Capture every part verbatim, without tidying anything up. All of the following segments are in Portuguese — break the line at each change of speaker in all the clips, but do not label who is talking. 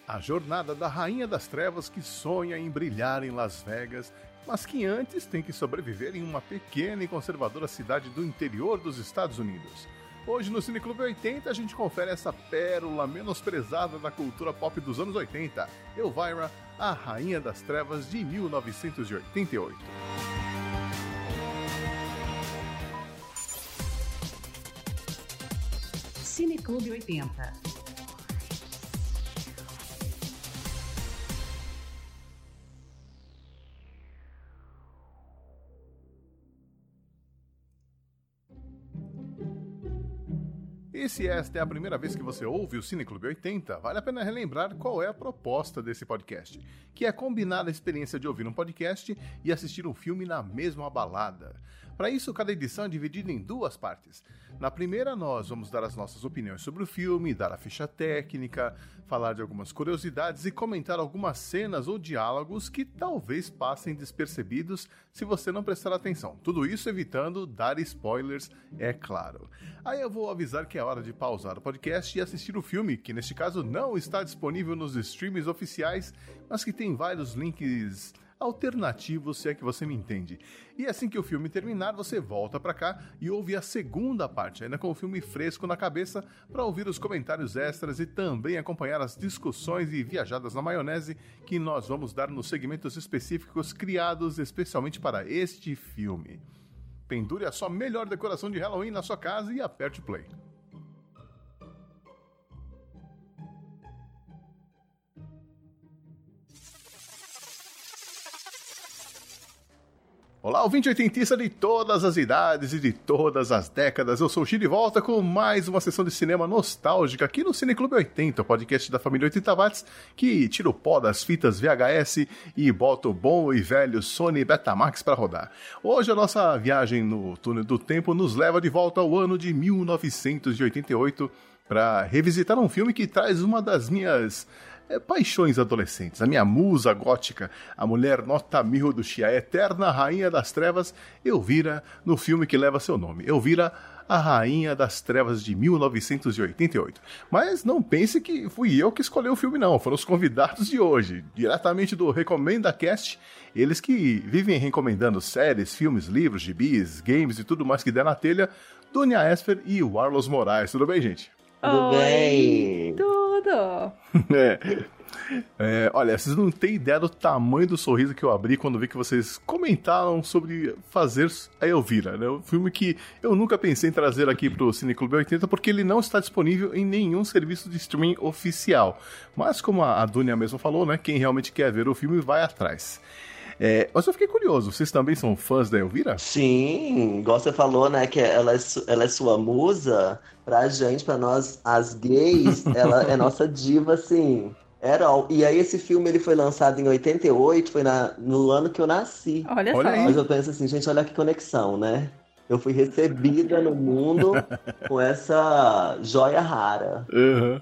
A jornada da Rainha das Trevas que sonha em brilhar em Las Vegas, mas que antes tem que sobreviver em uma pequena e conservadora cidade do interior dos Estados Unidos. Hoje no Cineclube oitenta a gente confere essa pérola menosprezada da cultura pop dos anos oitenta, Elvira, a Rainha das Trevas de mil novecentos e oitenta e oito.
Cineclube oitenta.
E se esta é a primeira vez que você ouve o Cineclube oitenta, vale a pena relembrar qual é a proposta desse podcast, que é combinar a experiência de ouvir um podcast e assistir um filme na mesma balada. Para isso, cada edição é dividida em duas partes. Na primeira, nós vamos dar as nossas opiniões sobre o filme, dar a ficha técnica, falar de algumas curiosidades e comentar algumas cenas ou diálogos que talvez passem despercebidos se você não prestar atenção. Tudo isso evitando dar spoilers, é claro. Aí eu vou avisar que é hora de pausar o podcast e assistir o filme, que neste caso não está disponível nos streams oficiais, mas que tem vários links alternativos, se é que você me entende. E assim que o filme terminar, você volta pra cá e ouve a segunda parte, ainda com o filme fresco na cabeça, para ouvir os comentários extras e também acompanhar as discussões e viajadas na maionese que nós vamos dar nos segmentos específicos criados especialmente para este filme. Pendure a sua melhor decoração de Halloween na sua casa e aperte play. Olá, ouvinte oitentista de todas as idades e de todas as décadas, eu sou o Gil de volta com mais uma sessão de cinema nostálgica aqui no Cineclube oitenta, o podcast da família oitenta watts, que tira o pó das fitas V H S e bota o bom e velho Sony Betamax para rodar. Hoje a nossa viagem no túnel do tempo nos leva de volta ao ano de mil novecentos e oitenta e oito para revisitar um filme que traz uma das minhas É, paixões adolescentes, a minha musa gótica, a mulher nota mil do Xia, a eterna Rainha das Trevas, Elvira, no filme que leva seu nome, Elvira, a Rainha das Trevas de mil novecentos e oitenta e oito. Mas não pense que fui eu que escolhi o filme não, foram os convidados de hoje, diretamente do Recomenda Cast, eles que vivem recomendando séries, filmes, livros, gibis, games e tudo mais que der na telha, Dunia Esper e Warlos Moraes. Tudo bem, gente?
Tudo
Oi,
bem?
Tudo!
É. É, olha, vocês não têm ideia do tamanho do sorriso que eu abri quando vi que vocês comentaram sobre fazer a Elvira, né? Um filme que eu nunca pensei em trazer aqui pro Cineclube oitenta porque ele não está disponível em nenhum serviço de streaming oficial. Mas como a Dunia mesmo falou, né? Quem realmente quer ver o filme vai atrás. É, mas eu fiquei curioso, vocês também são fãs da Elvira?
Sim, igual você falou, né, que ela é, su- ela é sua musa. Pra gente, pra nós, as gays, ela é nossa diva, assim, herói. E aí esse filme, ele foi lançado em oitenta e oito, foi na, no ano que eu nasci.
Olha,
Olha
só.
aí.
Mas eu penso assim, gente, olha que conexão, né? Eu fui recebida no mundo com essa joia rara.
Uhum.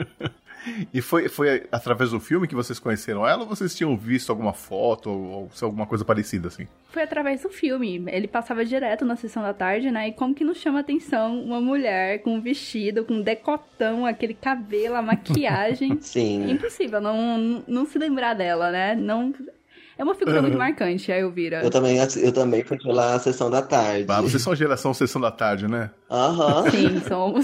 E foi, foi através do filme que vocês conheceram ela ou vocês tinham visto alguma foto ou, ou alguma coisa parecida assim?
Foi através do filme. Ele passava direto na sessão da tarde, né? E como que não chama atenção uma mulher com um vestido, com um decotão, aquele cabelo, a maquiagem.
Sim.
Impossível não, não se lembrar dela, né? Não... É uma figura muito
Uhum.
marcante, a Elvira.
Eu também, eu também fui pela sessão da tarde.
Ah, vocês são geração Sessão da Tarde, né?
Aham.
Sim, somos.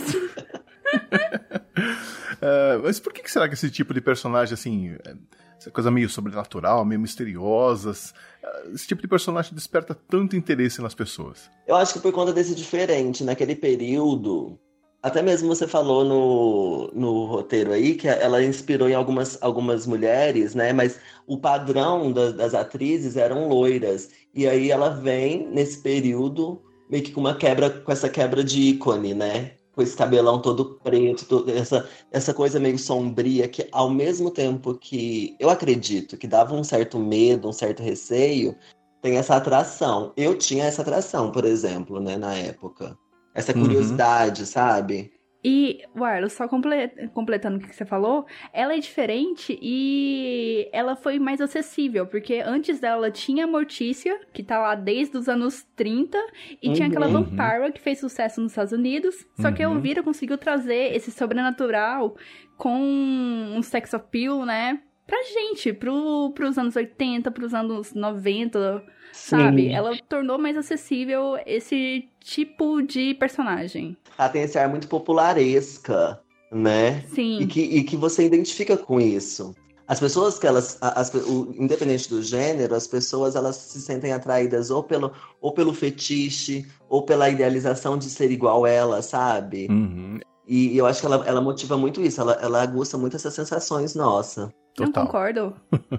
É, mas por que que será que esse tipo de personagem, assim, é, essa coisa meio sobrenatural, meio misteriosas, é, esse tipo de personagem desperta tanto interesse nas pessoas?
Eu acho que por conta desse diferente, naquele período, até mesmo você falou no, no roteiro aí, que ela inspirou em algumas, algumas mulheres, né? Mas o padrão da- das atrizes eram loiras. E aí ela vem nesse período, meio que com uma quebra, com essa quebra de ícone, né? Com esse cabelão todo preto, todo- essa, essa coisa meio sombria, que ao mesmo tempo que eu acredito que dava um certo medo, um certo receio, tem essa atração. Eu tinha essa atração, por exemplo, né, na época. Essa
Uhum.
curiosidade, sabe?
E, Warlo, só comple- completando o que você falou, ela é diferente e ela foi mais acessível, porque antes dela tinha a Mortícia, que tá lá desde os anos trinta, e uhum. tinha aquela Vampira, que fez sucesso nos Estados Unidos, só uhum. que a Elvira conseguiu trazer esse sobrenatural com um sex appeal, né, pra gente, pro, pros anos oitenta, pros anos noventa, Sim. sabe? Ela tornou mais acessível esse tipo de personagem.
Ela tem esse ar muito popularesca, né?
Sim.
E que, e que você identifica com isso. As pessoas que elas, as, o, independente do gênero, as pessoas elas se sentem atraídas ou pelo, ou pelo fetiche, ou pela idealização de ser igual a ela, sabe?
Uhum.
E, e eu acho que ela, ela motiva muito isso, ela, ela aguça muito essas sensações, nossa.
Não concordo.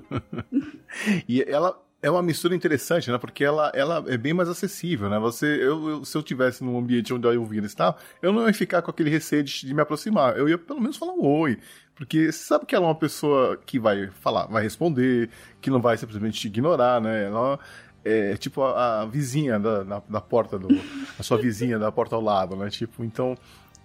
E ela... É uma mistura interessante, né? Porque ela, ela é bem mais acessível, né? Você, eu, eu, se eu tivesse num ambiente onde a Elvira estava, eu não ia ficar com aquele receio de, de me aproximar. Eu ia pelo menos falar um oi. Porque você sabe que ela é uma pessoa que vai falar, vai responder, que não vai simplesmente te ignorar, né? Ela é tipo a, a vizinha da, da, da porta do... A sua vizinha da porta ao lado, né? Tipo, então...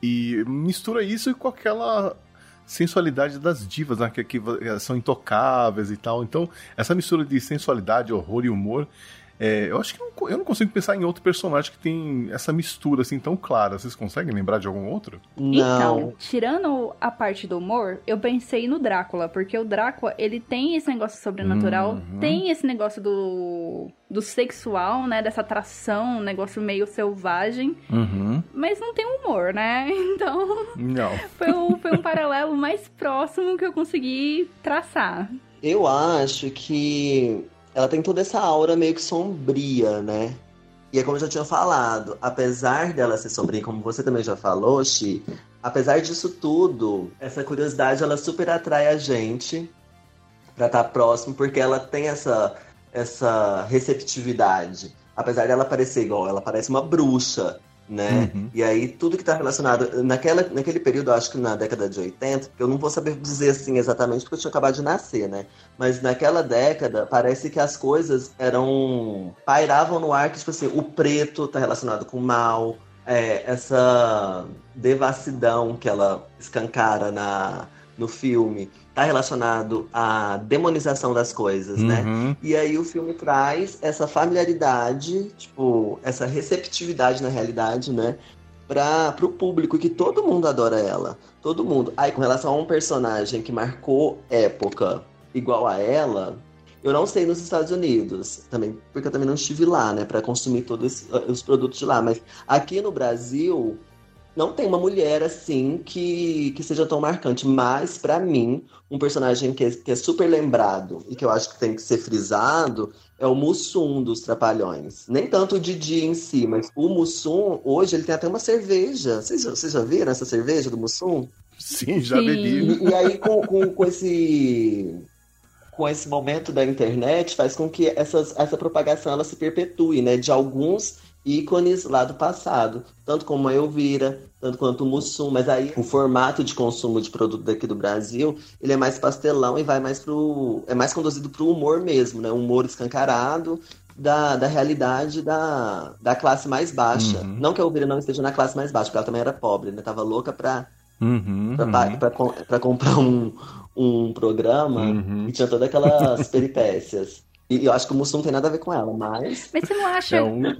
E mistura isso com aquela... sensualidade das divas, né, que, que são intocáveis e tal. Então, essa mistura de sensualidade, horror e humor, é, eu acho que eu não, eu não consigo pensar em outro personagem que tem essa mistura assim tão clara. Vocês conseguem lembrar de algum outro?
Não.
Então, tirando a parte do humor, eu pensei no Drácula, porque o Drácula, ele tem esse negócio sobrenatural, uhum. tem esse negócio do, do sexual, né, dessa atração, um negócio meio selvagem,
uhum.
mas não tem humor, né? Então,
não.
foi, um, foi um paralelo mais próximo que eu consegui traçar.
Eu acho que ela tem toda essa aura meio que sombria, né? E é como eu já tinha falado, apesar dela ser sombria, como você também já falou, Xi, apesar disso tudo, essa curiosidade, ela super atrai a gente pra estar próximo, porque ela tem essa, essa receptividade. Apesar dela parecer igual, ela parece uma bruxa, né? Uhum. E aí, tudo que tá relacionado... Naquela, naquele período, eu acho que na década de oitenta, eu não vou saber dizer assim exatamente, porque eu tinha acabado de nascer, né? Mas naquela década, parece que as coisas eram... pairavam no ar, que, tipo assim, o preto tá relacionado com o mal, é, essa devassidão que ela escancara na, no filme... tá relacionado à demonização das coisas, uhum. né? E aí o filme traz essa familiaridade, tipo, essa receptividade na realidade, né? Para o público, que todo mundo adora ela. Todo mundo. Aí, com relação a um personagem que marcou época igual a ela, eu não sei nos Estados Unidos, também, porque eu também não estive lá, né? Para consumir todos os produtos de lá. Mas aqui no Brasil... não tem uma mulher, assim, que, que seja tão marcante. Mas, pra mim, um personagem que é, que é super lembrado e que eu acho que tem que ser frisado é o Mussum dos Trapalhões. Nem tanto o Didi em si, mas o Mussum, hoje, ele tem até uma cerveja. Vocês, vocês já viram essa cerveja do Mussum?
Sim, já
Sim.
bebi.
E, e aí, com, com, com esse... com esse momento da internet, faz com que essas, essa propagação ela se perpetue, né? De alguns... ícones lá do passado, tanto como a Elvira, tanto quanto o Mussum, mas aí o formato de consumo de produto daqui do Brasil, ele é mais pastelão e vai mais pro... é mais conduzido pro humor mesmo, né? Um humor escancarado da, da realidade da, da classe mais baixa. Uhum. Não que a Elvira não esteja na classe mais baixa, porque ela também era pobre, né? Tava louca pra,
uhum,
pra,
uhum.
pra, pra, pra comprar um, um programa
uhum.
e tinha todas aquelas peripécias. E eu acho que o Mussum não tem nada a ver com ela, mas...
Mas você não acha...
É um...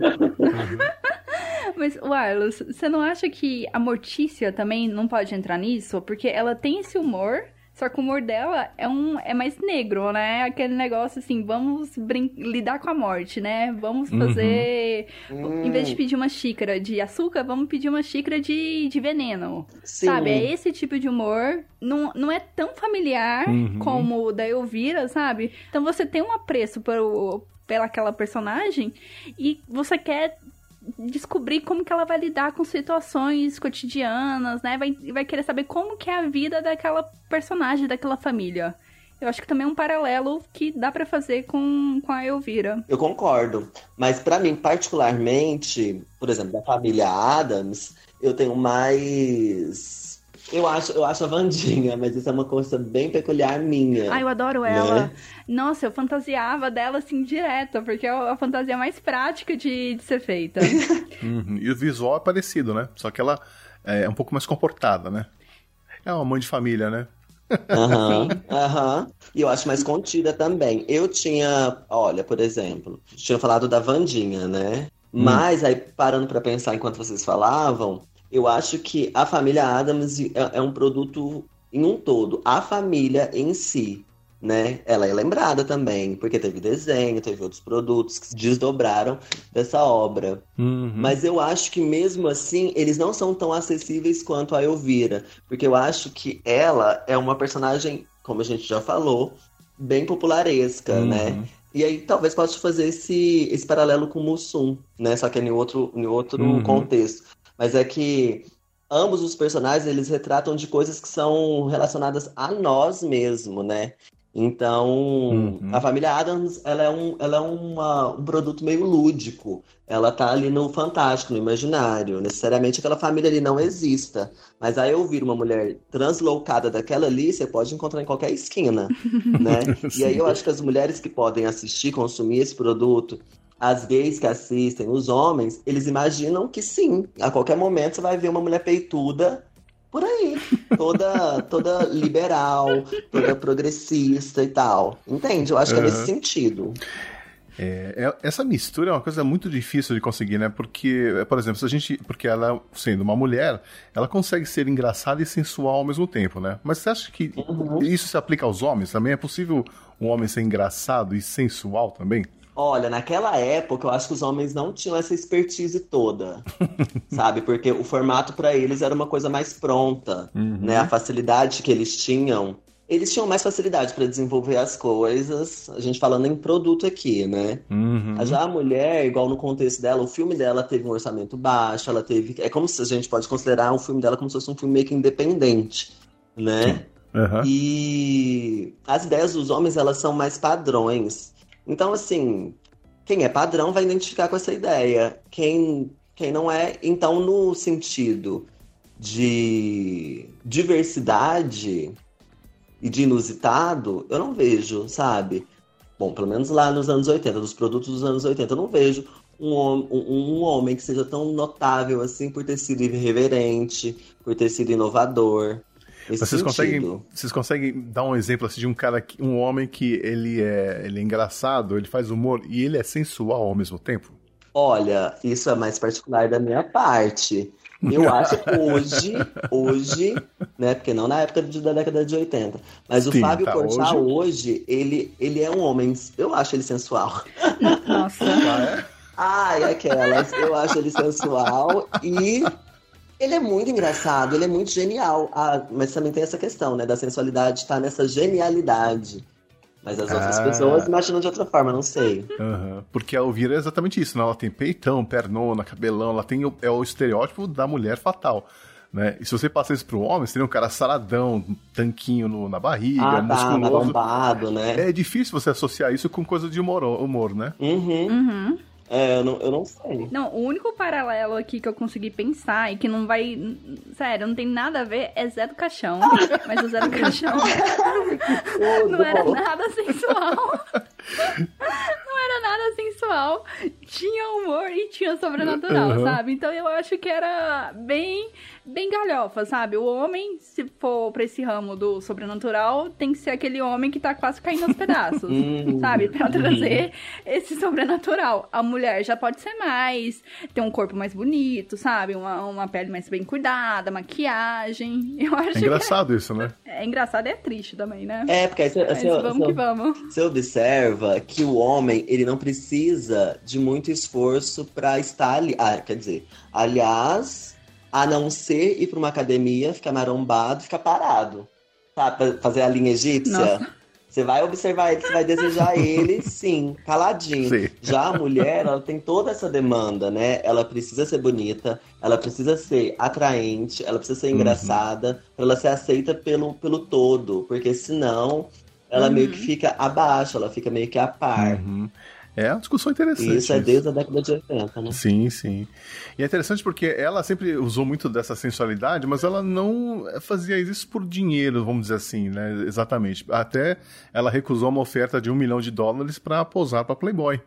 Mas, Warlos, você não acha que a Mortícia também não pode entrar nisso? Porque ela tem esse humor, só que o humor dela é, um, é mais negro, né? Aquele negócio assim, vamos brin- lidar com a morte, né? Vamos fazer... Uhum. Em vez de pedir uma xícara de açúcar, vamos pedir uma xícara de, de veneno.
Sim.
Sabe? É esse tipo de humor. Não, não é tão familiar uhum. como o da Elvira, sabe? Então você tem um apreço pelo, pela aquela personagem e você quer... descobrir como que ela vai lidar com situações cotidianas, né? Vai, vai querer saber como que é a vida daquela personagem, daquela família. Eu acho que também é um paralelo que dá pra fazer com, com a Elvira.
Eu concordo. Mas pra mim, particularmente, por exemplo, da família Addams, eu tenho mais... Eu acho, eu acho a Wandinha, mas isso é uma coisa bem peculiar minha.
Ah, eu adoro
né?
ela. Nossa, eu fantasiava dela assim direto, porque é a fantasia mais prática de, de ser feita.
Uhum. E o visual é parecido, né? Só que ela, é um pouco mais comportada, né? É uma mãe de família, né?
Aham, aham. E eu acho mais contida também. Eu tinha, olha, por exemplo, tinha falado da Wandinha, né? Mas aí, parando pra pensar enquanto vocês falavam, eu acho que a família Addams é, é um produto em um todo. A família em si, né? Ela é lembrada também, porque teve desenho, teve outros produtos que se desdobraram dessa obra.
Uhum.
Mas eu acho que mesmo assim, eles não são tão acessíveis quanto a Elvira. Porque eu acho que ela é uma personagem, como a gente já falou, bem popularesca,
Uhum.
né? E aí talvez possa fazer esse, esse paralelo com o Mussum, né? Só que é em outro, em outro
Uhum.
contexto. Mas é que ambos os personagens, eles retratam de coisas que são relacionadas a nós mesmo, né? Então,
Uhum.
a família Addams, ela é, um, ela é uma, um produto meio lúdico. Ela tá ali no fantástico, no imaginário. Necessariamente aquela família ali não exista. Mas aí eu vir uma mulher translocada daquela ali, você pode encontrar em qualquer esquina, né? E aí eu acho que as mulheres que podem assistir, consumir esse produto, as gays que assistem, os homens, eles imaginam que sim, a qualquer momento você vai ver uma mulher peituda por aí, toda, toda liberal, toda progressista e tal. Entende? Eu acho que é nesse
Uhum.
sentido.
É, é- essa mistura é uma coisa muito difícil de conseguir, né? Porque, por exemplo, se a gente. Porque ela, sendo uma mulher, ela consegue ser engraçada e sensual ao mesmo tempo, né? Mas você acha que
Uhum.
isso se aplica aos homens também? É possível um homem ser engraçado e sensual também?
Olha, naquela época eu acho que os homens não tinham essa expertise toda, sabe? Porque o formato para eles era uma coisa mais pronta,
Uhum.
né? A facilidade que eles tinham, eles tinham mais facilidade para desenvolver as coisas, a gente falando em produto aqui, né?
Uhum.
Já a mulher, igual no contexto dela, o filme dela teve um orçamento baixo, ela teve. É como se a gente pode considerar o filme dela como se fosse um filme meio que independente, né?
Uhum.
E as ideias dos homens, elas são mais padrões. Então, assim, quem é padrão vai identificar com essa ideia. Quem, quem não é, então, no sentido de diversidade e de inusitado, eu não vejo, sabe? Bom, pelo menos lá nos anos oitenta, dos produtos dos anos oitenta, eu não vejo um, hom- um, um homem que seja tão notável assim por ter sido irreverente, por ter sido inovador. Nesse
Vocês conseguem,
sentido.
vocês conseguem dar um exemplo assim, de um cara, que- um homem que ele é, ele é engraçado, ele faz humor e ele é sensual ao mesmo tempo?
Olha, isso é mais particular da minha parte. Eu acho que hoje, hoje, né? Porque não na época de- da década de oitenta, mas o
Sim,
Fábio
tá,
Porchat
hoje-
hoje, ele, ele é um homem, eu acho ele sensual.
Nossa.
Ah, é?
Ai, aquelas, eu acho ele sensual e ele é muito engraçado, ele é muito genial. Ah, mas também tem essa questão, né, da sensualidade estar nessa genialidade. Mas as outras
Ah.
pessoas imaginam de outra forma, não sei.
Aham. Porque a Elvira é exatamente isso, né? Ela tem peitão, pernona, cabelão, ela tem o, é o estereótipo da mulher fatal, né? E se você passar isso pro homem, seria um cara saradão, tanquinho no- na barriga,
Ah, tá,
musculoso.
marombado, né?
É difícil você associar isso com coisa de humor, humor, né?
Uhum.
Uhum.
É, eu não, eu não sei.
Não, o único paralelo aqui que eu consegui pensar e que não vai. Sério, não tem nada a ver é Zé do Caixão. Mas o Zé do Caixão não era nada sensual. Não era nada sensual. Tinha humor e tinha sobrenatural,
Uhum.
sabe? Então eu acho que era bem, bem galhofa, sabe? O homem, se for pra esse ramo do sobrenatural, tem que ser aquele homem que tá quase caindo aos pedaços,
Hum.
sabe? Pra trazer esse sobrenatural. A mulher já pode ser mais, ter um corpo mais bonito, sabe? Uma, uma pele mais bem cuidada, maquiagem. Eu acho
É engraçado isso, né?
que é engraçado e é triste também, né?
É, porque aí você,
Mas
você-
vamos
você-
que vamos.
você observa que o homem, ele não precisa de muito esforço pra estar ali. Ah, quer dizer, aliás, a não ser ir pra uma academia, ficar marombado, ficar parado. Sabe, pra fazer a linha egípcia.
Nossa.
Você vai observar ele, você vai desejar ele, sim, caladinho.
Sim.
Já a mulher, ela tem toda essa demanda, né? Ela precisa ser bonita, ela precisa ser atraente, ela precisa ser
Uhum.
engraçada, pra ela ser aceita pelo, pelo todo. Porque senão, ela
Uhum.
meio que fica abaixo, ela fica meio que a par.
Uhum. É uma discussão interessante.
E isso é desde a década de oitenta, né?
Sim, sim. E é interessante porque ela sempre usou muito dessa sensualidade, mas ela não fazia isso por dinheiro, vamos dizer assim, né? Exatamente. Até ela recusou uma oferta de um milhão de dólares para posar para Playboy.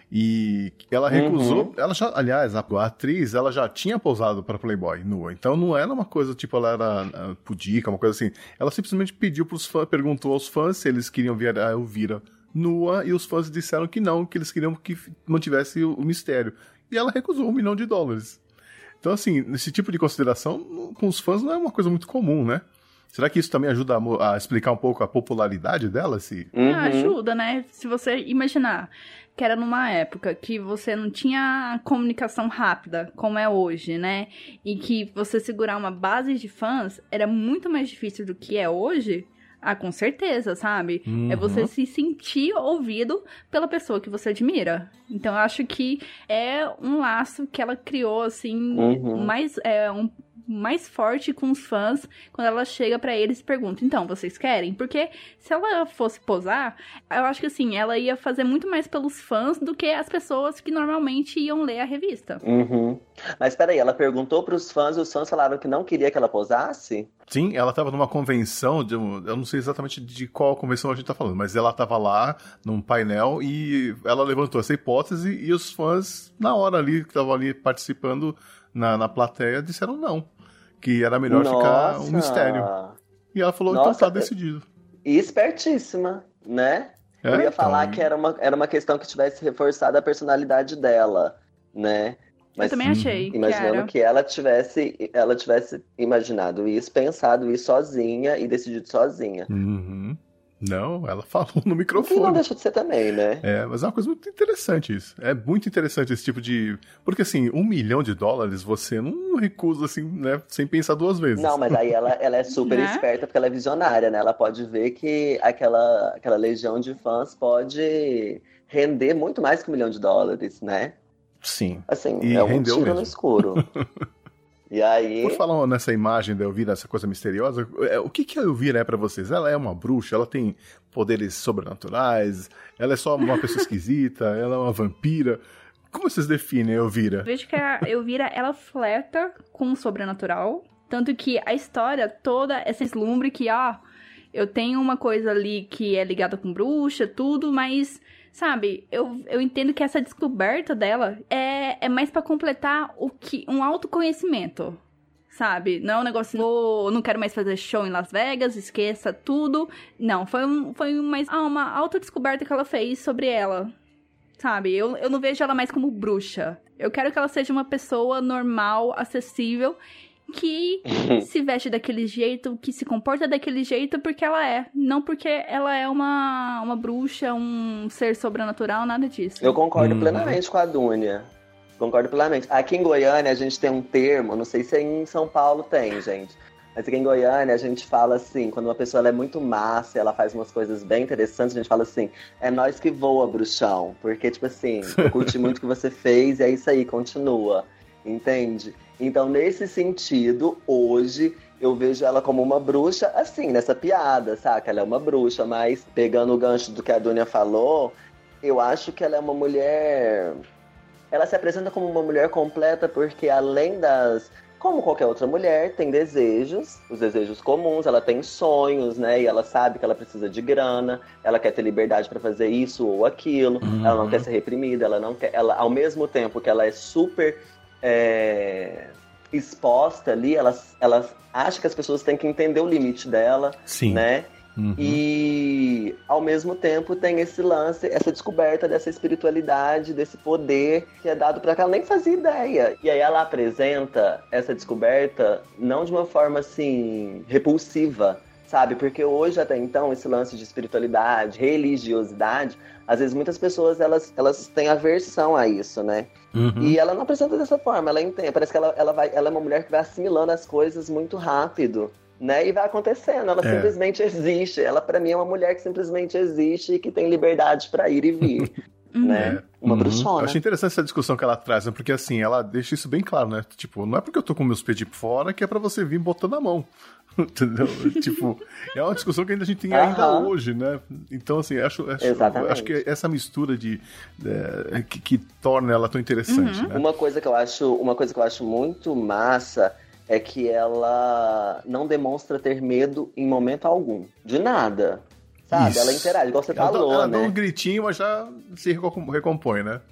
E ela recusou,
Uhum.
ela já, aliás, a, a atriz, ela já tinha posado pra Playboy nua, então não era uma coisa, tipo, ela era uh, pudica, uma coisa assim. Ela simplesmente pediu pros fãs, perguntou aos fãs se eles queriam ver a Elvira nua, e os fãs disseram que não, que eles queriam que mantivesse o, o mistério. E ela recusou um milhão de dólares. Então, assim, esse tipo de consideração com os fãs não é uma coisa muito comum, né? Será que isso também ajuda a, a explicar um pouco a popularidade dela? Se...
Uhum.
Ah, ajuda, né? Se você imaginar que era numa época que você não tinha comunicação rápida, como é hoje, né? E que você segurar uma base de fãs era muito mais difícil do que é hoje. Ah, com certeza, sabe?
Uhum.
É você se sentir ouvido pela pessoa que você admira. Então, eu acho que é um laço que ela criou, assim,
Uhum.
mais, é, um, mais forte com os fãs quando ela chega pra eles e pergunta, então, vocês querem? Porque se ela fosse posar, eu acho que, assim, ela ia fazer muito mais pelos fãs do que as pessoas que normalmente iam ler a revista.
Uhum. Mas peraí, ela perguntou pros fãs e os fãs falaram que não queria que ela posasse?
Sim, ela estava numa convenção, de, eu não sei exatamente de qual convenção a gente tá falando, mas ela estava lá num painel e ela levantou essa hipótese e os fãs, na hora ali, que estavam ali participando na, na plateia, disseram não, que era melhor
Nossa.
ficar um mistério. E ela falou,
Nossa,
então tá decidido.
E espertíssima, né?
É,
Eu ia
então,
falar que era uma, era uma questão que tivesse reforçado a personalidade dela, né?
Eu também achei que
Imaginando
era.
que ela tivesse, ela tivesse imaginado isso, pensado isso sozinha e decidido sozinha.
Uhum. Não, ela falou no
O que não
microfone.
deixa de ser também, né?
É, mas é uma coisa muito interessante isso. É muito interessante esse tipo de... Porque, assim, um milhão de dólares você não recusa, assim, né, sem pensar duas vezes.
Não, mas aí ela, ela é super
Né?
esperta porque ela é visionária, né? Ela pode ver que aquela, aquela legião de fãs pode render muito mais que um milhão de dólares, né?
Sim.
Assim,
E
é um
rendeu
tiro
mesmo.
no escuro. E aí...
Por falar nessa imagem da Elvira, essa coisa misteriosa, é, o que, que a Elvira é pra vocês? Ela é uma bruxa? Ela tem poderes sobrenaturais? Ela é só uma pessoa esquisita? Ela é uma vampira? Como vocês definem a Elvira?
Eu vejo que a Elvira, ela flerta com o sobrenatural. Tanto que a história toda, essa deslumbre que, ó, eu tenho uma coisa ali que é ligada com bruxa, tudo, mas, sabe, eu, eu entendo que essa descoberta dela é, é mais pra completar o que, um autoconhecimento, sabe? Não é um negócio, oh, não quero mais fazer show em Las Vegas, esqueça tudo. Não, foi, um, foi mais ah, uma autodescoberta que ela fez sobre ela. Sabe, eu, eu não vejo ela mais como bruxa. Eu quero que ela seja uma pessoa normal, acessível, que se veste daquele jeito, que se comporta daquele jeito porque ela é. Não porque ela é uma, uma bruxa, um ser sobrenatural, nada disso.
Eu concordo
Uhum.
plenamente com a Dúnia. Concordo plenamente. Aqui em Goiânia a gente tem um termo, não sei se em São Paulo tem, gente. Mas aqui em Goiânia a gente fala assim, quando uma pessoa ela é muito massa, ela faz umas coisas bem interessantes, a gente fala assim, é nós que voa, bruxão. Porque, tipo assim, eu curti muito o que você fez e é isso aí, continua. Entende? Então, nesse sentido, hoje, eu vejo ela como uma bruxa, assim, nessa piada, saca? Ela é uma bruxa, mas pegando o gancho do que a Dúnia falou, eu acho que ela é uma mulher... Ela se apresenta como uma mulher completa porque, além das... Como qualquer outra mulher, tem desejos, os desejos comuns, ela tem sonhos, né? E ela sabe que ela precisa de grana, ela quer ter liberdade pra fazer isso ou aquilo,
Uhum.
ela não quer ser reprimida, ela não quer... Ela, ao mesmo tempo que ela é super... É, exposta ali, ela, ela acha que as pessoas têm que entender o limite dela,
Sim.
né?
Uhum.
E ao mesmo tempo tem esse lance, essa descoberta dessa espiritualidade, desse poder que é dado para que ela nem fazia ideia. E aí ela apresenta essa descoberta não de uma forma assim repulsiva, sabe? Porque hoje até então esse lance de espiritualidade, religiosidade, às vezes muitas pessoas elas, elas têm aversão a isso, né?
Uhum.
E ela não apresenta dessa forma, ela entende, parece que ela, ela, vai, ela é uma mulher que vai assimilando as coisas muito rápido, né? E vai acontecendo, ela
É.
simplesmente existe. Ela, pra mim, é uma mulher que simplesmente existe e que tem liberdade pra ir e vir, né? Uma
Uhum.
bruxona.
Eu achei interessante essa discussão que ela traz, né? Porque assim, ela deixa isso bem claro, né? Tipo, não é porque eu tô com meus pés de fora que é pra você vir botando a mão. Entendeu? Tipo, é uma discussão que ainda a gente tem ainda
Aham.
hoje, né? Então, assim, acho, acho,
Exatamente.
acho que essa mistura de é, que, que torna ela tão interessante,
Uhum.
né?
Uma coisa que eu acho, uma coisa que eu acho muito massa é que ela não demonstra ter medo em momento algum. De nada. Sabe?
Isso.
Ela interage, igual você
Ela dá-
falou,
ela
né?
dá um gritinho, mas já se recom- recompõe, né?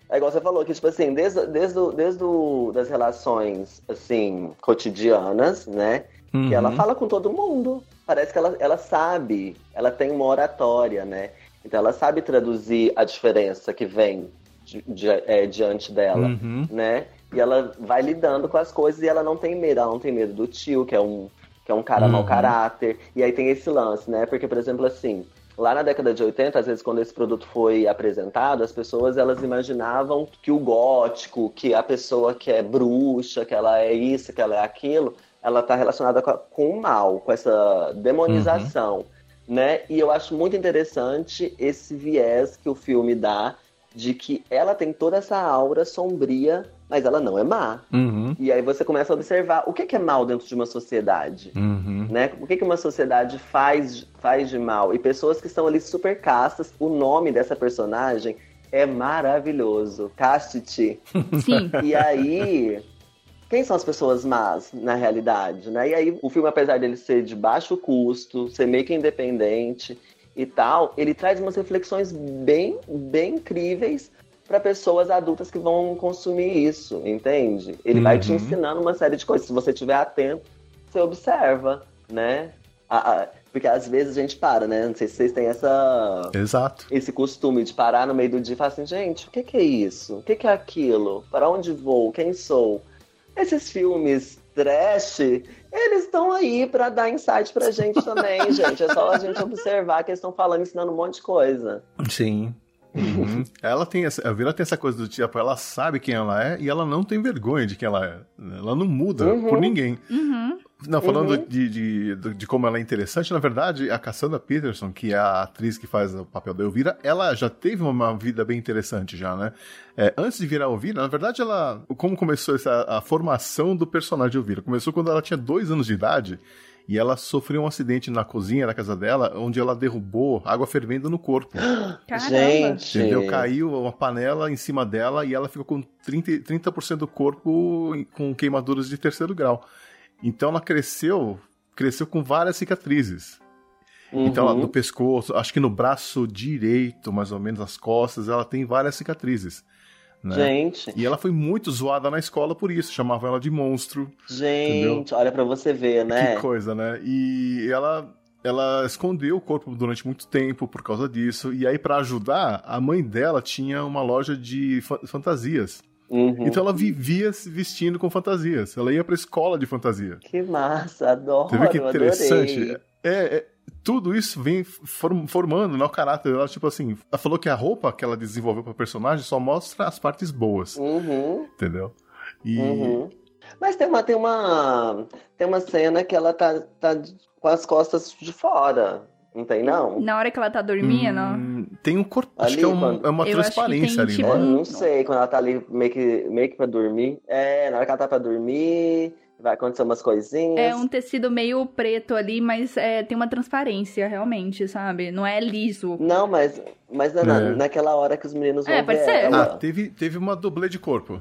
É igual você falou, que, tipo assim, desde, desde, o- desde o, das relações, assim, cotidianas, né?
Uhum.
Que ela fala com todo mundo. Parece que ela, ela sabe, ela tem uma oratória, né? Então ela sabe traduzir a diferença que vem di- di- é, diante dela,
Uhum.
né? E ela vai lidando com as coisas e ela não tem medo. Ela não tem medo do tio, que é um, que é um cara
Uhum.
mau caráter. E aí tem esse lance, né? Porque, por exemplo, assim, lá na década de oitenta, às vezes quando esse produto foi apresentado, as pessoas elas imaginavam que o gótico, que a pessoa que é bruxa, que ela é isso, que ela é aquilo, ela tá relacionada com, a- com o mal, com essa demonização, né? E eu acho muito interessante esse viés que o filme dá de que ela tem toda essa aura sombria, mas ela não é má.
Uhum.
E aí você começa a observar o que que é mal dentro de uma sociedade.
Uhum.
Né? O que que uma sociedade faz, faz de mal? E pessoas que estão ali super castas, o nome dessa personagem é maravilhoso, Castity.
Sim.
E aí, quem são as pessoas más na realidade, né? E aí o filme, apesar dele ser de baixo custo, ser meio que independente e tal, ele traz umas reflexões bem, bem incríveis para pessoas adultas que vão consumir isso, entende? Ele vai te
Uhum.
ensinando uma série de coisas. Se você estiver atento, você observa, né? A- a- porque às vezes a gente para, né? Não sei se vocês têm essa,
Exato.
esse costume de parar no meio do dia e falar assim, gente, o que que é isso? O que que é aquilo? Para onde vou? Quem sou? Esses filmes trash, eles estão aí pra dar insight pra gente também, gente. É só a gente observar que eles estão falando, ensinando um monte de coisa.
Sim. Uhum. Ela tem essa, a Vila tem essa coisa do tipo, ela sabe quem ela é e ela não tem vergonha de quem ela é. Ela não muda
Uhum.
por ninguém.
Uhum.
Não, falando
Uhum.
de, de, de, de como ela é interessante, na verdade, a Cassandra Peterson, que é a atriz que faz o papel da Elvira, ela já teve uma vida bem interessante já, né? É, antes de virar Elvira, na verdade, ela... Como começou essa, a formação do personagem Elvira? Começou quando ela tinha dois anos de idade e ela sofreu um acidente na cozinha da casa dela, onde ela derrubou água fervendo no corpo.
Caramba.
Gente.
Entendeu? Caiu uma panela em cima dela e ela ficou com trinta, trinta por cento do corpo com queimaduras de terceiro grau. Então ela cresceu, cresceu com várias cicatrizes.
Uhum.
Então, ela, no pescoço, acho que no braço direito, mais ou menos, as costas, ela tem várias cicatrizes. Né?
Gente,
E ela foi muito zoada na escola por isso, chamavam ela de monstro.
gente, olha pra você ver, né?
Que coisa, né? E ela, ela escondeu o corpo durante muito tempo por causa disso. E aí, pra ajudar, a mãe dela tinha uma loja de fa- fantasias.
Uhum.
Então ela vivia se vestindo com fantasias. Ela ia pra escola de fantasia.
Que massa, adoro,
Você vê que
eu
interessante?
adorei.
É, é, tudo isso vem form- formando, né, o caráter dela. Tipo assim, ela falou que a roupa que ela desenvolveu pra personagem só mostra as partes boas,
Uhum,
entendeu? E...
uhum. Mas tem uma, tem uma, tem uma cena que ela tá, tá com as costas de fora, não tem não?
Na hora que ela tá dormindo,
hum, tem um corpo, acho
Ali,
que é, um-
quando-
é uma
Eu acho que
transparência
tem,
ali,
tipo,
não
É,
é?
um-
não sei, quando ela tá ali meio que, meio que pra dormir. É, na hora que ela tá pra dormir, vai acontecer umas coisinhas.
é um tecido meio preto ali, mas é, tem uma transparência, realmente, sabe? Não é liso.
Não, mas, mas na, na-
É.
naquela hora que os meninos vão
É, pode
ver
ser.
ela.
Ah, teve, teve uma dublê de corpo.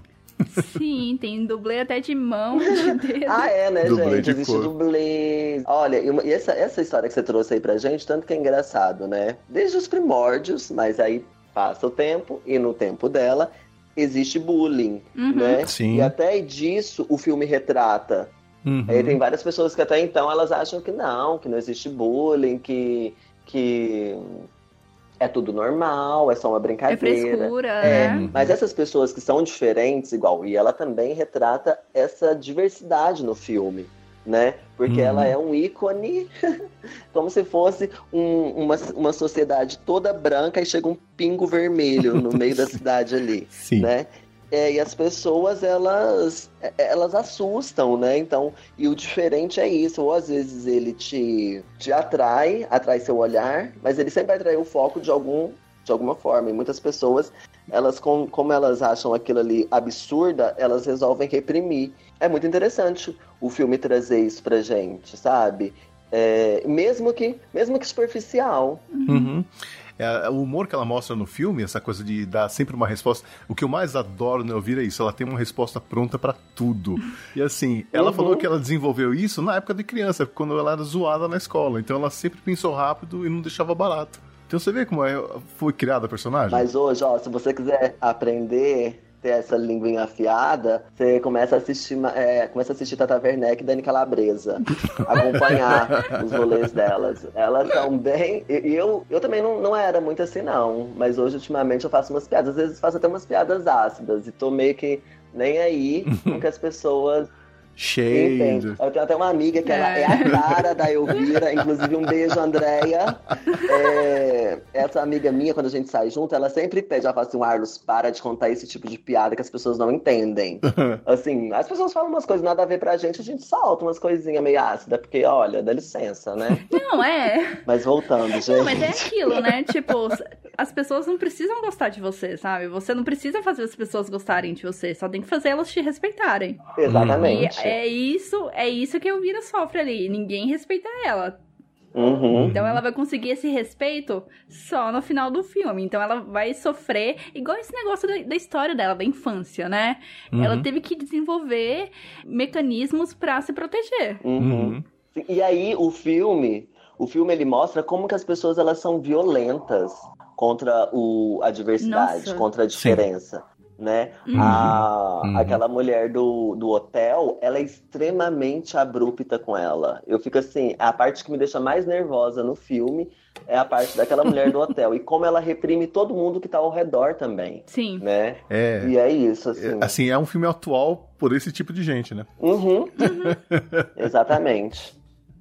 Sim, tem dublê até de mão, de dedo.
Ah, é, né,
Dublê
gente?
de
Existe
cor.
dublê. Olha, e, uma- e essa, essa história que você trouxe aí pra gente, tanto que é engraçado, né? Desde os primórdios, mas aí passa o tempo, e no tempo dela, existe bullying,
Uhum.
né?
Sim.
E até disso o filme retrata.
Uhum.
Aí tem várias pessoas que até então elas acham que não, que não existe bullying, que, que é tudo normal, é só uma
É
brincadeira.
frescura,
É,
né?
mas essas pessoas que são diferentes, igual, e ela também retrata essa diversidade no filme, né? Porque
Uhum.
ela é um ícone, como se fosse um- uma, uma sociedade toda branca e chega um pingo vermelho no meio da cidade ali,
Sim.
né? É, e as pessoas, elas, é, elas assustam, né? Então, e o diferente é isso. Ou às vezes ele te, te atrai, atrai seu olhar, mas ele sempre vai atrair o foco de, algum, de alguma forma. E muitas pessoas, elas, com, como elas acham aquilo ali absurda, elas resolvem reprimir. É muito interessante o filme trazer isso pra gente, sabe? É, mesmo que, mesmo que superficial.
Uhum. É, o humor que ela mostra no filme, essa coisa de dar sempre uma resposta. O que eu mais adoro no Elvira é isso, ela tem uma resposta pronta pra tudo. E assim, ela
Uhum.
falou que ela desenvolveu isso na época de criança, quando ela era zoada na escola. Então ela sempre pensou rápido e não deixava barato. Então você vê como é, foi criada a personagem?
Mas hoje, ó, se você quiser aprender, ter essa linguinha afiada, você começa a assistir, é, começa a assistir Tata Werneck e Dani Calabresa. Acompanhar os rolês delas. Elas são bem... E eu, eu também não, não era muito assim, não. Mas hoje, ultimamente, eu faço umas piadas. Às vezes faço até umas piadas ácidas. E tô meio que nem aí com que as pessoas...
Shade.
Eu tenho até uma amiga que ela é a cara da Elvira, inclusive um beijo, Andréia. É, essa amiga minha, quando a gente sai junto, ela sempre pede, ela fala assim, Arlos, para de contar esse tipo de piada que as pessoas não entendem. Assim, as pessoas falam umas coisas nada a ver pra gente, a gente solta umas coisinhas meio ácidas, porque, olha, dá licença, né?
Não, é...
Mas voltando, gente.
Não, mas é aquilo, né? Tipo, as pessoas não precisam gostar de você, sabe? Você não precisa fazer as pessoas gostarem de você, só tem que fazer elas te respeitarem.
Exatamente.
E é isso, é isso que a Elvira sofre ali. Ninguém respeita ela.
Uhum.
Então ela vai conseguir esse respeito só no final do filme. Então ela vai sofrer, igual esse negócio da, da história dela, da infância, né? Uhum. Ela teve que desenvolver mecanismos pra se proteger.
Uhum. Uhum. E aí o filme, o filme ele mostra como que as pessoas elas são violentas contra o, a diversidade, Nossa. Contra a diferença. Sim. Né? Uhum. A, uhum. Aquela mulher do, do hotel, ela é extremamente abrupta com ela. Eu fico assim, a parte que me deixa mais nervosa no filme é a parte daquela mulher do hotel. E como ela reprime todo mundo que tá ao redor também.
Sim.
Né?
É,
e é isso, assim.
É, assim, é um filme atual por esse tipo de gente, né?
Uhum. Uhum. Exatamente.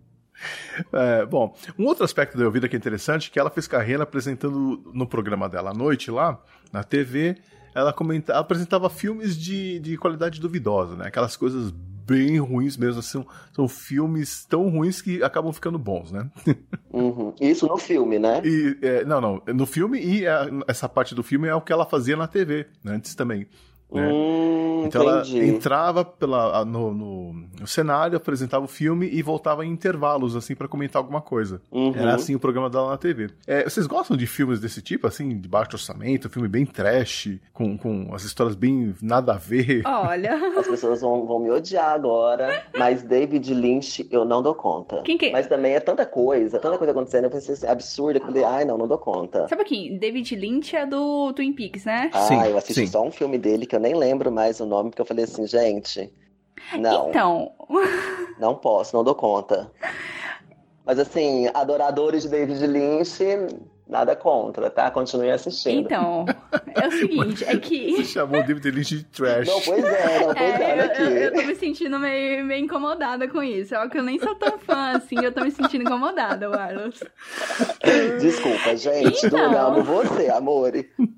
É, bom, um outro aspecto da Elvira que é interessante é que ela fez carreira apresentando no programa dela à noite lá, na T V. Ela, comenta, ela apresentava filmes de, de qualidade duvidosa, né? Aquelas coisas bem ruins mesmo, assim, são filmes tão ruins que acabam ficando bons, né?
Uhum. Isso no filme, né?
E, é, não, não, no filme e a, essa parte do filme é o que ela fazia na T V, né, antes também. Né?
Hum,
então
entendi.
Ela entrava pela, no, no, no cenário, apresentava o filme e voltava em intervalos, assim, pra comentar alguma coisa.
Uhum.
Era assim o programa dela na T V. É, vocês gostam de filmes desse tipo, assim, de baixo orçamento, filme bem trash, com, com as histórias bem nada a ver?
Olha...
As pessoas vão, vão me odiar agora, mas David Lynch eu não dou conta.
Quem que...
Mas também é tanta coisa, tanta coisa acontecendo, eu pensei assim, absurda, que eu falei, ai não, não dou conta.
Sabe aqui, David Lynch é do Twin Peaks, né?
Ah,
sim,
eu assisti
sim.
só um filme dele que eu nem lembro mais o nome, porque eu falei assim, gente, não.
Então...
Não posso, não dou conta. Mas assim, adoradores de David Lynch, nada contra, tá? Continue assistindo.
Então, é o seguinte, é que...
Você chamou o David Lynch de trash.
Não, pois é, não, pois é,
é
aqui.
eu, eu, eu tô me sentindo meio, meio incomodada com isso. É algo que eu nem sou tão fã, assim, eu tô me sentindo incomodada, Carlos.
Desculpa, gente,
Então...
eu amo você, amor.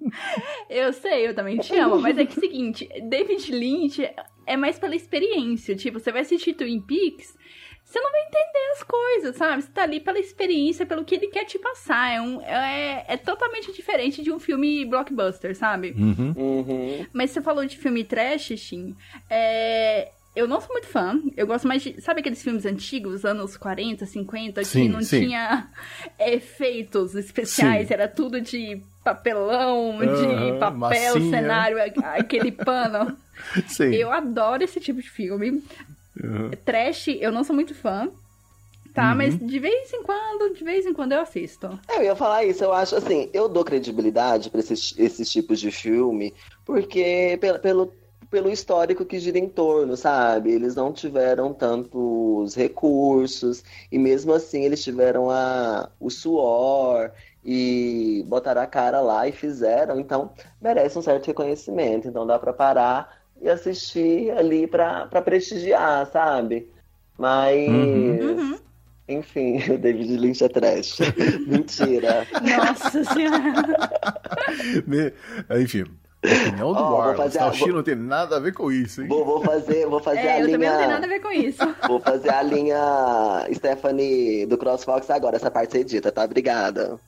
Eu sei, eu também te amo, mas é que é o seguinte, David Lynch é mais pela experiência. Tipo, você vai assistir Twin Peaks, você não vai entender as coisas, sabe? Você tá ali pela experiência, pelo que ele quer te passar. É, um, é, é totalmente diferente de um filme blockbuster, sabe?
Uhum.
Uhum.
Mas você falou de filme trash, Shin. É... Eu não sou muito fã. Eu gosto mais de... Sabe aqueles filmes antigos, anos quarenta, cinquenta,
sim,
que não
sim.
tinha efeitos especiais?
Sim.
Era tudo de papelão,
Uhum,
de papel,
massinha.
cenário, aquele pano.
Sim.
Eu adoro esse tipo de filme.
Uhum.
Trash, eu não sou muito fã. Tá,
Uhum.
mas de vez em quando, de vez em quando eu assisto.
Eu ia falar isso, eu acho assim, eu dou credibilidade pra esses, esses tipos de filme, porque pelo, pelo, pelo histórico que gira em torno, sabe? Eles não tiveram tantos recursos, e mesmo assim eles tiveram a, o suor, e botaram a cara lá e fizeram, então merece um certo reconhecimento, então dá pra parar e assistir ali pra, pra prestigiar, sabe? Mas...
Uhum.
Enfim, o David Lynch é trash. Mentira.
Nossa senhora.
Me- Enfim, a opinião do
Ó, vou
Arlos.
fazer a-
Taoshi não tem nada a ver com isso, hein?
Vou, vou fazer, vou fazer
É,
a
eu
linha.
também não tenho nada a ver com isso.
Vou fazer a linha Stephanie do CrossFox agora. Essa parte você edita, tá? Obrigada.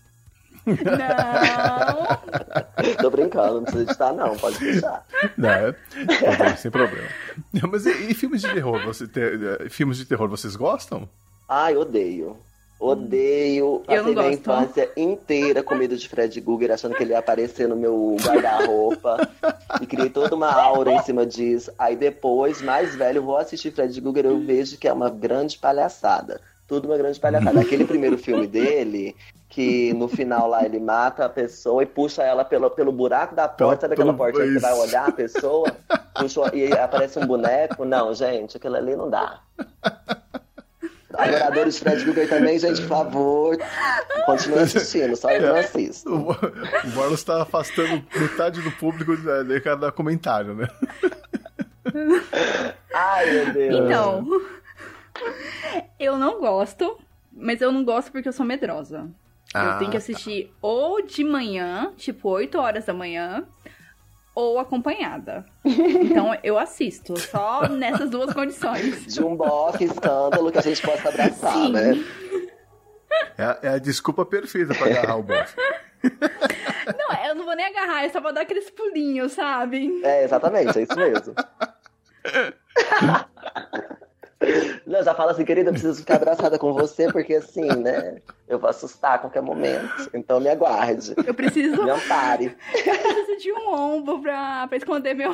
Não.
Tô brincando, não precisa editar, não. Pode deixar.
Não, é, tá bom, sem problema. Mas e, e filmes de terror? Você te- eh, filmes de terror vocês gostam?
Ai, odeio. Odeio.
Eu não
Passei minha
gosto.
infância inteira com medo de Fred Krueger, achando que ele ia aparecer no meu guarda-roupa. E criei toda uma aura em cima disso. Aí depois, mais velho, eu vou assistir Fred Krueger, eu vejo que é uma grande palhaçada. Tudo uma grande palhaçada. Aquele primeiro filme dele, que no final lá ele mata a pessoa e puxa ela pelo, pelo buraco da porta, sabe aquela porta que você vai olhar a pessoa puxa, e aparece um boneco? Não, gente, aquilo ali não dá. Adoradores de Fred Krueger também, gente, por favor, continue assistindo, só eu não assisto.
O, o Marlos tá afastando metade do público de cada comentário, né?
Ai, meu Deus.
Então, eu não gosto, mas eu não gosto porque eu sou medrosa.
Ah,
eu tenho que assistir ou de manhã, tipo oito horas da manhã, ou acompanhada. Então eu assisto, só nessas duas condições.
De um bofe escândalo que a gente possa abraçar,
Sim.
né?
É a, é a desculpa perfeita pra agarrar o bofe.
Não, eu não vou nem agarrar, eu só vou dar aqueles pulinhos, sabe?
É, exatamente, é isso mesmo. Não, já fala assim, querida, eu preciso ficar abraçada com você, porque assim, né, eu vou assustar a qualquer momento, então me aguarde.
Eu preciso...
Me ampare.
Eu preciso de um ombro pra, pra esconder meu...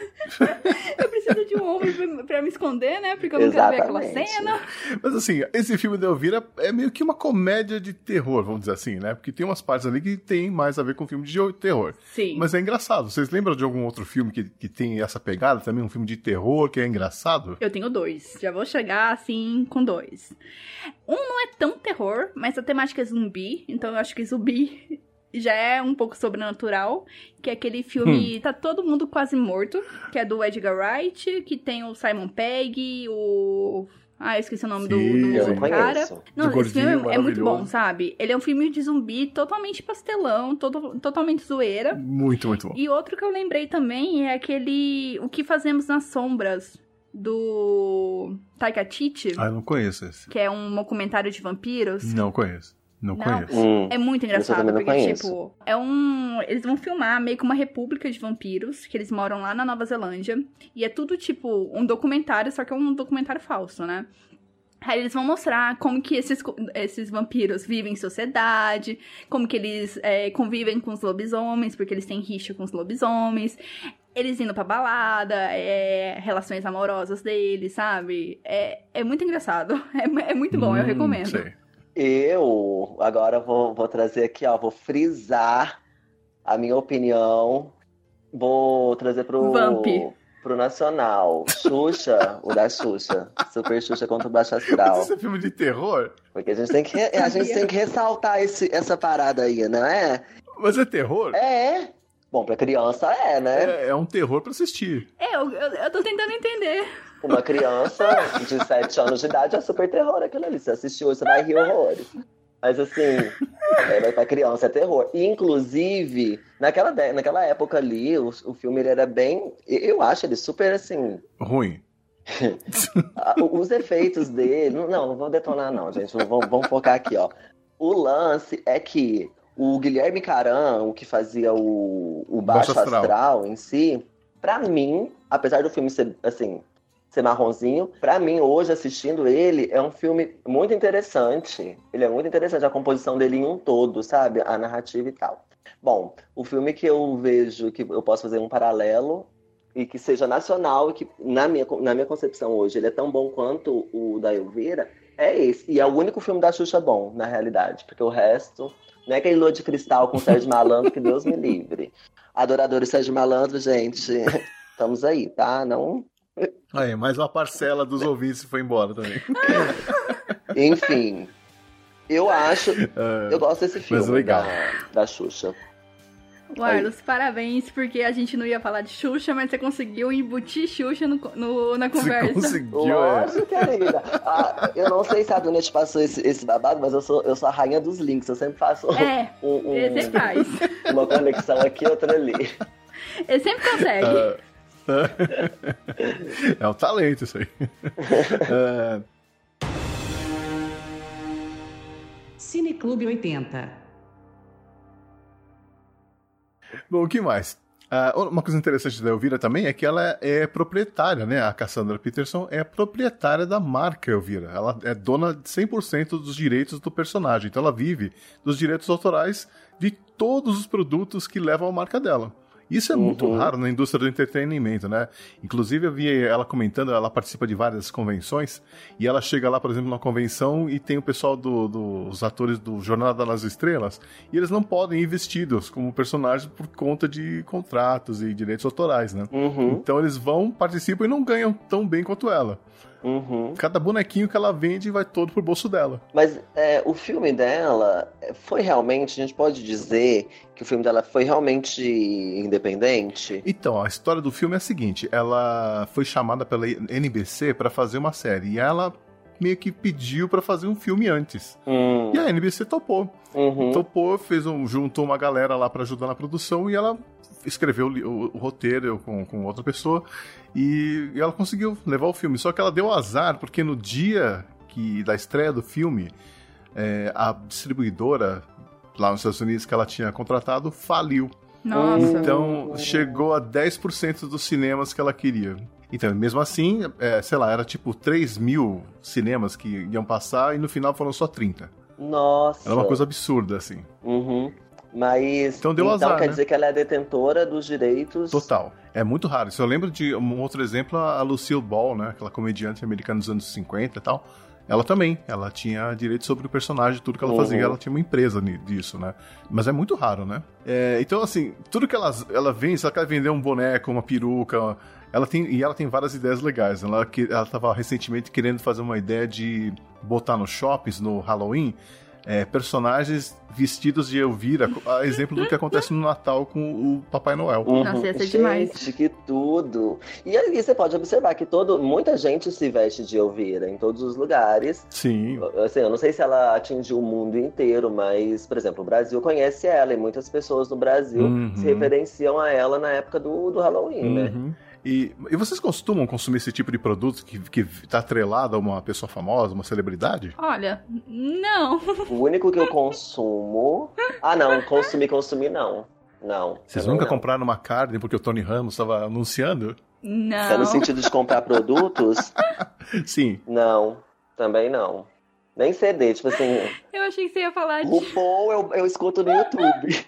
Eu preciso de um ombro pra, pra me esconder, né, porque eu não
Exatamente.
quero ver aquela cena.
Mas assim, esse filme da Elvira é meio que uma comédia de terror, vamos dizer assim, né? Porque tem umas partes ali que tem mais a ver com filme de terror.
Sim.
Mas é engraçado. Vocês lembram de algum outro filme que, que tem essa pegada também? Um filme de terror que é engraçado?
Eu tenho dois. Já vou chegar, assim, com dois. Um não é tão terror, mas a temática é zumbi. Então eu acho que zumbi já é um pouco sobrenatural. Que é aquele filme... Hum. Tá Todo Mundo Quase Morto. Que é do Edgar Wright. Que tem o Simon Pegg, o... Ah, eu esqueci o nome
Sim,
do, do
eu
cara. Não,
do
esse filme é muito bom, sabe? Ele é um filme de zumbi totalmente pastelão, todo, totalmente zoeira.
Muito, muito bom.
E outro que eu lembrei também é aquele... O Que Fazemos nas Sombras, do Taika Waititi.
Ah, eu não conheço esse.
Que é um documentário de vampiros.
Não conheço. Não, não conheço.
Hum,
é muito engraçado, porque,
conheço.
tipo, é um... Eles vão filmar meio que uma república de vampiros, que eles moram lá na Nova Zelândia. E é tudo, tipo, um documentário, só que é um documentário falso, né? Aí eles vão mostrar como que esses, esses vampiros vivem em sociedade, como que eles é, convivem com os lobisomens, porque eles têm rixa com os lobisomens. Eles indo pra balada, é, relações amorosas deles, sabe? É, é muito engraçado. É, é muito bom,
hum,
eu recomendo.
Sei.
Eu, agora vou, vou trazer aqui, ó, vou frisar a minha opinião, vou trazer pro,
Vamp.
pro Nacional. Xuxa, o da Xuxa, Super Xuxa contra o Baixo Astral.
Mas isso é filme de terror?
Porque a gente tem que, a gente tem que ressaltar esse, essa parada aí, não é?
Mas é terror?
É, bom, pra criança é, né?
É, é um terror pra assistir.
É, eu, eu, eu tô tentando entender.
Uma criança de sete anos de idade é super terror aquilo ali. Você assistiu, você vai rir horrores. Mas assim, é, pra criança é terror. E, inclusive, naquela, naquela época ali, o, o filme ele era bem... Eu acho ele super, assim...
Ruim.
Os efeitos dele... Não, não vou detonar não, gente. Vamos, vamos focar aqui, ó. O lance é que o Guilherme Caram, o que fazia o, o Baixo, Baixo Astral. Astral em si, pra mim, apesar do filme ser, assim... ser marronzinho. Pra mim, hoje, assistindo ele, é um filme muito interessante. Ele é muito interessante, a composição dele em um todo, sabe? A narrativa e tal. Bom, o filme que eu vejo, que eu posso fazer um paralelo, e que seja nacional, e que, na minha, na minha concepção hoje, ele é tão bom quanto o da Elvira, é esse. E é o único filme da Xuxa bom, na realidade. Porque o resto, não é aquele Lua de Cristal com o Sérgio Malandro, que Deus me livre. Adoradores Sérgio Malandro, gente, estamos aí, tá? Não...
Aí, mais uma parcela dos ouvintes foi embora também.
Enfim, eu acho... Uh, eu gosto desse filme
legal.
Da, da Xuxa.
Marlos, parabéns, porque a gente não ia falar de Xuxa, mas você conseguiu embutir Xuxa no, no, na conversa.
Você conseguiu,
Lógico, é. querida. Ah, eu não sei se a Dona te passou esse, esse babado, mas eu sou, eu sou a rainha dos links. Eu sempre faço
é,
um, um,
você faz.
uma conexão aqui, outra ali.
Ele sempre consegue. Uh...
É um talento isso aí. é...
Cineclube oitenta.
Bom, o que mais? Uh, uma coisa interessante da Elvira também é que ela é, é proprietária, né? A Cassandra Peterson é proprietária da marca Elvira. Ela é dona de cem por cento dos direitos do personagem. Então ela vive dos direitos autorais de todos os produtos que levam a marca dela. Isso é
Uhum.
muito raro na indústria do entretenimento, né? Inclusive, eu vi ela comentando, ela participa de várias convenções, e ela chega lá, por exemplo, numa convenção e tem o pessoal do- dos atores do Jornada das Estrelas, e eles não podem ir vestidos como personagens por conta de contratos e direitos autorais, né?
Uhum,
Então eles vão, participam e não ganham tão bem quanto ela.
uhum.
Cada bonequinho que ela vende vai todo pro bolso dela.
Mas é, o filme dela foi realmente, a gente pode dizer que o filme dela foi realmente independente?
Então, a história do filme é a seguinte, ela foi chamada pela N B C pra fazer uma série, e ela meio que pediu pra fazer um filme antes.
Hum,
E a N B C topou.
uhum.
Topou, fez um, juntou uma galera lá pra ajudar na produção, e ela escreveu o, li- o- o roteiro com, com outra pessoa, e, e ela conseguiu levar o filme. Só que ela deu azar, porque no dia que, da estreia do filme, é, a distribuidora lá nos Estados Unidos que ela tinha contratado faliu.
Nossa.
Então, chegou a dez por cento dos cinemas que ela queria. Então, mesmo assim, é, sei lá, era tipo três mil cinemas que iam passar e no final foram só trinta.
Nossa.
Era uma coisa absurda, assim.
Uhum. Mas,
Então deu azar,
quer
né?
dizer que ela é detentora dos direitos...
Total. É muito raro. Isso eu lembro de um outro exemplo, a Lucille Ball, né? Aquela comediante americana dos anos cinquenta e tal. Ela também. Ela tinha direito sobre o personagem, tudo que ela
Uhum.
fazia. Ela tinha uma empresa ni- disso, né? Mas é muito raro, né? É, então, assim, tudo que ela, ela vende, se ela quer vender um boneco, uma peruca... Ela tem, e ela tem várias ideias legais. Ela que- ela estava recentemente querendo fazer uma ideia de botar nos shoppings, no Halloween, é, personagens vestidos de Elvira, a exemplo do que acontece no Natal com o Papai Noel.
Uhum.
Nossa, ia ser
Gente,
demais.
que tudo! E aí você pode observar que todo, muita gente se veste de Elvira em todos os lugares.
Sim.
Assim, eu não sei se ela atingiu o mundo inteiro, mas, por exemplo, o Brasil conhece ela e muitas pessoas no Brasil
Uhum.
se referenciam a ela na época do, do Halloween, né?
Uhum. E, e vocês costumam consumir esse tipo de produto que, que tá atrelado a uma pessoa famosa, uma celebridade?
Olha, não.
O único que eu consumo... Ah, não, consumir, consumir, não. Não.
Vocês
também
nunca
não.
compraram uma carne porque o Tony Ramos estava anunciando?
Não.
Tá no sentido de comprar produtos?
Sim.
Não, também não. Nem C D, tipo assim,
Eu achei que você ia falar de...
RuPaul eu, eu escuto no YouTube.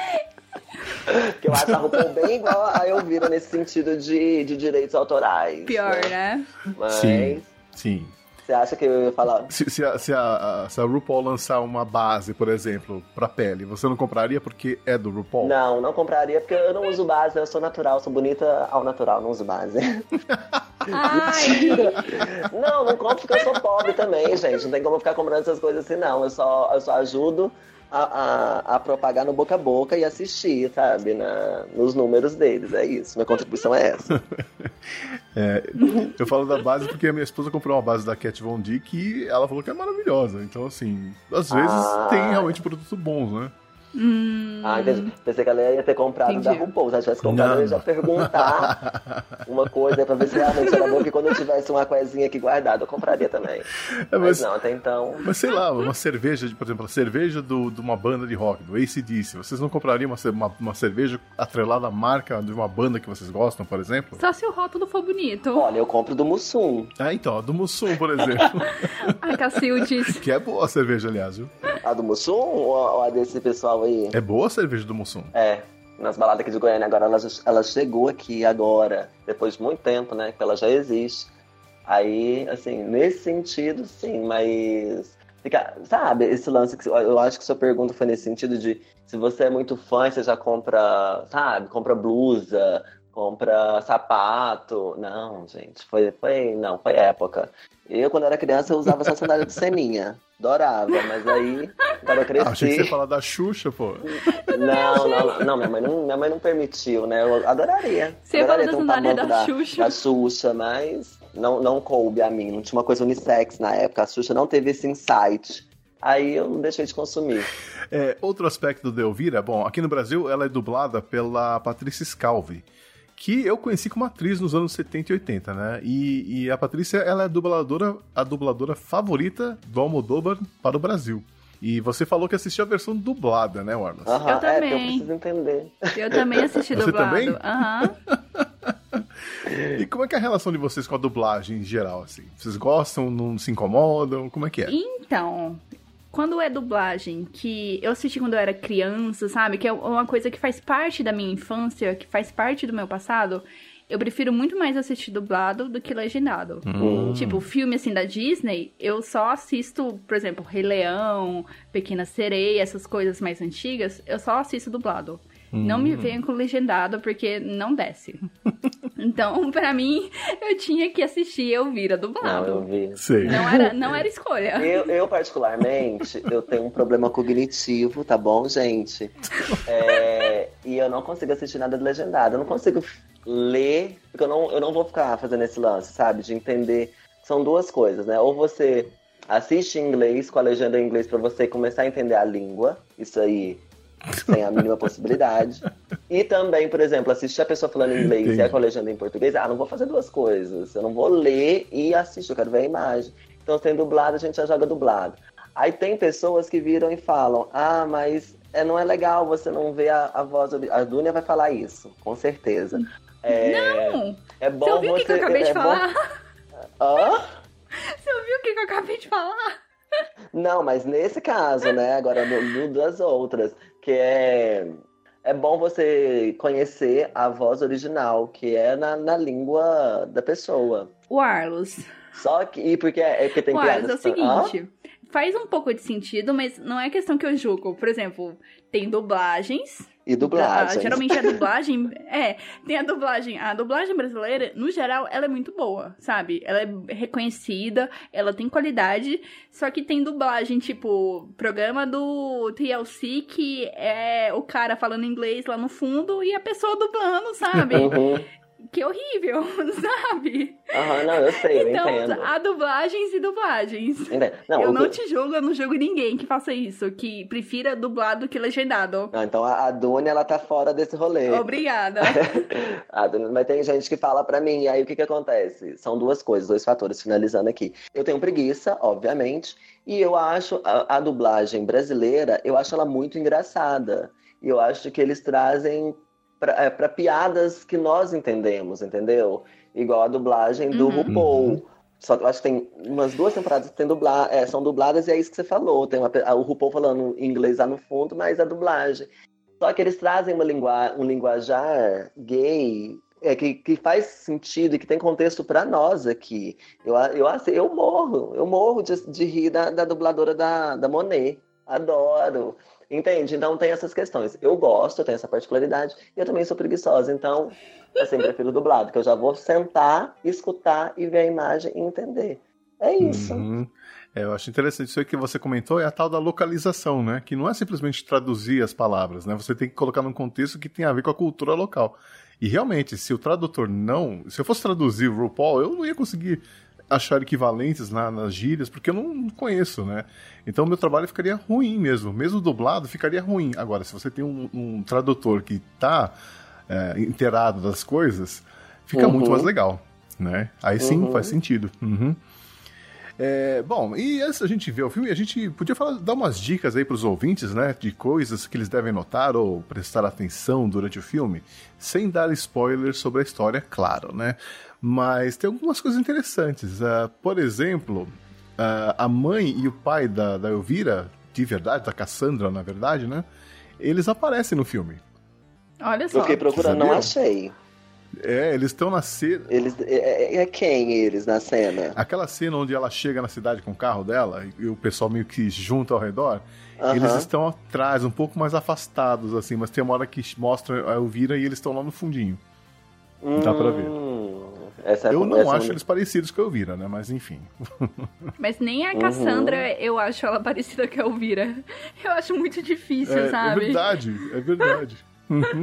Que eu acho a RuPaul bem igual a Elvira nesse sentido de, de direitos autorais.
Pior,
né?
né?
Mas
Sim. Sim.
você acha que eu ia falar?
Se, se, a, se, a, a- se a RuPaul lançar uma base, por exemplo, pra pele, você não compraria porque é do RuPaul?
Não, não compraria porque eu não uso base, eu sou natural, sou bonita ao natural, não uso base.
Ai,
Não, não compro porque eu sou pobre também, gente. Não tem como eu ficar comprando essas coisas assim, não. Eu só, eu só ajudo a, a, a propagar no boca a boca e assistir, sabe? Na, nos números deles, é isso. Minha contribuição é essa.
É, eu falo da base porque a minha esposa comprou uma base da Kat Von D que ela falou que é maravilhosa. Então, assim, às vezes
Ah.
tem realmente produtos bons, né?
hum,
Ah, entendi. Pensei que ela ia ter comprado
Entendi.
da RuPaul. Se ela tivesse comprado,
Não,
eu ia já
não.
perguntar uma coisa pra ver se realmente era bom, que quando eu tivesse uma coisinha aqui guardada, eu compraria também.
É,
Mas
mas,
não, até então...
mas sei lá, uma cerveja, de- por exemplo, a cerveja do- de uma banda de rock, do A C D C, vocês não comprariam uma, ce- uma, uma cerveja atrelada à marca de uma banda que vocês gostam, por exemplo?
só se o rótulo for bonito.
Olha, eu compro do Mussum.
Ah, então, a do Mussum, por exemplo.
Ai, Cacildes.
Que é boa a cerveja, aliás, viu?
A do Mussum ou a, ou a desse pessoal aí?
É boa a cerveja do Mussum.
É, nas baladas aqui de Goiânia. Agora ela, ela chegou aqui agora, depois de muito tempo, né? Que ela já existe. Aí, assim, nesse sentido, sim, mas... Fica, sabe, esse lance que eu acho que sua pergunta foi nesse sentido de se você é muito fã, você já compra, sabe, compra blusa, compra sapato. Não, gente, foi, foi, não, foi época. Eu, quando era criança, eu usava só sandália de ceninha. Adorava, mas aí, quando eu
Ah, achei que você
cresci...
ia falar da Xuxa, pô.
Não, não, não, minha mãe não, minha mãe não permitiu, né? Eu adoraria.
Você ia falar
adoraria
da
ter um
sandália
tamanco
da Xuxa.
da Xuxa, mas não, não coube a mim. Não tinha uma coisa unissex na época. A Xuxa não teve esse insight. Aí eu não deixei de consumir.
É, outro aspecto da Elvira, bom, aqui no Brasil ela é dublada pela Patrícia Scalvi, que eu conheci como atriz nos anos setenta e oitenta, né? E, e a Patrícia, ela é a dubladora, a dubladora favorita do Almodóvar para o Brasil. E você falou que assistiu a versão dublada, né, Wallace?
Aham,
Eu
é, porque eu
também.
preciso entender.
Eu também assisti
Você
dublado.
também?
Aham.
E como é que é a relação de vocês com a dublagem em geral, assim? Vocês gostam, não se incomodam? Como é que é?
Então, quando é dublagem, que eu assisti quando eu era criança, sabe? Que é uma coisa que faz parte da minha infância, que faz parte do meu passado, eu prefiro muito mais assistir dublado do que legendado.
Hum.
Tipo, filme assim da Disney, eu só assisto, por exemplo, Rei Leão, Pequena Sereia, essas coisas mais antigas, eu só assisto dublado. Hum. Não me venham com legendado, porque não desce. Então, pra mim, eu tinha que assistir e ouvir a dublado.
Não, eu vi.
Sei.
Não era, não era escolha.
Eu, eu, particularmente, eu tenho um problema cognitivo, tá bom, gente? É, e eu não consigo assistir nada de legendado. Eu não consigo ler, porque eu não, eu não vou ficar fazendo esse lance, sabe? De entender. São duas coisas, né? Ou você assiste em inglês, com a legenda em inglês, pra você começar a entender a língua. Isso aí... sem a mínima possibilidade. E também, por exemplo, assistir a pessoa falando em inglês Entendi. E a com a legenda em português. Ah, não vou fazer duas coisas. Eu não vou ler e assistir, eu quero ver a imagem. Então, sem dublado, a gente já joga dublado. Aí tem pessoas que viram e falam: ah, mas é, não é legal você não ver a, a voz... A Dunia vai falar isso, com certeza. É,
não!
É bom
você ouviu o que, que eu acabei
é
de falar?
Bom... Hã?
Você ouviu o que, que eu acabei de falar?
Não, mas nesse caso, né? Agora, no, no das outras, que é... É bom você conhecer a voz original, que é na, na língua da pessoa.
O Arlos.
Só que... E porque é, é porque tem
o
piadas...
Arlos, é o seguinte... Ah? Faz um pouco de sentido, mas não é questão que eu julgo. Por exemplo, tem dublagens...
E dublagem.
Ah, geralmente a dublagem... é, tem a dublagem... A dublagem brasileira, no geral, ela é muito boa, sabe? Ela é reconhecida, ela tem qualidade, só que tem dublagem, tipo, programa do T L C, que é o cara falando inglês lá no fundo e a pessoa dublando, sabe?
Uhum.
Que horrível, sabe?
Aham, uhum, não, eu sei, eu
então,
entendo.
Então, há dublagens e dublagens.
Não,
eu
o...
não te julgo, eu não julgo ninguém que faça isso, que prefira dublado do que legendado.
Não, então a, a Dunia, ela tá fora desse rolê.
Obrigada.
a Dunia, mas tem gente que fala pra mim, e aí o que que acontece? São duas coisas, dois fatores, finalizando aqui. Eu tenho preguiça, obviamente, e eu acho a, a dublagem brasileira, eu acho ela muito engraçada. E eu acho que eles trazem... Pra, pra piadas que nós entendemos, entendeu? Igual a dublagem do uhum. RuPaul. Só que eu acho que tem umas duas temporadas que tem dubla, é, são dubladas e é isso que você falou. Tem uma, o RuPaul falando em inglês lá no fundo, mas a dublagem. Só que eles trazem uma lingua, um linguajar gay é, que, que faz sentido e que tem contexto pra nós aqui. Eu, eu, eu morro, eu morro de, de rir da, da dubladora da, da Monet. Adoro. Entende? Então tem essas questões. Eu gosto, eu tenho essa particularidade, e eu também sou preguiçosa, então eu sempre prefiro dublado, que eu já vou sentar, escutar e ver a imagem e entender. É isso.
Uhum. É, eu acho interessante isso aí que você comentou, é a tal da localização, né? Que não é simplesmente traduzir as palavras, né? Você tem que colocar num contexto que tem a ver com a cultura local. E realmente, se o tradutor não... Se eu fosse traduzir o RuPaul, eu não ia conseguir achar equivalentes na, nas gírias, porque eu não conheço, né? Então o meu trabalho ficaria ruim mesmo. Mesmo dublado, ficaria ruim. Agora, se você tem um, um tradutor que tá é, inteirado das coisas, fica uhum. muito mais legal, né? Aí sim, uhum. faz sentido. Uhum. É, bom, e antes da gente ver o filme, a gente podia falar, dar umas dicas aí pros ouvintes, né? De coisas que eles devem notar ou prestar atenção durante o filme, sem dar spoilers sobre a história, claro, né? Mas tem algumas coisas interessantes. Uh, por exemplo, uh, a mãe e o pai da, da Elvira, de verdade, da Cassandra, na verdade, né? Eles aparecem no filme.
Olha só.
Eu fiquei procurando, não achei.
É, eles estão na cena...
Eles, é, é quem eles na cena?
Aquela cena onde ela chega na cidade com o carro dela e, e o pessoal meio que junta ao redor, uh-huh. eles estão atrás, um pouco mais afastados, assim, mas tem uma hora que mostra a Elvira e eles estão lá no fundinho. Hum... Dá pra ver.
Essa
eu não
essa
acho eles parecidos com a Elvira, né? Mas enfim.
Mas nem a Cassandra uhum. eu acho ela parecida com a Elvira. Eu acho muito difícil,
é,
sabe?
É verdade, é verdade. Uhum.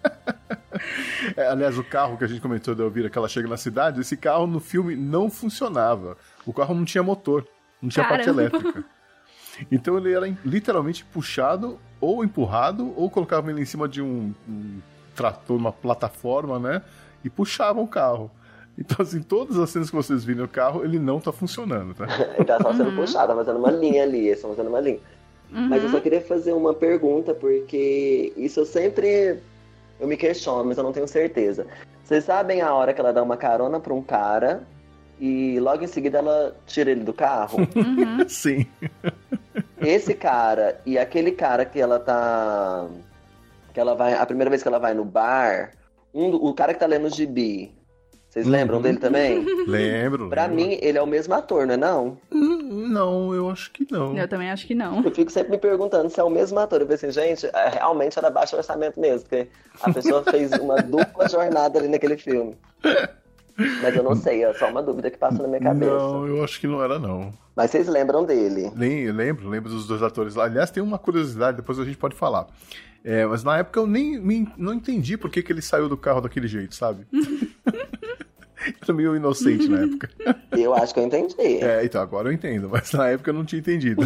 É, aliás, o carro que a gente comentou da Elvira, que ela chega na cidade, esse carro no filme não funcionava. O carro não tinha motor, não tinha Caramba. parte elétrica. Então ele era literalmente puxado ou empurrado, ou colocava ele em cima de um, um trator, uma plataforma, né? E puxava o carro. Então, assim, todas as cenas que vocês viram no carro, ele não tá funcionando, tá?
Ele tá só sendo uhum. puxado, tá fazendo uma linha ali, eles estão fazendo uma linha. Uhum. Mas eu só queria fazer uma pergunta, porque isso eu sempre... Eu me questiono, mas eu não tenho certeza. Vocês sabem a hora que ela dá uma carona pra um cara e logo em seguida ela tira ele do carro?
Uhum.
Sim.
esse cara e aquele cara que ela tá... Que ela vai... A primeira vez que ela vai no bar, um, o cara que tá lendo o gibi, vocês
Uhum.
lembram dele também?
Lembro.
Pra
lembro.
mim, ele é o mesmo ator, não é não?
Hum, Não, eu acho que não.
Eu também acho que não.
Eu fico sempre me perguntando se é o mesmo ator. Eu falei assim, gente, é, realmente era baixo orçamento mesmo, porque a pessoa fez uma dupla jornada ali naquele filme. Mas eu não sei, é só uma dúvida que passa na minha cabeça.
Não, eu acho que não era, não.
Mas vocês lembram dele?
Nem, lembro, lembro dos dois atores lá. Aliás, tem uma curiosidade, depois a gente pode falar. É, mas na época eu nem me- não entendi por que, que ele saiu do carro daquele jeito, sabe? Era meio inocente na época.
Eu acho que eu entendi.
É, então, agora eu entendo, mas na época eu não tinha entendido.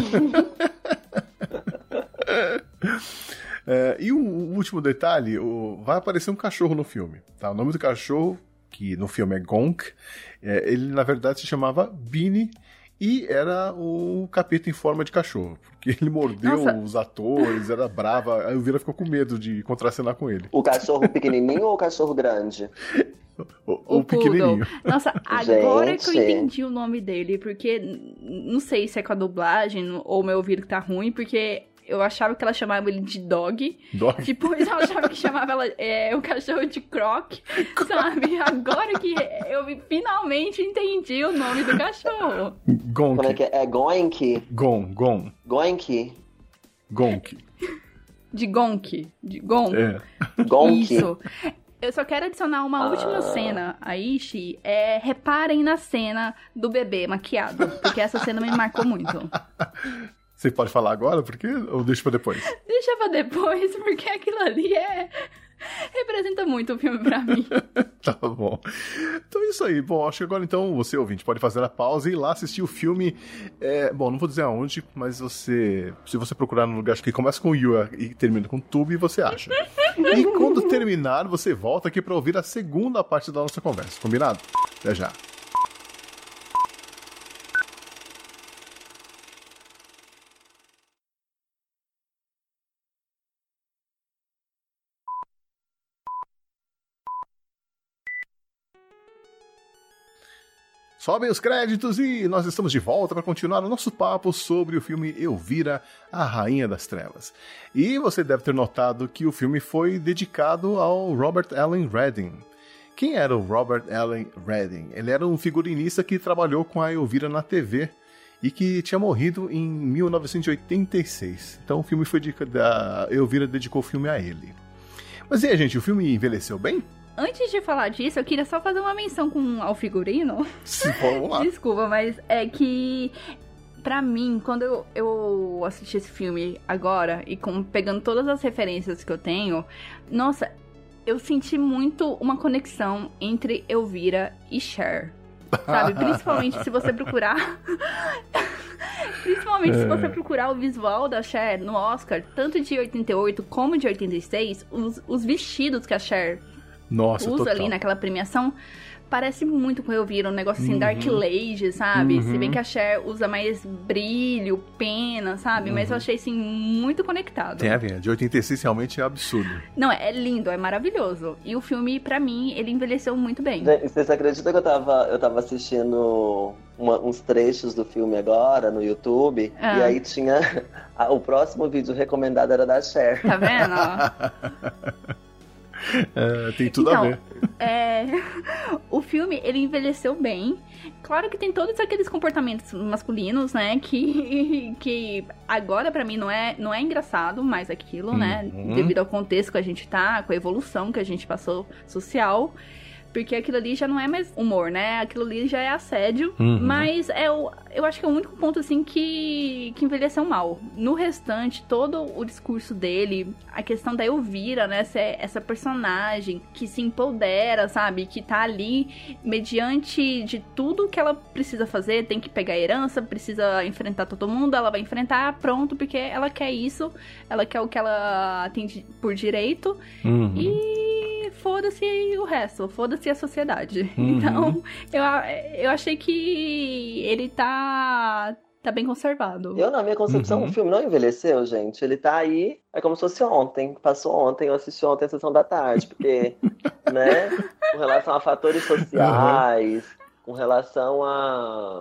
É, e o, o último detalhe, o- vai aparecer um cachorro no filme, tá? O nome do cachorro, que no filme é Gonk, é, ele na verdade se chamava Beanie e era o capeta em forma de cachorro, porque ele mordeu
Nossa.
os atores, era brava, aí o Vira ficou com medo de contracenar com ele.
O cachorro pequenininho ou o cachorro grande?
O,
O,
o pequenininho.
Poodle. Nossa, agora que eu
Gente.
entendi o nome dele, porque n- não sei se é com a dublagem ou o meu ouvido que tá ruim, porque eu achava que ela chamava ele de dog.
Dog.
Depois eu achava que chamava ela, é, o cachorro de Croc, sabe? Agora que eu finalmente entendi o nome do cachorro.
Gonk.
Como é que é? É Goink?
Gon, Gon,
Goink?
Gonk.
De Gonk. De Gon.
É.
Gonk?
Isso. Eu só quero adicionar uma
Ah.
última cena aí, Xi. É, reparem na cena do bebê maquiado, porque essa cena me marcou muito.
Você pode falar agora, porque ou deixa pra depois?
Deixa pra depois, porque aquilo ali é... representa muito o filme pra mim.
Tá bom. Então é isso aí. Bom, acho que agora então você, ouvinte, pode fazer a pausa e ir lá assistir o filme. É, bom, não vou dizer aonde, mas você. Se você procurar no lugar acho que começa com Yua e termina com Tube, você acha. E quando terminar, você volta aqui pra ouvir a segunda parte da nossa conversa. Combinado? Até já. Sobem os créditos e nós estamos de volta para continuar o nosso papo sobre o filme Elvira, a Rainha das Trevas. E você deve ter notado que o filme foi dedicado ao Robert Allen Redding. Quem era o Robert Allen Redding? Ele era um figurinista que trabalhou com a Elvira na T V e que tinha morrido em mil novecentos e oitenta e seis. Então o filme foi de... a Elvira dedicou o filme a ele. Mas e aí, gente, o filme envelheceu bem?
Antes de falar disso, eu queria só fazer uma menção com ao figurino.
Sim, vamos lá.
Desculpa, mas é que pra mim, quando eu, eu assisti esse filme agora e com, pegando todas as referências que eu tenho, nossa, eu senti muito uma conexão entre Elvira e Cher. Sabe? Principalmente se você procurar. Principalmente se você procurar o visual da Cher no Oscar, tanto de oitenta e oito como de oitenta e seis, os, os vestidos que a Cher
Nossa,
usa
total.
ali naquela premiação parece muito com Elvira, um negócio assim,
Uhum.
Dark Age, sabe?
Uhum.
Se bem que a Cher usa mais brilho, pena, sabe? Mas eu achei, assim, muito conectado.
Tem a ver, de oitenta e seis realmente é absurdo.
Não, é lindo, é maravilhoso. E o filme, pra mim, ele envelheceu muito bem.
Gente, vocês acreditam que eu tava, eu tava assistindo uma- uns trechos do filme agora no YouTube?
Ah.
E aí tinha. a- o próximo vídeo recomendado era da Cher.
Tá vendo?
É, tem tudo
Então,
a ver.
É, o filme, ele envelheceu bem. Claro que tem todos aqueles comportamentos masculinos, né? Que, que agora pra mim não é, não é engraçado mais aquilo, né?
Uhum.
Devido ao contexto que a gente tá, com a evolução que a gente passou social. Porque aquilo ali já não é mais humor, né? Aquilo ali já é assédio.
Uhum.
Mas é o, eu acho que é o único ponto, assim, que, que envelheceu mal. No restante, todo o discurso dele, a questão da Elvira, né? Essa, essa personagem que se empodera, sabe? Que tá ali mediante de tudo que ela precisa fazer. Tem que pegar a herança, precisa enfrentar todo mundo. Ela vai enfrentar, pronto, porque ela quer isso. Ela quer o que ela tem de- por direito.
Uhum.
E foda-se o resto, foda-se a sociedade.
Uhum.
Então, eu, eu achei que ele tá, tá bem conservado.
Eu, na minha concepção,
Uhum.
o filme não envelheceu, gente. Ele tá aí, é como se fosse ontem. Passou ontem, eu assisti ontem a sessão da tarde. Porque, né, com relação a fatores sociais, com relação a,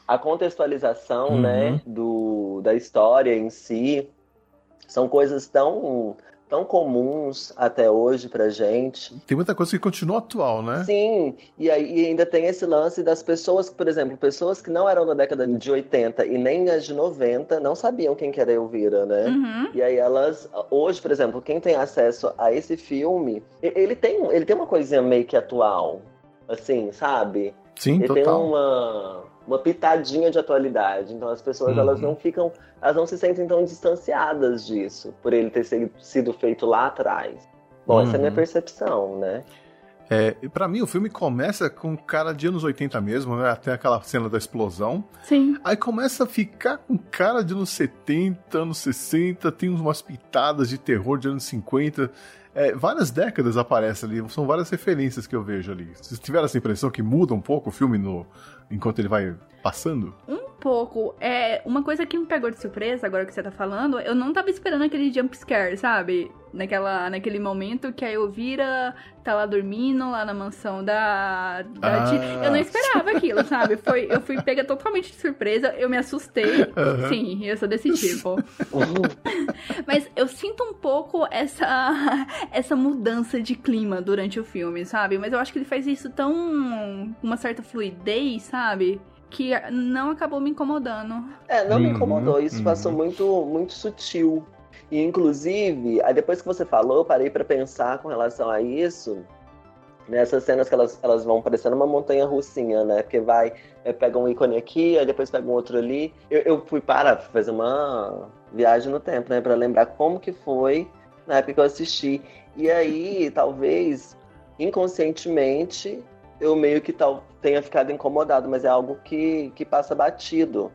a contextualização,
Uhum.
né, do, da história em si, são coisas tão, tão comuns até hoje pra gente.
Tem muita coisa que continua atual, né?
Sim, e aí e ainda tem esse lance das pessoas, por exemplo, pessoas que não eram da década de oitenta e nem as de noventa, não sabiam quem que era Elvira, né?
Uhum.
E aí elas, hoje, por exemplo, quem tem acesso a esse filme, ele tem, ele tem uma coisinha meio que atual, assim, sabe?
Sim,
Ele
total.
tem uma, uma pitadinha de atualidade. Então as pessoas,
Uhum.
elas não ficam, elas não se sentem tão distanciadas disso, por ele ter sido, sido feito lá atrás. Bom, essa é a minha
Uhum.
percepção, né?
É, e pra mim, o filme começa com cara de anos oitenta mesmo, né? Até aquela cena da explosão.
Sim.
Aí começa a ficar com cara de anos setenta, anos sessenta, tem umas pitadas de terror de anos cinquenta. É, várias décadas aparecem ali, são várias referências que eu vejo ali. Vocês tiveram essa impressão que muda um pouco o filme no, enquanto ele vai passando?
Um pouco. É, uma coisa que me pegou de surpresa, agora que você tá falando, eu não tava esperando aquele jump scare, sabe? Naquela, naquele momento que a Elvira tá lá dormindo, lá na mansão da, da
Ah.
tia. Eu não esperava aquilo, sabe? Foi, eu fui pega totalmente de surpresa, eu me assustei.
Uhum.
Sim, eu sou desse tipo. Mas eu sinto um pouco essa, essa mudança de clima durante o filme, sabe? Mas eu acho que ele faz isso tão... com uma certa fluidez, sabe? Que não acabou me incomodando.
É, não me
Uhum,
incomodou, isso
uhum.
passou muito, muito sutil. E, inclusive, aí depois que você falou, eu parei pra pensar com relação a isso, nessas cenas que elas, elas vão parecendo uma montanha russinha, né? Porque vai, é, pega um ícone aqui, aí depois pega um outro ali. Eu, eu fui para fazer uma viagem no tempo, né? Pra lembrar como que foi na época que eu assisti. E aí, talvez, inconscientemente, eu meio que tal, tenha ficado incomodado, mas é algo que, que passa batido,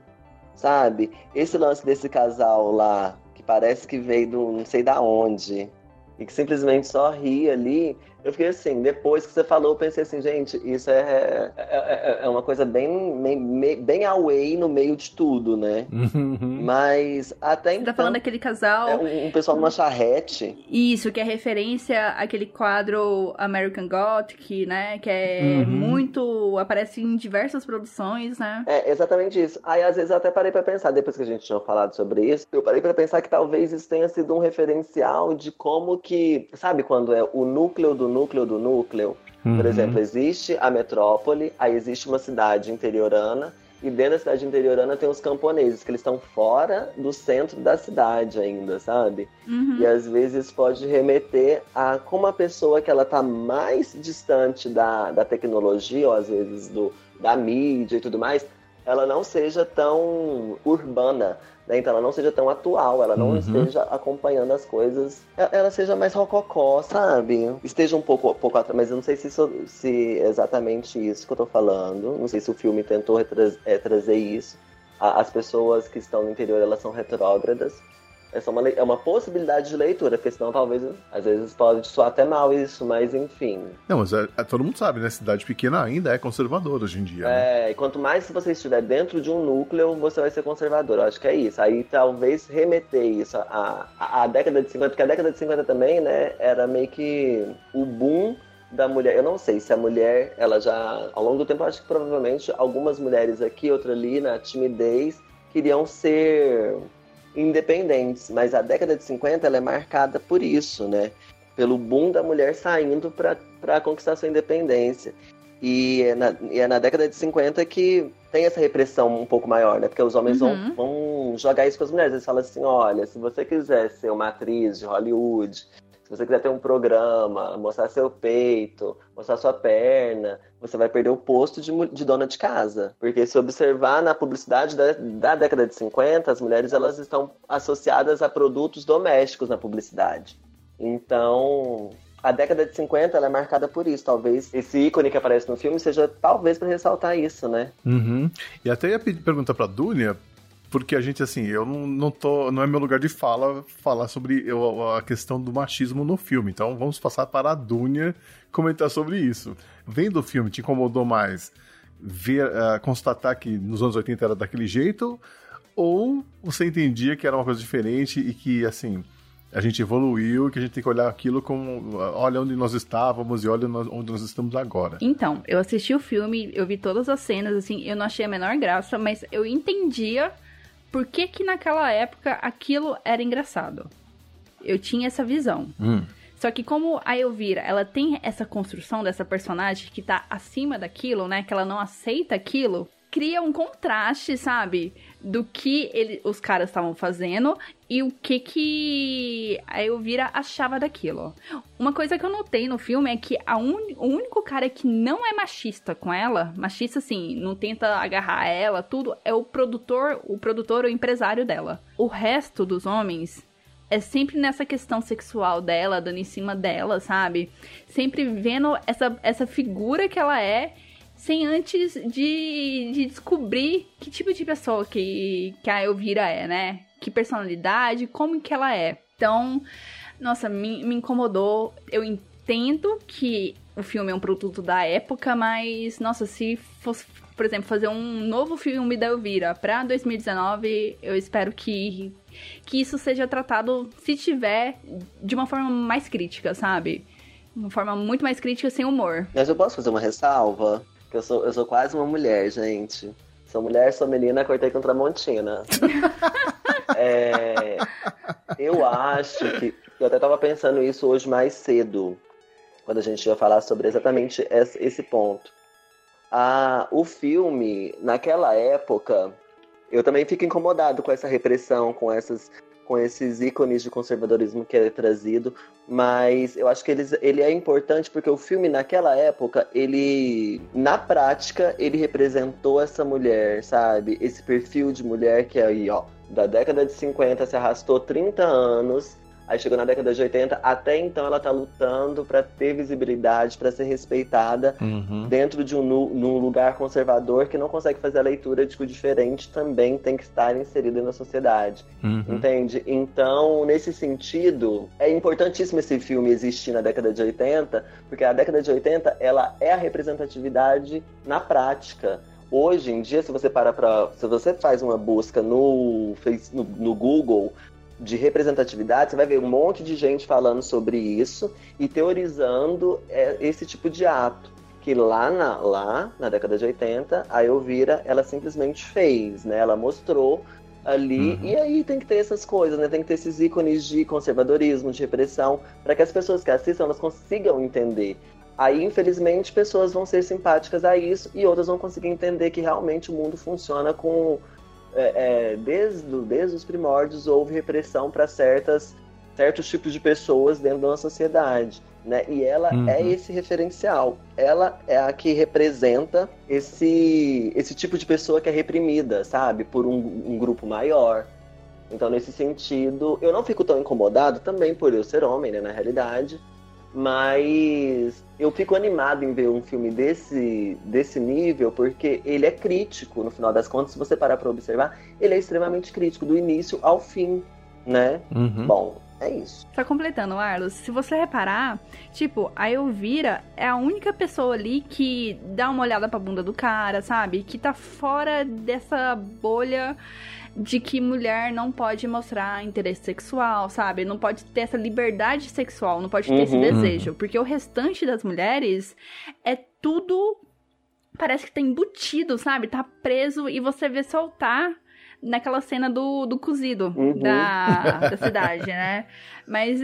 sabe? Esse lance desse casal lá, que parece que veio do não sei da onde, e que simplesmente só ri ali, eu fiquei assim, depois que você falou, eu pensei assim, gente, isso é, é, é, é uma coisa bem, bem, bem away no meio de tudo, né?
Uhum.
Mas até
Você
então...
tá falando daquele casal...
É um, um pessoal numa charrete.
Isso, que é referência àquele quadro American Gothic, né? Que é
Uhum.
muito... aparece em diversas produções, né?
É, exatamente isso. Aí, às vezes, eu até parei pra pensar, depois que a gente tinha falado sobre isso, eu parei pra pensar que talvez isso tenha sido um referencial de como que... Sabe quando é o núcleo do núcleo do núcleo? Por
Uhum.
exemplo, existe a metrópole, aí existe uma cidade interiorana, e dentro da cidade interiorana tem os camponeses, que eles estão fora do centro da cidade ainda, sabe?
Uhum.
E às vezes pode remeter a como a pessoa que ela tá mais distante da, da tecnologia, ou às vezes do, da mídia e tudo mais, ela não seja tão urbana, né? Então ela não seja tão atual, ela não
Uhum.
esteja acompanhando as coisas, ela- ela seja mais rococó, sabe? Esteja um pouco, pouco atrás, mas eu não sei se, isso, se é exatamente isso que eu tô falando, não sei se o filme tentou retraz- é, trazer isso. A- As pessoas que estão no interior, elas são retrógradas. Essa é uma, le- é uma possibilidade de leitura, porque senão talvez, às vezes pode soar até mal isso, mas enfim.
Não, mas é, é- todo mundo sabe, né? Cidade pequena ainda é conservadora hoje em dia. Né?
É, e quanto mais se você estiver dentro de um núcleo, você vai ser conservador. Eu acho que é isso. Aí talvez remeter isso à, à, à década de cinquenta, porque a década de cinquenta também, né, era meio que o boom da mulher. Eu não sei se a mulher, ela já, ao longo do tempo, eu acho que provavelmente algumas mulheres aqui, outra ali, na timidez, queriam ser independentes. Mas a década de cinquenta, ela é marcada por isso, né? Pelo boom da mulher saindo para conquistar sua independência. E é, na, e é na década de cinquenta que tem essa repressão um pouco maior, né? Porque os homens
Uhum.
vão, vão jogar isso com as mulheres. Eles falam assim, olha, se você quiser ser uma atriz de Hollywood, se você quiser ter um programa, mostrar seu peito, mostrar sua perna, você vai perder o posto de, mu- de dona de casa. Porque se observar na publicidade da, da década de cinquenta, as mulheres elas estão associadas a produtos domésticos na publicidade. Então, a década de cinquenta ela é marcada por isso. Talvez esse ícone que aparece no filme seja talvez para ressaltar isso, né?
Uhum. E até ia pedir, perguntar pra Dunia, porque a gente, assim, eu não, não tô. Não é meu lugar de fala falar sobre eu, a questão do machismo no filme. Então vamos passar para a Dunia comentar sobre isso. Vendo o filme, te incomodou mais ver, uh, constatar que nos anos oitenta era daquele jeito? Ou você entendia que era uma coisa diferente e que, assim, a gente evoluiu, que a gente tem que olhar aquilo como, olha onde nós estávamos e olha onde nós estamos agora.
Então, eu assisti o filme, eu vi todas as cenas, assim, eu não achei a menor graça, mas eu entendia por que que naquela época aquilo era engraçado. Eu tinha essa visão.
Hum.
Só que como a Elvira, ela tem essa construção dessa personagem que tá acima daquilo, né, que ela não aceita aquilo, cria um contraste, sabe, do que ele, os caras estavam fazendo e o que que a Elvira achava daquilo. Uma coisa que eu notei no filme é que a un... o único cara que não é machista com ela, machista assim, não tenta agarrar ela, tudo, é o produtor, o produtor ou empresário dela. O resto dos homens é sempre nessa questão sexual dela, dando em cima dela, sabe? Sempre vendo essa, essa figura que ela é, sem antes de, de descobrir que tipo de pessoa que, que a Elvira é, né? Que personalidade, como que ela é. Então, nossa, me, me incomodou. Eu entendo que o filme é um produto da época, mas, nossa, se fosse, por exemplo, fazer um novo filme da Elvira pra dois mil e dezenove, eu espero que, que isso seja tratado, se tiver, de uma forma mais crítica, sabe? Uma forma muito mais crítica, sem humor.
Mas eu posso fazer uma ressalva? Que eu sou, eu sou quase uma mulher, gente. Sou mulher, sou menina, cortei com Tramontina. é, eu acho que... Eu até tava pensando isso hoje mais cedo, quando a gente ia falar sobre exatamente esse, esse ponto. Ah, o filme, naquela época, eu também fico incomodado com essa repressão, com essas... com esses ícones de conservadorismo que é trazido, mas eu acho que eles, ele é importante porque o filme, naquela época, ele, na prática, ele representou essa mulher, sabe? Esse perfil de mulher que aí, ó, da década de cinquenta se arrastou trinta anos, aí chegou na década de oitenta, até então ela tá lutando para ter visibilidade, para ser respeitada,
uhum.
dentro de um num lugar conservador que não consegue fazer a leitura de que o diferente também tem que estar inserido na sociedade.
Uhum.
Entende? Então, nesse sentido, é importantíssimo esse filme existir na década de oitenta, porque a década de oitenta, ela é a representatividade na prática. Hoje em dia, se você para pra, se você faz uma busca no, no, no Google de representatividade, você vai ver um monte de gente falando sobre isso e teorizando esse tipo de ato. Que lá na, lá, na década de oitenta, a Elvira, ela simplesmente fez, né? Ela mostrou ali, uhum. E aí tem que ter essas coisas, né? Tem que ter esses ícones de conservadorismo, de repressão, para que as pessoas que assistam, elas consigam entender. Aí, infelizmente, pessoas vão ser simpáticas a isso e outras vão conseguir entender que realmente o mundo funciona com... É, é, desde, desde os primórdios houve repressão para certas certos tipos de pessoas dentro da nossa sociedade, né? E ela uhum. é esse referencial, ela é a que representa esse, esse tipo de pessoa que é reprimida, sabe? Por um, um grupo maior. Então, nesse sentido, eu não fico tão incomodado também por eu ser homem, né, na realidade, mas eu fico animado em ver um filme desse, desse nível, porque ele é crítico, no final das contas, se você parar para observar, ele é extremamente crítico, do início ao fim, né?
Uhum.
Bom, é isso.
Só completando, Arlos, se você reparar, tipo, a Elvira é a única pessoa ali que dá uma olhada pra bunda do cara, sabe? Que tá fora dessa bolha de que mulher não pode mostrar interesse sexual, sabe? Não pode ter essa liberdade sexual, não pode ter uhum. esse desejo. Porque o restante das mulheres é tudo... Parece que tá embutido, sabe? Tá preso e você vê soltar naquela cena do, do cozido uhum. da, da cidade, né? Mas...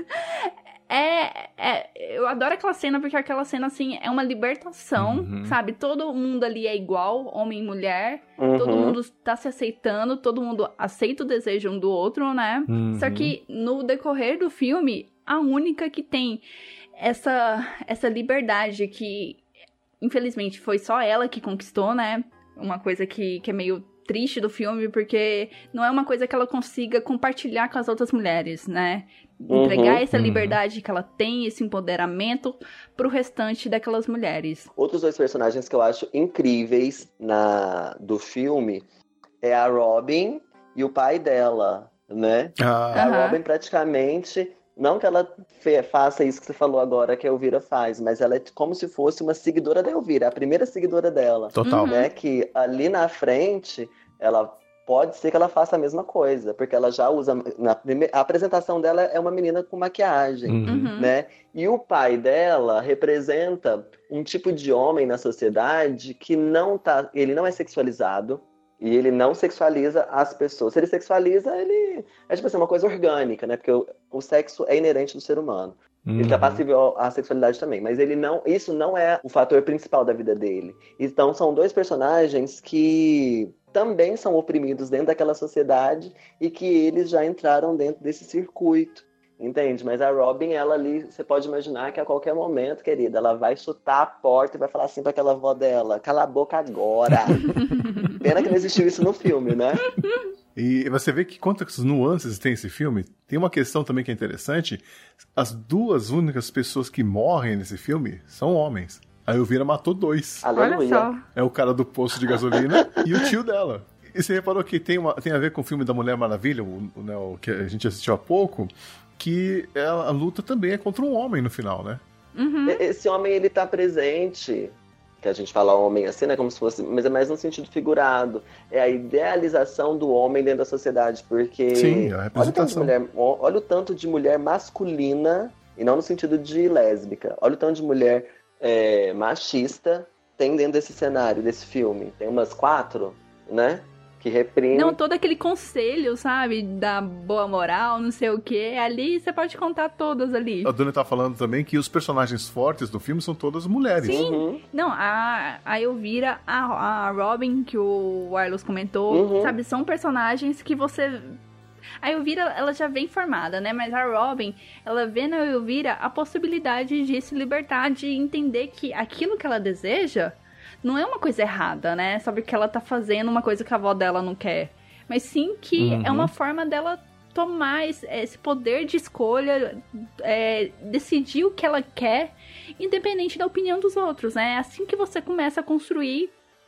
É, é, eu adoro aquela cena porque aquela cena, assim, é uma libertação, uhum. sabe? Todo mundo ali é igual, homem e mulher. Uhum. Todo mundo tá se aceitando, todo mundo aceita o desejo um do outro, né? Uhum. Só que no decorrer do filme, a única que tem essa, essa liberdade que, infelizmente, foi só ela que conquistou, né? Uma coisa que, que é meio triste do filme, porque não é uma coisa que ela consiga compartilhar com as outras mulheres, né? Entregar uhum, essa liberdade uhum. que ela tem, esse empoderamento pro restante daquelas mulheres.
Outros dois personagens que eu acho incríveis na, do filme é a Robin e o pai dela, né? Ah. A uhum. Robin praticamente, não que ela fe, faça isso que você falou agora que a Elvira faz, mas ela é como se fosse uma seguidora da Elvira, a primeira seguidora dela.
Total.
Né? Que ali na frente, ela pode ser que ela faça a mesma coisa, porque ela já usa... Na prime... A apresentação dela é uma menina com maquiagem,
Uhum.
né? E o pai dela representa um tipo de homem na sociedade que não tá... Ele não é sexualizado e ele não sexualiza as pessoas. Se ele sexualiza, ele... É tipo assim, uma coisa orgânica, né? Porque o, o sexo é inerente do ser humano.
Uhum.
Ele tá passível à sexualidade também, mas ele não, isso não é o fator principal da vida dele. Então são dois personagens que também são oprimidos dentro daquela sociedade e que eles já entraram dentro desse circuito, entende? Mas a Robin, ela ali, você pode imaginar que a qualquer momento, querida, ela vai chutar a porta e vai falar assim pra aquela avó dela, cala a boca agora. Pena que não existiu isso no filme, né?
E você vê que quantas nuances tem esse filme. Tem uma questão também que é interessante. As duas únicas pessoas que morrem nesse filme são homens. A Elvira matou dois.
Aleluia.
Olha só.
É o cara do posto de gasolina e o tio dela. E você reparou que tem, uma, tem a ver com o filme da Mulher Maravilha, o, o, né, o que a gente assistiu há pouco, que ela, a luta também é contra um homem no final, né?
Uhum.
Esse homem, ele tá presente... que a gente fala homem assim, né, como se fosse, mas é mais no sentido figurado. É a idealização do homem dentro da sociedade, porque
Sim, a
olha, o tanto de
representação.
mulher, olha o tanto de mulher masculina, e não no sentido de lésbica, olha o tanto de mulher é, machista tem dentro desse cenário, desse filme. Tem umas quatro, né, que reprimem.
Não, todo aquele conselho, sabe? Da boa moral, não sei o quê. Ali você pode contar todas ali.
A Dona tá falando também que os personagens fortes do filme são todas mulheres.
Sim.
Uhum.
Não, a, a Elvira, a, a Robin, que o Wireless comentou,
Uhum.
sabe? São personagens que você... A Elvira, ela já vem formada, né? Mas a Robin, ela vê na Elvira a possibilidade de se libertar, de entender que aquilo que ela deseja não é uma coisa errada, né? Só porque ela tá fazendo uma coisa que a avó dela não quer. Mas sim que
Uhum.
é uma forma dela tomar esse, esse poder de escolha, é, decidir o que ela quer, independente da opinião dos outros, né? É assim que você começa a construir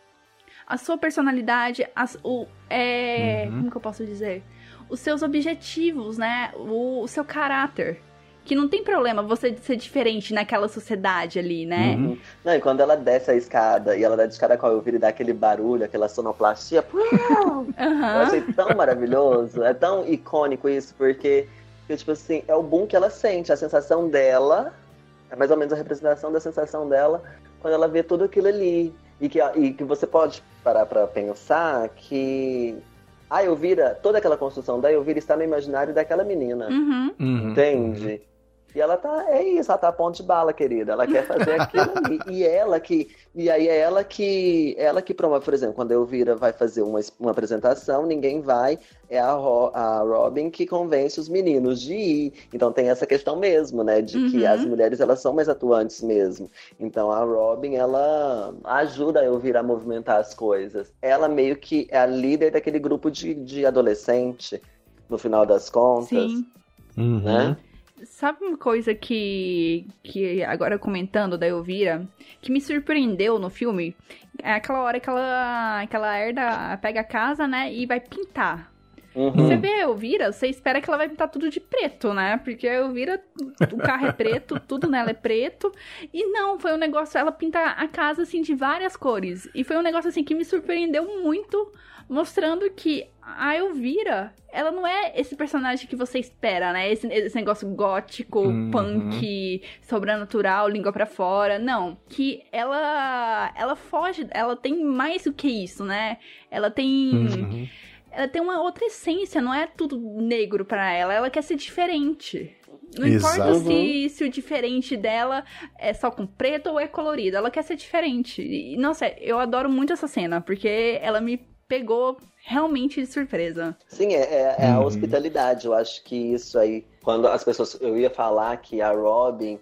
a sua personalidade, as, o, é,
Uhum.
como que eu posso dizer? Os seus objetivos, né? O, o seu caráter. Que não tem problema você ser diferente naquela sociedade ali, né?
Uhum.
Não, e quando ela desce a escada, e ela dá de cara com a Elvira e dá aquele barulho, aquela sonoplastia, eu
Aham.
achei tão maravilhoso, é tão icônico isso, porque, porque, tipo assim, é o boom que ela sente, a sensação dela, é mais ou menos a representação da sensação dela quando ela vê tudo aquilo ali. E que, e que você pode parar pra pensar que a Elvira, toda aquela construção da Elvira está no imaginário daquela menina,
Uhum.
Uhum.
entende? E ela tá, é isso, ela tá a ponto de bala, querida. Ela quer fazer aquilo ali. E ela que, e aí é ela que, ela que promove, por exemplo, quando a Elvira vai fazer uma, uma apresentação, ninguém vai, é a, Ro, a Robin que convence os meninos de ir. Então tem essa questão mesmo, né, de
Uhum.
que as mulheres, elas são mais atuantes mesmo. Então a Robin, ela ajuda a Elvira a movimentar as coisas. Ela meio que é a líder daquele grupo de, de adolescente, no final das contas,
Sim.
Uhum.
né?
Sabe uma coisa que, que agora comentando da Elvira, que me surpreendeu no filme? É aquela hora que ela, que ela herda, pega a casa, né, e vai pintar.
Uhum.
Você vê a Elvira, você espera que ela vai pintar tudo de preto, né? Porque a Elvira, o carro é preto, tudo nela é preto. E não, foi um negócio, ela pinta a casa, assim, de várias cores. E foi um negócio, assim, que me surpreendeu muito, mostrando que a Elvira, ela não é esse personagem que você espera, né? Esse, esse negócio gótico,
Uhum.
punk, sobrenatural, língua pra fora. Não, que ela, ela foge, ela tem mais do que isso, né? Ela tem...
Uhum.
Ela tem uma outra essência, não é tudo negro pra ela, ela quer ser diferente. Não
Exato.
importa se, se o diferente dela é só com preto ou é colorido, ela quer ser diferente. E, nossa, eu adoro muito essa cena, porque ela me pegou realmente de surpresa.
Sim, é, é, é a
Uhum.
hospitalidade. Eu acho que isso aí, quando as pessoas. Eu ia falar que a Robin,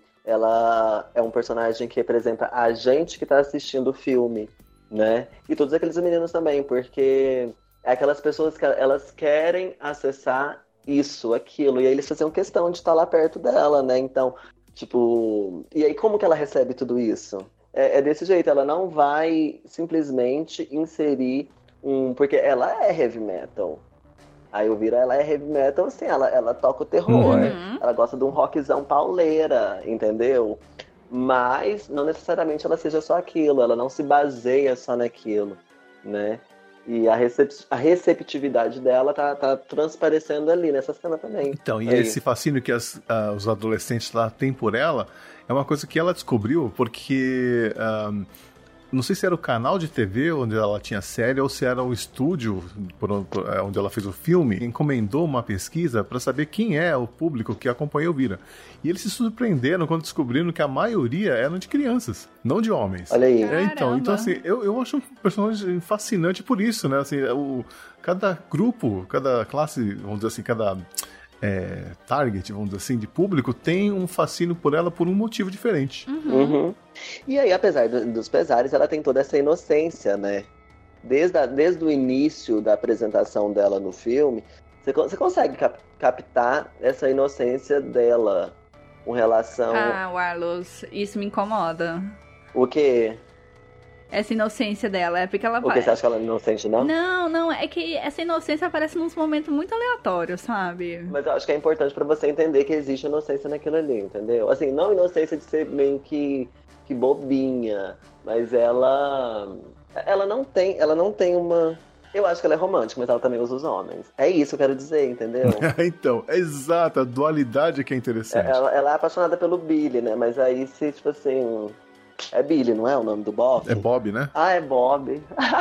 ela é um personagem que representa a gente que tá assistindo o filme, né? E todos aqueles meninos também, porque é aquelas pessoas que elas querem acessar isso, aquilo, e aí eles faziam questão de estar lá perto dela, né? Então, tipo. E aí, como que ela recebe tudo isso? É, é desse jeito, ela não vai simplesmente inserir. Um, porque ela é heavy metal. A Elvira, ela é heavy metal, assim, ela, ela toca o terror.
Uhum.
Ela gosta de um rockzão pauleira, entendeu? Mas não necessariamente ela seja só aquilo, ela não se baseia só naquilo, né? E a, recep- a receptividade dela tá, tá transparecendo ali nessa cena também.
Então, e
é
esse
isso.
fascínio que as, uh, os adolescentes lá têm por ela é uma coisa que ela descobriu porque... Um, não sei se era o canal de T V onde ela tinha série ou se era o estúdio por onde ela fez o filme, encomendou uma pesquisa para saber quem é o público que acompanha o Vira. E eles se surpreenderam quando descobriram que a maioria eram de crianças, não de homens.
Olha aí.
É, então, então, assim, eu, eu acho um personagem fascinante por isso, né? Assim, o, cada grupo, cada classe, vamos dizer assim, cada... É, target, vamos dizer assim, de público, tem um fascínio por ela por um motivo diferente.
Uhum. Uhum. E aí, apesar do, dos pesares, ela tem toda essa inocência, né? Desde, a, desde o início da apresentação dela no filme, você, você consegue cap, captar essa inocência dela com relação...
Ah, Warlos, isso me incomoda.
O quê?
Essa inocência dela, é porque ela
vai... Porque você acha que ela é inocente, não?
Não, não, é que essa inocência aparece nos momentos muito aleatórios, sabe?
Mas eu acho que é importante pra você entender que existe inocência naquilo ali, entendeu? Assim, não inocência de ser meio que, que bobinha, mas ela... Ela não tem, ela não tem uma... Eu acho que ela é romântica, mas ela também usa os homens. É isso que eu quero dizer, entendeu?
Então, é exato, a dualidade que é interessante.
Ela, ela é apaixonada pelo Billy, né? Mas aí, se, tipo assim... É Billy, não é o nome do Bob?
É Bob, né?
Ah, é Bob.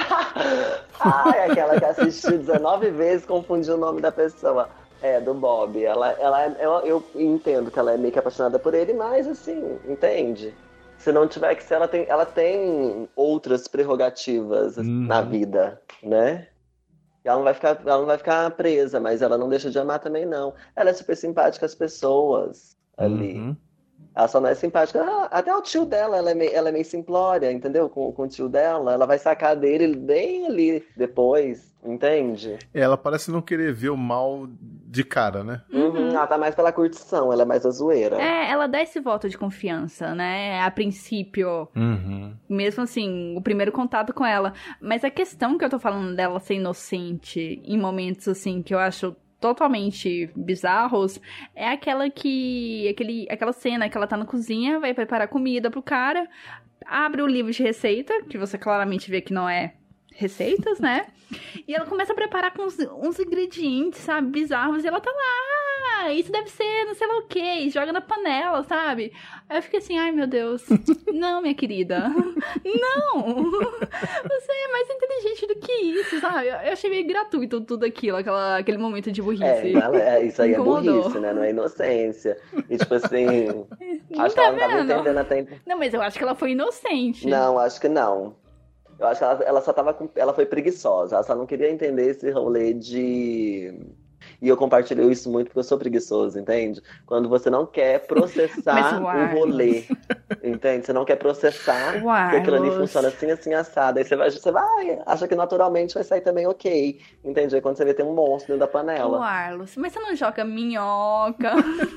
Ah, é aquela que assistiu dezenove vezes, confundiu o nome da pessoa. É, do Bob. Ela, ela, eu, eu entendo que ela é meio que apaixonada por ele, mas assim, entende? Se não tiver que ser, ela tem, ela tem outras prerrogativas
Uhum.
na vida, né? Ela não, vai ficar, ela não vai ficar presa, mas ela não deixa de amar também, não. Ela é super simpática às pessoas ali.
Uhum.
Ela só não é simpática. Ah, até o tio dela, ela é meio, ela é meio simplória, entendeu? Com, com o tio dela. Ela vai sacar dele bem ali depois, entende?
Ela parece não querer ver o mal de cara, né?
Uhum, ela tá mais pela curtição, ela é mais a zoeira.
É, ela dá esse voto de confiança, né? A princípio.
Uhum.
Mesmo assim, o primeiro contato com ela. Mas a questão que eu tô falando dela ser inocente em momentos assim que eu acho totalmente bizarros, é aquela que... Aquele, aquela cena que ela tá na cozinha, vai preparar comida pro cara, abre o livro de receita, que você claramente vê que não é receitas, né? E ela começa a preparar com uns, uns ingredientes, sabe, bizarros, e ela tá lá, ah, isso deve ser não sei lá o que, e joga na panela, sabe? Aí eu fiquei assim, ai meu Deus, não, minha querida, não, você é mais inteligente do que isso, sabe? Eu achei meio gratuito tudo aquilo, aquela, aquele momento de burrice.
É, ela, é, isso aí
Incomodou.
é burrice, né? Não é inocência. E tipo assim,
Não
acho
tá
que ela não tava
vendo?
entendendo até...
Não, mas eu acho que ela foi inocente.
Não, acho que não. Eu acho que ela, ela só tava com... Ela foi preguiçosa. Ela só não queria entender esse rolê de... E eu compartilho isso muito porque eu sou preguiçoso, entende? Quando você não quer processar o rolê, entende? Você não quer processar que aquilo ali funciona assim, assim, assado. Aí você vai, você vai, acha que naturalmente vai sair também ok, entende? Aí quando você vê, tem um monstro dentro da panela.
Arlos, mas você não joga minhoca...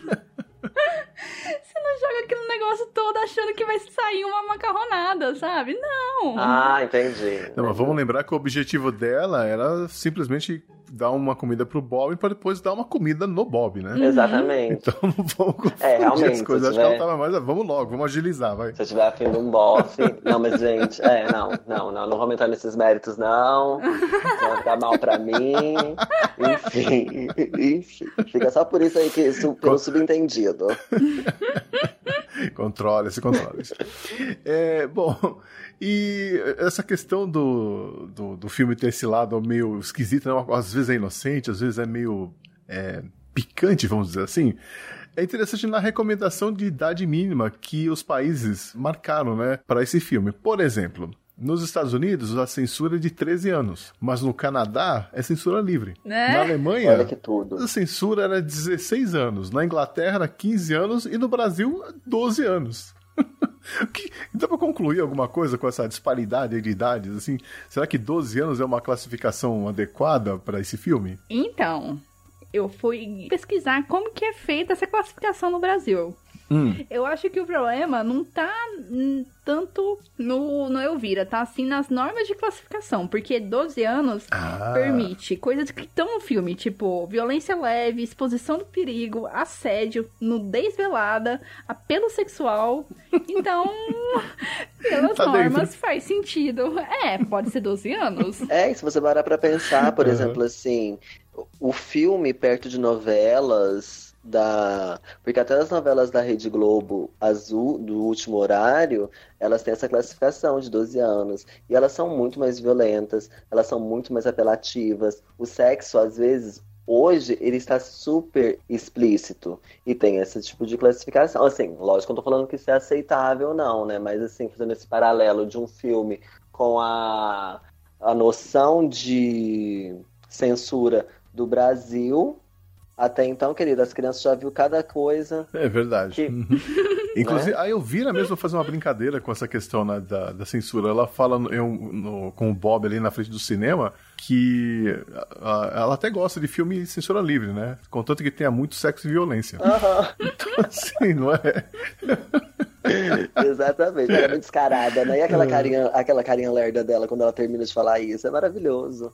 Você não joga aquele negócio todo achando que vai sair uma macarronada, sabe? Não!
Ah, entendi.
Não, mas vamos lembrar que o objetivo dela era simplesmente dar uma comida pro Bob para depois dar uma comida no Bob, né?
Uhum. Exatamente.
Então não vamos confundir
é, realmente,
as coisas.
Tiver...
Acho que ela tava mais... Vamos logo, vamos agilizar, vai.
Se eu tiver afim de um bofe... Não, mas gente, é, não, não, não, não vou entrar nesses méritos, não. Vai ficar mal pra mim. Enfim, enfim. Fica só por isso aí, que isso, pelo subentendido.
Controle, se controle. É, bom, e essa questão do, do, do filme ter esse lado meio esquisito, né? Às vezes é inocente, às vezes é meio é, picante, vamos dizer assim. É interessante na recomendação de idade mínima que os países marcaram, né, para esse filme. Por exemplo, nos Estados Unidos, a censura é de treze anos, mas no Canadá é censura livre.
É?
Na Alemanha,
olha que tudo.
A censura era dezesseis anos, na Inglaterra era quinze anos e no Brasil doze anos. Que, dá pra concluir alguma coisa com essa disparidade de idades? Assim, será que doze anos é uma classificação adequada para esse filme?
Então, eu fui pesquisar como que é feita essa classificação no Brasil.
Hum.
Eu acho que o problema não tá hum, tanto no, no Elvira, tá assim nas normas de classificação, porque doze anos
Ah.
permite coisas que estão no filme, tipo violência leve, exposição do perigo, assédio, nudez velada, apelo sexual. Então, pelas
Tá
normas
dentro.
faz sentido. É, pode ser doze anos.
É, e se você parar pra pensar, por
Uhum.
exemplo, assim, o filme perto de novelas da... Porque até as novelas da Rede Globo Azul, do último horário, elas têm essa classificação de doze anos. E elas são muito mais violentas, elas são muito mais apelativas. O sexo, às vezes, hoje, ele está super explícito. E tem esse tipo de classificação. Assim, lógico que eu não tô falando que isso é aceitável, não, né? Mas, assim, fazendo esse paralelo de um filme com a, a noção de censura do Brasil... Até então, querida, as crianças já viu cada coisa.
É verdade.
Que-
Uhum. Inclusive, a Elvira mesmo fazer uma brincadeira com essa questão, né, da, da censura. Ela fala no- eu, no- com o Bob ali na frente do cinema que a- a- ela até gosta de filme de censura livre, né? Contanto que tenha muito sexo e violência.
Aham,
Então, assim, não é?
exatamente. Ela é muito descarada, né? E aquela carinha, aquela carinha lerda dela quando ela termina de falar isso. É maravilhoso.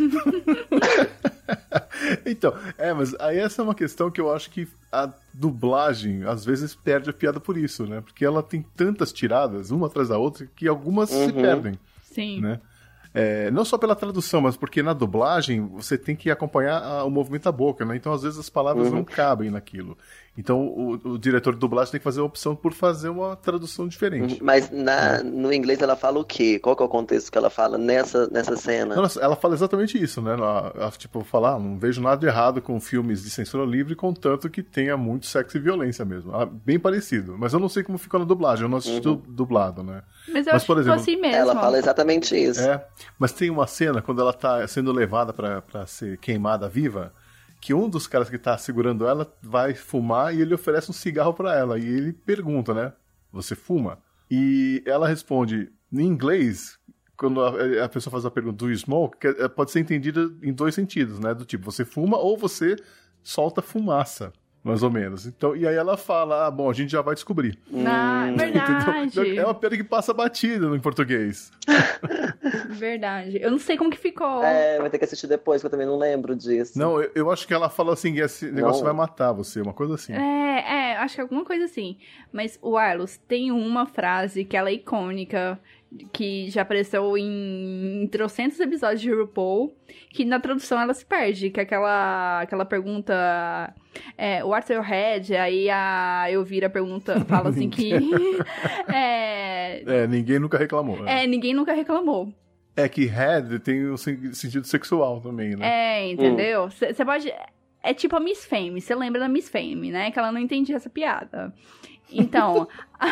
Então, é, mas aí essa é uma questão que eu acho que a dublagem às vezes perde a piada por isso, né? Porque ela tem tantas tiradas, uma atrás da outra, que algumas se
Uhum.
perdem,
Sim.
né? É, não só pela tradução, mas porque na dublagem você tem que acompanhar a- o movimento da boca, né? Então às vezes as palavras
Uhum.
não cabem naquilo. Então o, o diretor de dublagem tem que fazer a opção por fazer uma tradução diferente.
Mas na, no inglês ela fala o quê? Qual que é o contexto que ela fala nessa, nessa cena?
Não, ela fala exatamente isso, né? Ela, ela, tipo, falar, ah, não vejo nada de errado com filmes de censura livre, contanto que tenha muito sexo e violência mesmo. Ah, bem parecido. Mas eu não sei como ficou na dublagem, eu não assisti
Uhum.
du- dublado, né?
Mas eu
Mas,
acho
por
que ficou
exemplo,
assim mesmo.
Ela fala exatamente isso.
É, mas tem uma cena quando ela tá sendo levada pra, pra ser queimada viva, que um dos caras que tá segurando ela vai fumar e ele oferece um cigarro pra ela. E ele pergunta, né? Você fuma? E ela responde, em inglês, quando a, a pessoa faz a pergunta, do you smoke? Que, é, pode ser entendida em dois sentidos, né? Do tipo, você fuma ou você solta fumaça, mais ou menos. Então, e aí ela fala, ah, bom, a gente já vai descobrir.
Na...
Hum.
Verdade.
Entendeu? É uma piada que passa batida no português.
Verdade. Eu não sei como que ficou.
É, vai ter que assistir depois, que eu também não lembro disso.
Não, eu, eu acho que ela fala assim, esse negócio
Não.
vai matar você, uma coisa assim.
É, é, acho que alguma coisa assim. Mas o Arlos tem uma frase que ela é icônica, que já apareceu em trocentos episódios de RuPaul, que na tradução ela se perde, que é aquela, aquela pergunta, é, what's your head? Aí a Elvira pergunta, fala assim que é,
É, ninguém nunca reclamou. É,
é, ninguém nunca reclamou.
é que head tem um sen- sentido sexual também, né?
É, entendeu? Você pode... É tipo a Miss Fame. Você lembra da Miss Fame, né? Que ela não entendia essa piada. Então...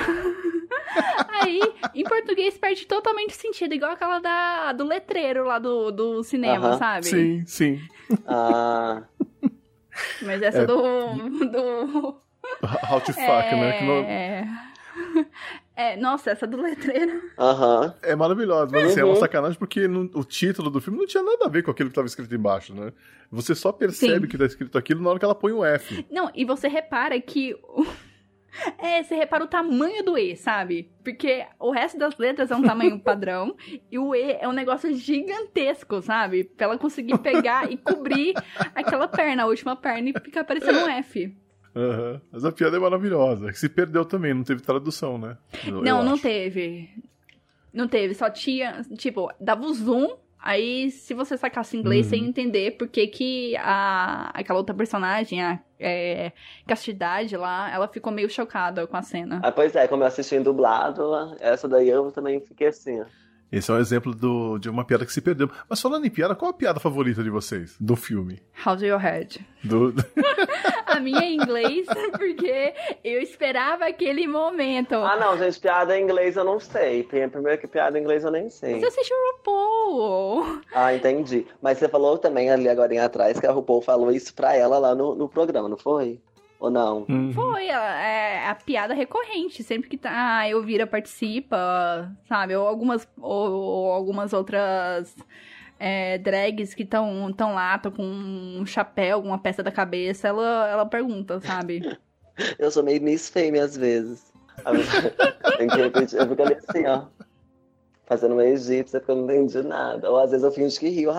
Aí, em português, perde totalmente o sentido. Igual aquela da, do letreiro lá do, do cinema,
Aham.
sabe?
Sim, sim.
Ah,
Mas essa
É.
do... do...
How to fuck, né? Que não-
É... é... Nossa, essa do letreiro...
aham.
É maravilhosa, mas assim, é uma
Uhum.
sacanagem porque não- o título do filme não tinha nada a ver com aquilo que estava escrito embaixo, né? Você só percebe
Sim.
que tá escrito aquilo na hora que ela põe o F.
Não, e você repara que... o- É, você repara o tamanho do E, sabe? Porque o resto das letras é um tamanho padrão e o E é um negócio gigantesco, sabe? Pra ela conseguir pegar e cobrir aquela perna, a última perna, e ficar parecendo um F.
Aham. Mas a piada é maravilhosa. Se perdeu também, não teve tradução, né? Eu-
Não,
eu
não
acho.
teve. Não teve, só tinha, tipo, dava o zoom, aí se você sacasse inglês,
Uhum.
você ia entender por que que a, aquela outra personagem, a é, Castidade lá, ela ficou meio chocada com a cena.
Ah, pois é, como eu assisti em dublado, essa daí eu também fiquei assim, ó.
Esse é um exemplo do- de uma piada que se perdeu. Mas falando em piada, qual a piada favorita de vocês? Do filme?
How's your head?
Do...
A minha é em inglês, porque eu esperava aquele momento.
Ah, não, gente, piada em inglês eu não sei. Primeiro que piada em inglês eu nem sei.
Você assistiu o RuPaul?
Ah, entendi. Mas você falou também ali agora em atrás que a RuPaul falou isso pra ela lá no, no programa, não foi? Ou não?
Uhum.
Foi, a, é a piada recorrente. Sempre que tá, a Elvira participa, sabe? Ou algumas, ou, ou algumas outras é, drags que estão tão lá, estão com um chapéu, alguma peça da cabeça, ela, ela pergunta, sabe?
Eu sou meio Miss Fame às vezes. Tem que repetir. Eu fico ali assim, ó. Fazendo uma egípcia porque eu não entendi nada. Ou às vezes eu fingo que rio.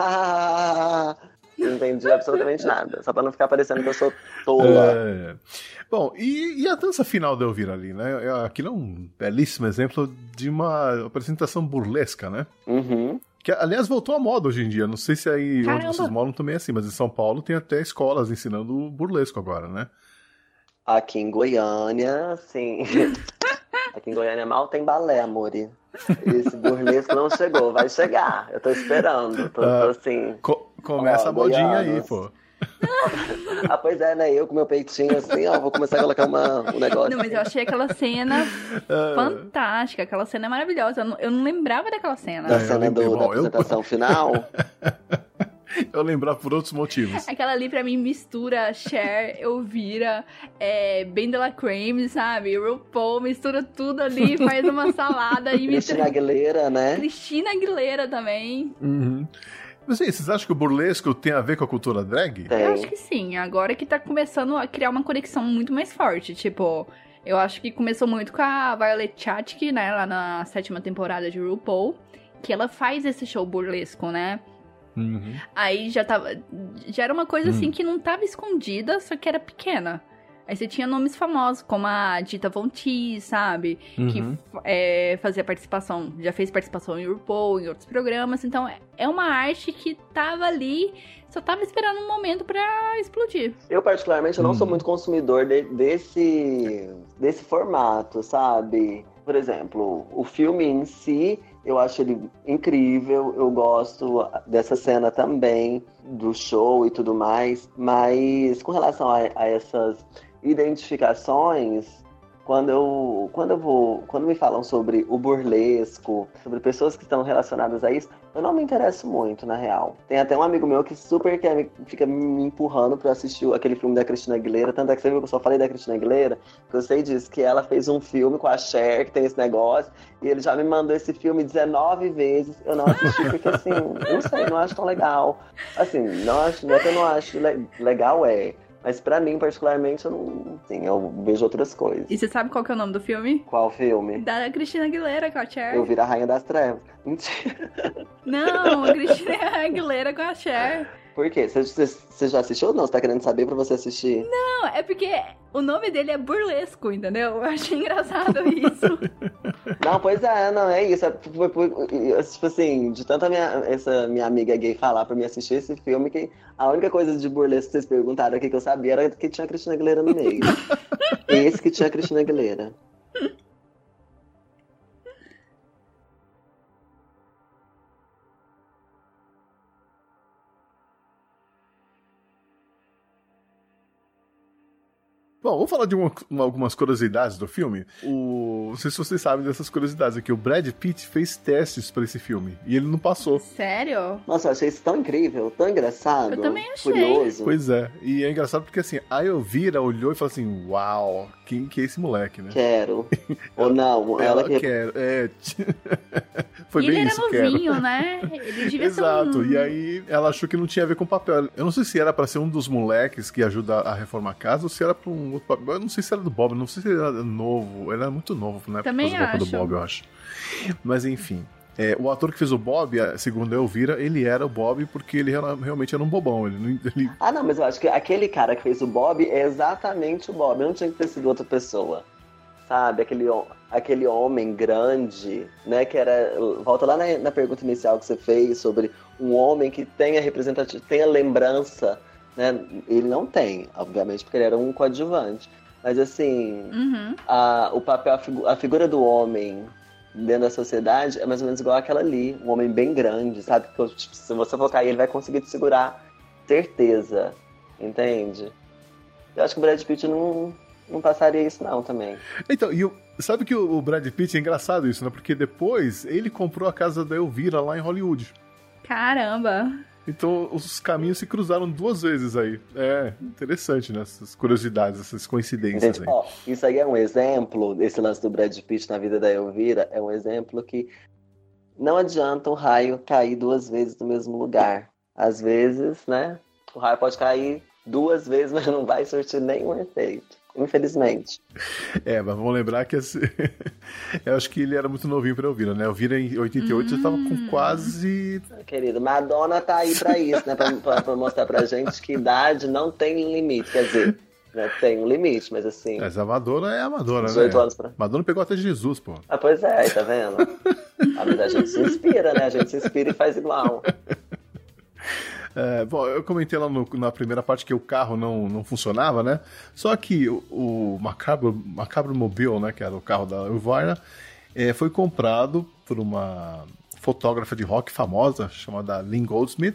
Não entendi absolutamente nada. Só pra não ficar parecendo que eu sou tola.
É... Bom, e, e a dança final da Elvira ali, né? Aquilo é um belíssimo exemplo de uma apresentação burlesca, né?
Uhum.
Que, aliás, voltou à moda hoje em dia. Não sei se aí
Caramba.
onde vocês moram também é assim, mas em São Paulo tem até escolas ensinando burlesco agora, né?
Aqui em Goiânia, sim. Aqui em Goiânia mal tem balé, amore. Esse burlesco não chegou, vai chegar. Eu tô esperando. Tô,
Ah,
tô assim.
Co- começa
Ó,
a modinha
goianos.
aí, pô.
Ah, pois é, né? Eu com meu peitinho assim, ó, vou começar a colocar uma, um negócio.
Não, mas eu achei aquela cena
Ah,
fantástica. Aquela cena é maravilhosa. Eu não, eu não lembrava daquela cena.
Da
É, eu
cena
lembrei,
do, da
bom, eu-
apresentação final.
eu lembrava por outros motivos.
Aquela ali, pra mim, mistura Cher, Elvira, é, Ben de la Creme, sabe? RuPaul, mistura tudo ali, faz uma salada e
Cristina
mistura...
Aguilera, né?
Cristina Aguilera também.
Uhum. Mas assim, vocês acham que o burlesco tem a ver com a cultura drag?
Tem.
Eu acho que sim. Agora que tá começando a criar uma conexão muito mais forte. Tipo, eu acho que começou muito com a Violet Chachki, né? Lá na sétima temporada de RuPaul. Que ela faz esse show burlesco, né?
Uhum.
Aí já tava. Já era uma coisa
Hum.
assim que não tava escondida, só que era pequena. Aí você tinha nomes famosos, como a Dita Von Teese, sabe? Que
Uhum.
é, fazia participação, já fez participação em RuPaul, em outros programas. Então é uma arte que tava ali, só tava esperando um momento pra explodir.
Eu, particularmente, eu não
Hum.
sou muito consumidor de- desse, desse formato, sabe? Por exemplo, o filme em si, eu acho ele incrível, eu gosto dessa cena também, do show e tudo mais, mas com relação a, a essas identificações, quando eu, quando eu vou, quando me falam sobre o burlesco, sobre pessoas que estão relacionadas a isso, eu não me interesso muito, na real. Tem até um amigo meu que super quer, me- fica me empurrando pra assistir aquele filme da Cristina Aguilera, tanto é que você viu que eu só falei da Cristina Aguilera, que eu sei disso, que ela fez um filme com a Cher, que tem esse negócio, e ele já me mandou esse filme dezenove vezes, eu não assisti porque, assim, eu não sei, não acho tão legal. Assim, não, acho, não é que eu não acho le- legal, é... Mas pra mim, particularmente, eu não... Assim, eu vejo outras coisas.
E você sabe qual que é o nome do filme?
Qual filme?
Da Cristina Aguilera com a Cher.
Eu viro a Rainha das Trevas. Mentira.
Não, a Cristina Aguilera com a Cher.
Por quê? Você, você, você já assistiu ou não? Você tá querendo saber pra você assistir?
Não, é porque o nome dele é burlesco, entendeu? Eu achei engraçado isso.
Não, pois é, não, é isso. É, foi, foi, tipo assim, de tanta minha, essa minha amiga gay falar pra mim assistir esse filme, que a única coisa de burlesco que vocês perguntaram aqui que eu sabia era que tinha a Cristina Aguilera no meio. Esse que tinha a Cristina Aguilera.
Bom, vamos falar de uma- uma- algumas curiosidades do filme. O, não sei se vocês sabem dessas curiosidades aqui. O Brad Pitt fez testes pra esse filme e ele não passou.
Sério?
Nossa, eu achei isso tão incrível, tão engraçado.
Eu também achei.
Curioso.
Pois é. E é engraçado porque assim, a Elvira olhou e falou assim: uau, quem que é esse moleque, né?
Quero. Ou não, ela,
Ela
que...
quer. É. Foi
E
bem
ele
isso,
era
quero.
novinho, né? Ele devia
Exato,
ser um...
e aí ela achou que não tinha a ver com o papel. Eu não sei se era pra ser um dos moleques que ajuda a reformar a casa ou se era pra um outro papel. Eu não sei se era do Bob, não sei se ele era novo. Ele era muito novo na época
Também
que fez o papel do
acho.
Bob, eu acho. Mas enfim. É, o ator que fez o Bob, segundo a Elvira, ele era o Bob porque ele era- realmente era um bobão. Ele, não- ele-
Ah, não, mas eu acho que aquele cara que fez o Bob é exatamente o Bob. Não tinha que ter sido outra pessoa. Sabe? Aquele, ho- aquele homem grande, né? Que era. Volta lá na, na pergunta inicial que você fez sobre um homem que tenha representatividade, tenha lembrança, né? Ele não tem, obviamente, porque ele era um coadjuvante. Mas assim,
Uhum.
a, o papel, a, figu- a figura do homem dentro da sociedade é mais ou menos igual àquela ali. Um homem bem grande, sabe? Que, tipo, se você for cair, ele vai conseguir te segurar. Certeza. Entende? Eu acho que o Brad Pitt não, não passaria isso não também.
Então, e o- sabe que o o Brad Pitt é engraçado isso, né? Porque depois ele comprou a casa da Elvira lá em Hollywood.
Caramba.
Então os caminhos se cruzaram duas vezes aí. É interessante, né? Essas curiosidades, essas coincidências
Entende?
aí.
Ó, isso aí é um exemplo, esse lance do Brad Pitt na vida da Elvira, é um exemplo que não adianta o raio cair duas vezes no mesmo lugar. Às vezes, né, o raio pode cair duas vezes, mas não vai surtir nenhum efeito. infelizmente.
É, mas vamos lembrar que esse... eu acho que ele era muito novinho pra Elvira, né? Elvira em oitenta e oito hum. já tava com quase...
Querido, Madonna tá aí pra isso, né? Pra, pra, pra mostrar pra gente que idade não tem limite. Quer dizer, né? Tem um limite, mas assim...
Mas a Madonna é a Madonna,
dezoito
né?
Anos pra...
Madonna pegou até Jesus, pô.
Ah, pois é, tá vendo? A gente se inspira, né? A gente se inspira e faz igual.
É, bom, eu comentei lá no, na primeira parte que o carro não, não funcionava, né? Só que o, o Macabro, Macabro Mobile, né? Que era o carro da Elvira, é, foi comprado por uma fotógrafa de rock famosa chamada Lynn Goldsmith.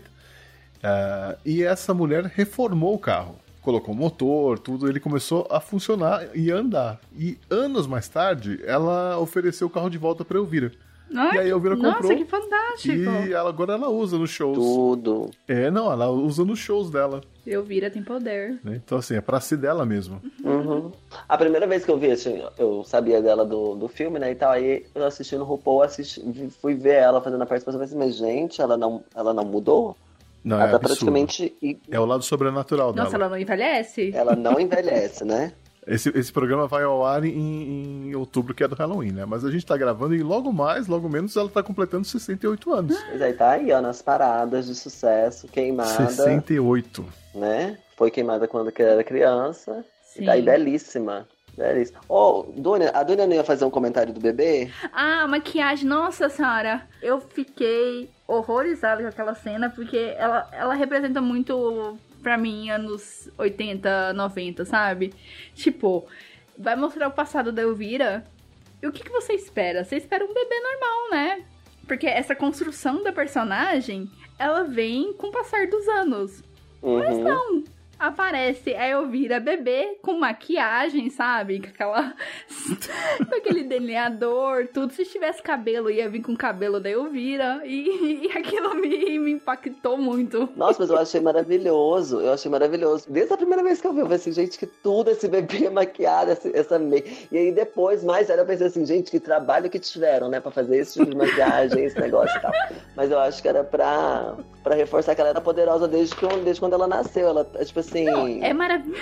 É, e essa mulher reformou o carro. Colocou motor, tudo, ele começou a funcionar e a andar. E anos mais tarde, ela ofereceu o carro de volta pra Elvira.
Ai,
e aí a Elvira
nossa,
comprou.
que fantástico!
E ela, agora ela usa nos shows.
Tudo.
É, não, ela usa nos shows dela.
Elvira tem poder.
Então, assim, é pra si dela mesmo.
Uhum. A primeira vez que eu vi, assim, eu sabia dela do, do filme, né, e tal, aí eu assisti no RuPaul, assisti, fui ver ela fazendo a participação, mas, mas gente, ela não, ela não mudou?
Não,
ela
é
tá
absurdo.
praticamente...
É o lado sobrenatural dela.
Nossa, ela não envelhece?
Ela não envelhece, né?
Esse, esse programa vai ao ar em, em outubro, que é do Halloween, né? Mas a gente tá gravando e logo mais, logo menos, ela tá completando sessenta e oito anos.
Pois aí tá aí, ó, nas paradas de sucesso, queimada.
sessenta e oito.
Né? Foi queimada quando era criança.
Sim.
E tá aí belíssima. Belíssima. Ô, oh, Dunia, a Dunia não ia fazer um comentário do bebê?
Ah, maquiagem. Nossa senhora, eu fiquei horrorizada com aquela cena, porque ela, ela representa muito... pra mim, anos oitenta, noventa, sabe? Tipo, vai mostrar o passado da Elvira. E o que, que você espera? Você espera um bebê normal, né? Porque essa construção da personagem, ela vem com o passar dos anos.
Uhum.
Mas não. Aparece a Elvira bebê com maquiagem, sabe? Com aquela... com aquele delineador, tudo. Se tivesse cabelo, ia vir com o cabelo da Elvira. E, e aquilo me, me impactou muito.
Nossa, mas eu achei maravilhoso. Eu achei maravilhoso. Desde a primeira vez que eu vi, eu falei assim, gente, que tudo esse bebê é maquiado, essa, essa make. E aí depois, mais era, eu pensei assim, gente, que trabalho que tiveram, né? Pra fazer esse tipo de maquiagem, esse negócio e tal. Mas eu acho que era pra, pra reforçar que ela era poderosa desde, que, desde quando ela nasceu. Ela, tipo assim...
Não, é maravilhoso.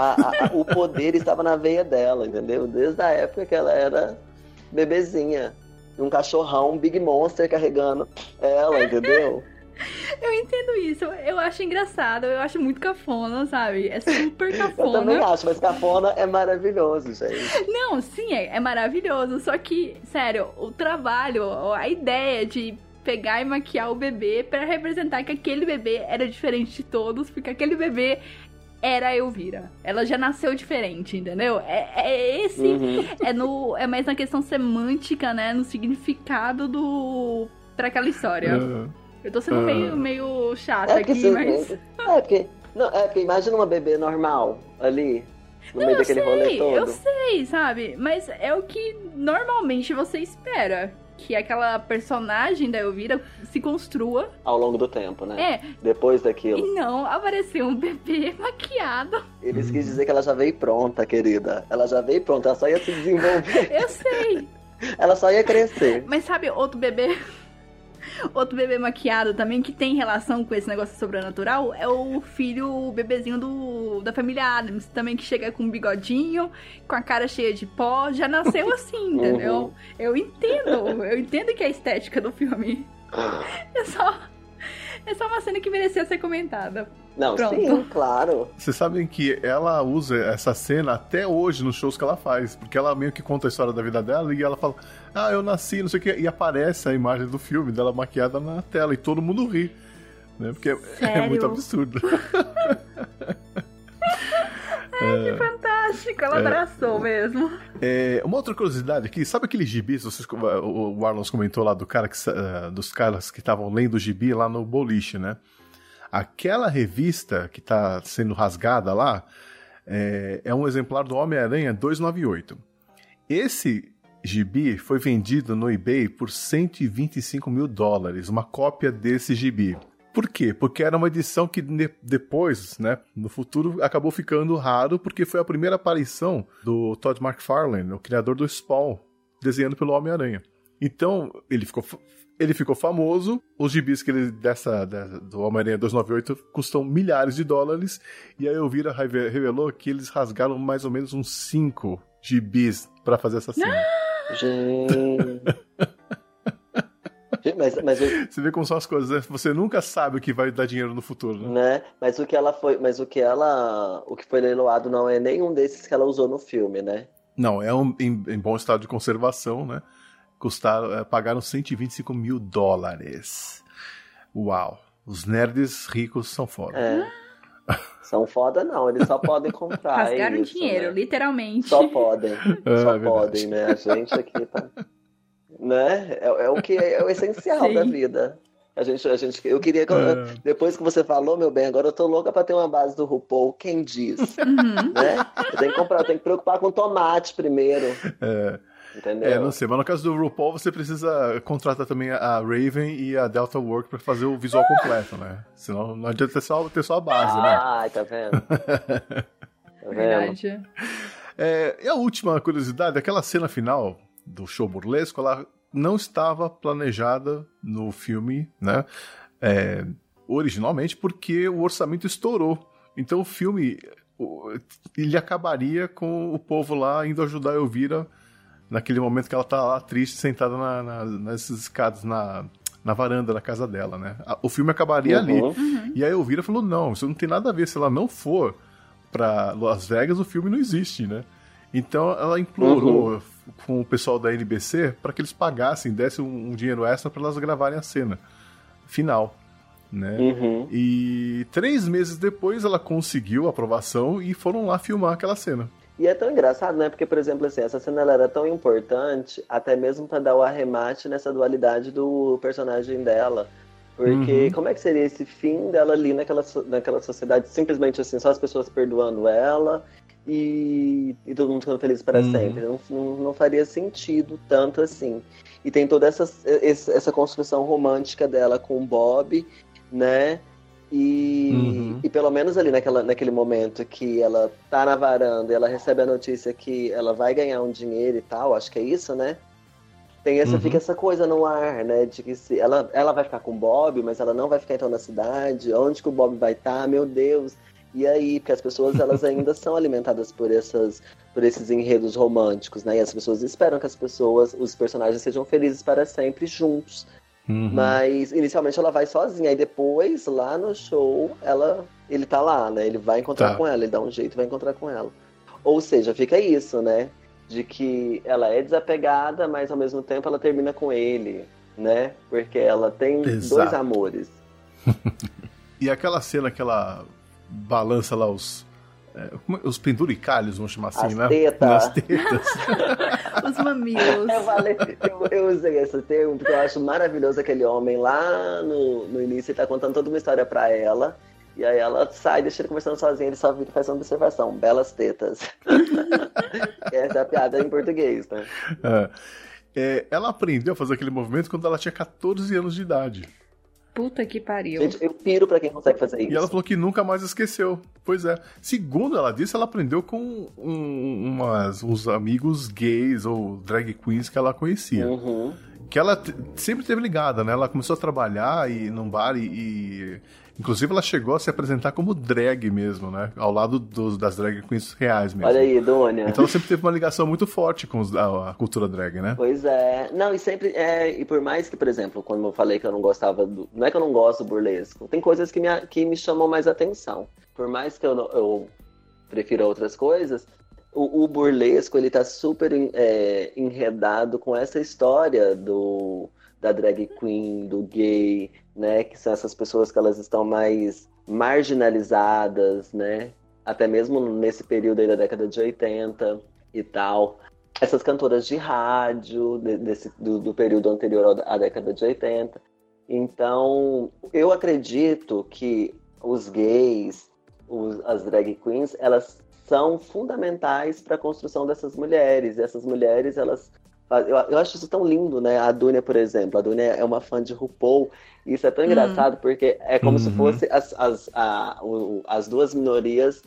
O poder estava na veia dela, entendeu? Desde a época que ela era bebezinha. Um cachorrão, um Big Monster carregando ela, entendeu?
Eu entendo isso. Eu acho engraçado. Eu acho muito cafona, sabe? É super cafona.
Eu também acho, mas cafona é maravilhoso, gente.
Não, sim, é, é maravilhoso. Só que, sério, o trabalho, a ideia de... pegar e maquiar o bebê pra representar que aquele bebê era diferente de todos, porque aquele bebê era a Elvira. Ela já nasceu diferente, entendeu? É, é esse... Uhum. É, no, é mais na questão semântica, né? No significado do... pra aquela história. Uhum. Eu tô sendo uhum. meio, meio chata
é
aqui,
você,
mas...
É porque, não, é porque imagina uma bebê normal ali... No
não,
meio
eu
daquele
sei,
rolê todo.
Eu sei, sabe? Mas é o que normalmente você espera. Que aquela personagem da Elvira se construa
ao longo do tempo, né?
É.
Depois daquilo.
E não apareceu um bebê maquiado.
Eles quis dizer que ela já veio pronta, querida. Ela já veio pronta, ela só ia se desenvolver.
Eu sei.
Ela só ia crescer.
Mas sabe outro bebê... Outro bebê maquiado também que tem relação com esse negócio sobrenatural é o filho, o bebezinho do, da família Addams, também que chega com um bigodinho, com a cara cheia de pó, já nasceu assim, entendeu? Uhum. Eu entendo, eu entendo que é a estética do filme. É só, é só uma cena que merecia ser comentada.
Não,
Pronto.
Sim, claro.
Vocês sabem que ela usa essa cena até hoje nos shows que ela faz, porque ela meio que conta a história da vida dela e ela fala, ah, eu nasci, não sei o que, e aparece a imagem do filme dela maquiada na tela e todo mundo ri, né? Porque é, é muito absurdo.
Ai, que fantástico, ela é, abraçou mesmo.
É, uma outra curiosidade aqui, sabe aquele gibi, vocês, o Arnold comentou lá do cara que, dos caras que estavam lendo o gibi lá no boliche, né? Aquela revista que está sendo rasgada lá é, é um exemplar do Homem-Aranha duzentos e noventa e oito. Esse gibi foi vendido no eBay por cento e vinte e cinco mil dólares, uma cópia desse gibi. Por quê? Porque era uma edição que depois, né, no futuro, acabou ficando raro, porque foi a primeira aparição do Todd McFarlane, o criador do Spawn, desenhando pelo Homem-Aranha. Então, ele ficou, ele ficou famoso. Os gibis que ele, dessa, dessa, do Homem-Aranha duzentos e noventa e oito custam milhares de dólares. E a Elvira revelou que eles rasgaram mais ou menos uns cinco gibis pra fazer essa cena.
Gente... Mas, mas eu...
Você vê como são as coisas, né? Você nunca sabe o que vai dar dinheiro no futuro, né?
né? Mas o que ela foi, mas o que ela, o que foi leiloado não é nenhum desses que ela usou no filme, né?
Não, é um, em, em bom estado de conservação, né? Custaram, é, pagaram cento e vinte e cinco mil dólares. Uau! Os nerds ricos são foda.
É. São foda não, eles só podem comprar.
Rasgaram
é isso,
dinheiro,
né?
literalmente.
Só podem,
É,
só
é
podem, né? A gente aqui tá... Né? É, é o que é, é o essencial
Sim.
da vida. A gente, a gente, eu queria que eu-
É.
depois que você falou, meu bem, agora eu tô louca pra ter uma base do RuPaul, quem diz,
Uhum.
né? Eu tenho que comprar, eu tenho que preocupar com tomate primeiro,
É,
entendeu?
é, não sei, mas no caso do RuPaul você precisa contratar também a Raven e a Delta Work pra fazer o visual completo, né? Senão não adianta ter só, ter só a base, né?
Ai, tá vendo? Tá vendo?
Verdade.
É, e a última curiosidade, aquela cena final do show burlesco, ela não estava planejada no filme, né? É, originalmente, porque o orçamento estourou. Então o filme, o- ele acabaria com o povo lá indo ajudar a Elvira naquele momento que ela tá lá triste, sentada na, na, nas escadas, na, na varanda da casa dela, né? A- O filme acabaria ali.
Uhum.
E a Elvira falou, não, isso não tem nada a ver. Se ela não for pra Las Vegas, o filme não existe, né? Então ela implorou com o pessoal da N B C para que eles pagassem, dessem um, um dinheiro extra para elas gravarem a cena final, né?
Uhum.
E três meses depois ela conseguiu a aprovação e foram lá filmar aquela cena.
E é tão engraçado, né? Porque, por exemplo, assim, essa cena ela era tão importante, até mesmo pra dar o arremate nessa dualidade do personagem dela. Porque
Uhum.
como é que seria esse fim dela ali naquela, so- naquela sociedade, simplesmente assim, só as pessoas perdoando ela e, e todo mundo ficando feliz para
Uhum.
sempre? Não, não, não faria sentido tanto assim. E tem toda essa, esse- essa construção romântica dela com o Bob, né? E,
Uhum.
e pelo menos ali naquela, naquele momento que ela tá na varanda e ela recebe a notícia que ela vai ganhar um dinheiro e tal, acho que é isso, né? Tem essa,
Uhum.
fica essa coisa no ar, né? De que se ela, ela vai ficar com o Bob, mas ela não vai ficar então na cidade. Onde que o Bob vai estar? Meu Deus! E aí? Porque as pessoas elas ainda são alimentadas por, essas, por esses enredos românticos, né? E as pessoas esperam que as pessoas, os personagens sejam felizes para sempre juntos.
Uhum.
Mas inicialmente ela vai sozinha, aí depois, lá no show, ela, ele tá lá, né? Ele vai encontrar
Tá.
com ela, ele dá um jeito e vai encontrar com ela. Ou seja, fica isso, né? De que ela é desapegada, mas ao mesmo tempo ela termina com ele, né? Porque ela tem
Exato.
dois amores.
E aquela cena que ela balança lá os, é, como é? Os penduricalhos, vamos chamar assim,
As
né?
tetas.
Nas tetas.
Os mamilos.
Eu, falei, eu, eu usei esse termo porque eu acho maravilhoso aquele homem lá no, no início, ele tá contando toda uma história pra ela. E aí ela sai, deixa ele conversando sozinho, ele só vira e faz uma observação. Belas tetas. Essa é a piada em português, né?
É. É, ela aprendeu a fazer aquele movimento quando ela tinha catorze anos de idade.
Puta que pariu.
Gente, eu piro pra quem consegue fazer isso.
E ela falou que nunca mais esqueceu. Pois é. Segundo ela disse, ela aprendeu com um- umas, uns amigos gays ou drag queens que ela conhecia.
Uhum.
Que ela t- sempre teve ligada, né? Ela começou a trabalhar e, num bar e, e- Inclusive ela chegou a se apresentar como drag mesmo, né? Ao lado dos, das drag queens reais mesmo.
Olha aí, Dônia.
Então ela sempre teve uma ligação muito forte com os- a, a cultura drag, né?
Pois é. Não, e sempre. É, e por mais que, por exemplo, quando eu falei que eu não gostava do. Não é que eu não gosto do burlesco, tem coisas que me, que me chamam mais atenção. Por mais que eu, não- eu prefira outras coisas, o, o burlesco ele tá super é, enredado com essa história do, da drag queen, do gay, né? Que são essas pessoas que elas estão mais marginalizadas, né? Até mesmo nesse período aí da década de oitenta e tal. Essas cantoras de rádio, de- desse, do, do período anterior à década de oitenta. Então, eu acredito que os gays, os- as drag queens, elas são fundamentais para a construção dessas mulheres. E essas mulheres, elas... faz- Eu, eu acho isso tão lindo, né? A Dúnia, por exemplo. A Dúnia é uma fã de RuPaul. E isso é tão
Hum.
engraçado, porque é como se
Uhum.
fosse as, as, a- o- as duas minorias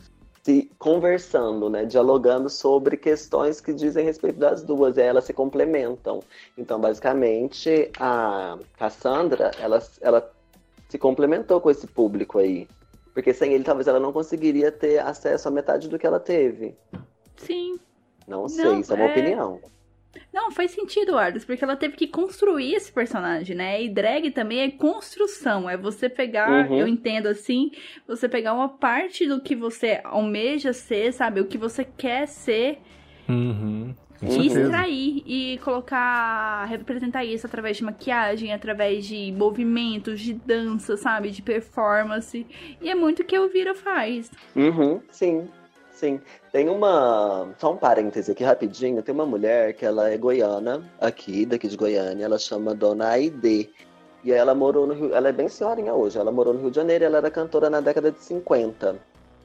se conversando, né? Dialogando sobre questões que dizem respeito das duas, e aí elas se complementam. Então, basicamente, a Cassandra, ela, ela se complementou com esse público aí. Porque sem ele, talvez ela não conseguiria ter acesso a metade do que ela teve.
Sim.
Não sei,
Não,
isso é uma
é...
opinião.
Não, faz sentido, Ardos, porque ela teve que construir esse personagem, né? E drag também é construção, é você pegar,
Uhum.
eu entendo assim, você pegar uma parte do que você almeja ser, sabe? O que você quer ser,
Uhum. Com
e
certeza.
extrair e colocar, representar isso através de maquiagem, através de movimentos, de dança, sabe? De performance. E é muito o que a Elvira faz.
Uhum, sim, sim. Tem uma... Só um parêntese aqui rapidinho. Tem uma mulher que ela é goiana, aqui, daqui de Goiânia. Ela chama Dona Aide. E ela morou no Rio... Ela é bem senhorinha hoje. Ela morou no Rio de Janeiro e ela era cantora na década de cinquenta.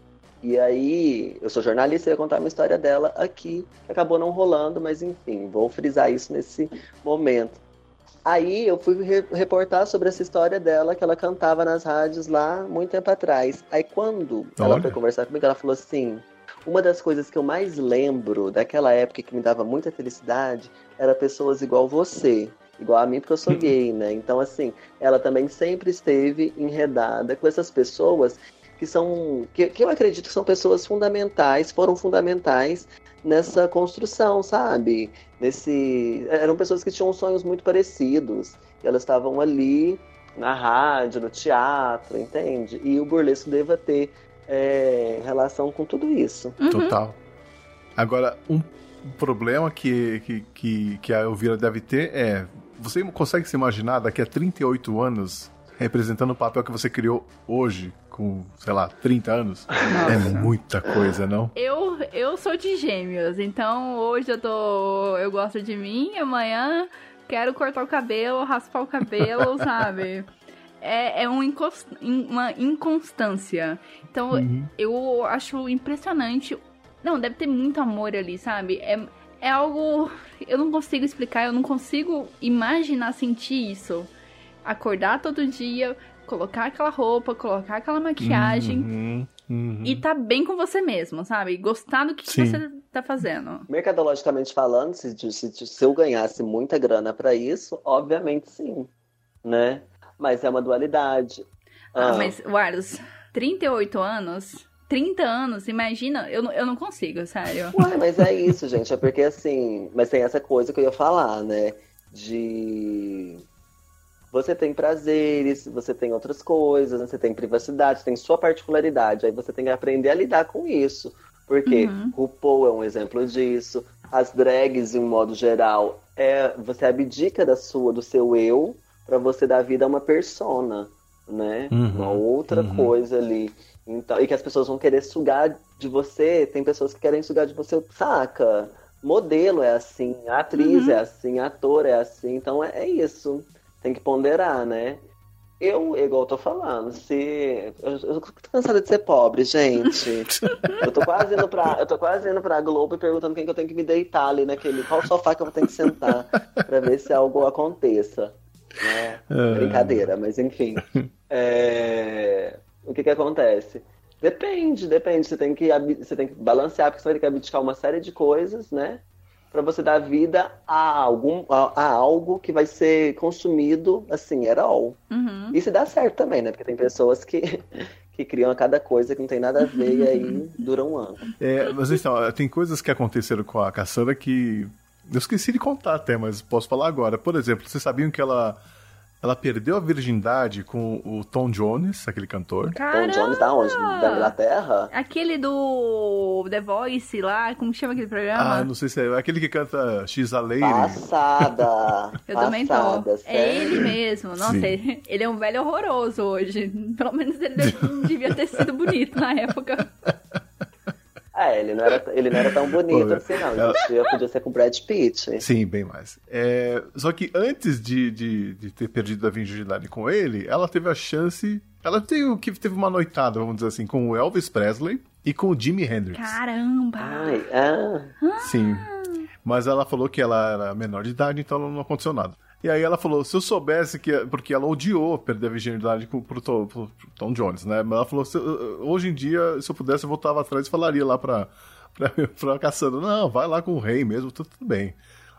E aí, eu sou jornalista e ia contar uma história dela aqui, que acabou não rolando, mas enfim, vou frisar isso nesse momento. Aí eu fui re- reportar sobre essa história dela, que ela cantava nas rádios lá muito tempo atrás. Aí quando ela
Olha.
foi conversar comigo, ela falou assim: uma das coisas que eu mais lembro daquela época que me dava muita felicidade era pessoas igual você. Igual a mim, porque eu sou gay, né? Então, assim, ela também sempre esteve enredada com essas pessoas que são, que, que eu acredito que são pessoas fundamentais, foram fundamentais nessa construção, sabe? Nesse, eram pessoas que tinham sonhos muito parecidos, e elas estavam ali na rádio, no teatro, entende? E o burlesco deva ter é, relação com tudo isso.
Uhum.
Total. Agora, um problema que, que, que, que a Elvira deve ter é... Você consegue se imaginar daqui a trinta e oito anos representando o papel que você criou hoje, com, sei lá, trinta anos?
Nossa.
É muita coisa, não?
Eu, eu sou de gêmeos, então hoje eu tô. Eu gosto de mim, amanhã quero cortar o cabelo, raspar o cabelo, sabe? É, é um incos- uma inconstância. Então
Uhum.
eu acho impressionante. Não, deve ter muito amor ali, sabe? É, é algo. Eu não consigo explicar, eu não consigo imaginar sentir isso. Acordar todo dia, colocar aquela roupa, colocar aquela maquiagem.
Uhum, uhum.
E tá bem com você mesmo, sabe? Gostar do que, que
Sim.
você tá fazendo.
Mercadologicamente falando, se, se, se eu ganhasse muita grana pra isso, obviamente sim, né? Mas é uma dualidade.
Ah,
Ah,
mas, Wardos, trinta e oito anos, trinta anos, imagina, eu, não- eu não consigo, sério.
Ué, mas é isso, gente. É porque assim. Mas tem essa coisa que eu ia falar, né? De. Você tem prazeres, você tem outras coisas, né? Você tem privacidade, você tem sua particularidade. Aí você tem que aprender a lidar com isso. Porque
Uhum.
RuPaul é um exemplo disso. As drags, de um modo geral, é você abdica da sua, do seu eu pra você dar vida a uma persona, né?
Uhum,
Uma outra
uhum.
coisa ali. Então, e que as pessoas vão querer sugar de você. Tem pessoas que querem sugar de você, saca? Modelo é assim, a atriz
Uhum.
é assim, ator é assim. Então é, é isso. Tem que ponderar, né? Eu, igual eu tô falando, se. Eu, eu tô cansada de ser pobre, gente. Eu tô quase indo pra. Eu tô quase indo pra Globo e perguntando quem que eu tenho que me deitar ali naquele. Qual sofá que eu tenho que sentar pra ver se algo aconteça. Né?
É.
Brincadeira, mas enfim. É, o que que acontece? Depende, depende. Você tem que, abi- você tem que balancear, porque você vai ter que abdicar uma série de coisas, né? Pra você dar vida a, algum, a, a algo que vai ser consumido, assim, at all.
Uhum.
E se dá certo também, né? Porque tem pessoas que, que criam a cada coisa que não tem nada a ver e aí dura um ano.
É, mas então, tem coisas que aconteceram com a Cassandra que eu esqueci de contar até, mas posso falar agora. Por exemplo, vocês sabiam que ela, ela perdeu a virgindade com o Tom Jones, aquele cantor?
Tom
Caramba!
Jones da onde? Da Inglaterra?
Aquele do The Voice lá, como que chama aquele programa?
Ah, não sei se é aquele que canta She's a Lady.
Passada!
Eu também tô.
Passada,
É
sério.
ele mesmo. Nossa,
Sim.
ele, ele é um velho horroroso hoje. Pelo menos ele deve- devia ter sido bonito na época.
É, ele não era, ele não era tão bonito
Pô,
assim, não.
ela-
Ele podia ser com o Brad Pitt.
Sim, bem mais. É, só que antes de, de, de ter perdido a virgindade com ele, ela teve a chance. Ela teve, que teve uma noitada, vamos dizer assim, com o Elvis Presley e com o Jimi Hendrix.
Caramba!
Ai, ah.
Sim. Mas ela falou que ela era menor de idade, então não aconteceu nada. E aí ela falou, se eu soubesse que... Porque ela odiou perder a virginidade pro, pro, Tom, pro, pro Tom Jones, né? Mas ela falou, se, hoje em dia, se eu pudesse, eu voltava atrás e falaria lá pra, pra, pra Cassandra, não, vai lá com o rei mesmo, tudo, tudo bem.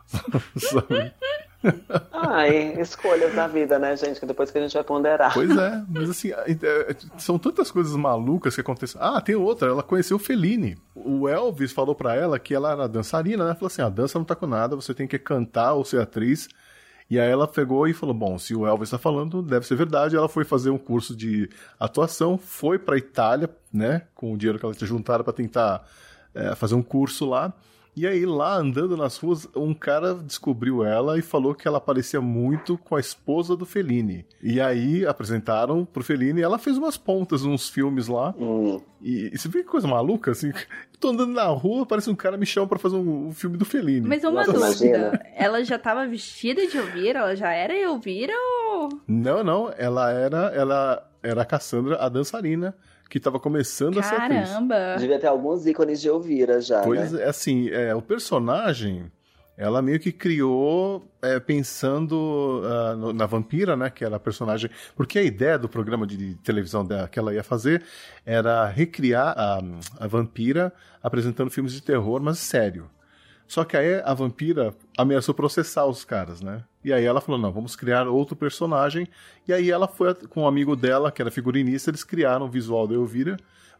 Ai, escolhas da vida, né, gente? Que depois que a gente vai ponderar.
Pois é, mas assim, são tantas coisas malucas que acontecem. Ah, tem outra, ela conheceu o Fellini. O Elvis falou pra ela que ela era dançarina, né? Falou assim, a dança não tá com nada, você tem que cantar ou ser atriz. E aí ela pegou e falou, bom, se o Elvis tá falando, deve ser verdade. Ela foi fazer um curso de atuação, foi pra Itália, né? Com o dinheiro que ela tinha juntado pra tentar é, fazer um curso lá. E aí, lá, andando nas ruas, um cara descobriu ela e falou que ela parecia muito com a esposa do Fellini. E aí, apresentaram pro Fellini e ela fez umas pontas nos filmes lá.
Hum.
E, e você vê que coisa maluca, assim? Eu tô andando na rua, parece um cara me chama pra fazer um, um filme do Fellini.
Mas uma
Nossa,
dúvida,
imagina.
ela já tava vestida de Elvira? Ela já era Elvira ou...
Não, não, ela era, ela era a Cassandra, a dançarina, que tava começando a ser atriz.
Caramba!
Devia ter alguns ícones de Elvira já,
Pois
né?
é, assim, é, o personagem, ela meio que criou é, pensando uh, no, na vampira, né, que era a personagem... Porque a ideia do programa de, de televisão dela, que ela ia fazer era recriar a, a vampira apresentando filmes de terror, mas sério. Só que aí a vampira ameaçou processar os caras, né? E aí ela falou, não, vamos criar outro personagem. E aí ela foi com um amigo dela, que era figurinista, eles criaram o visual da Elvira,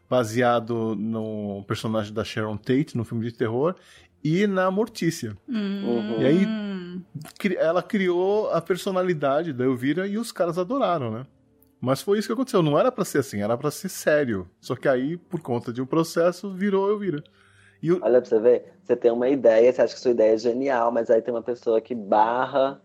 baseado no personagem da Sharon Tate, no filme de terror, e na Mortícia.
Hum.
E aí ela criou a personalidade da Elvira e os caras adoraram, né? Mas foi isso que aconteceu, não era pra ser assim, era pra ser sério. Só que aí, por conta de um processo, virou Elvira. E o...
Olha pra você ver, você tem uma ideia, você acha que sua ideia é genial, mas aí tem uma pessoa que barra,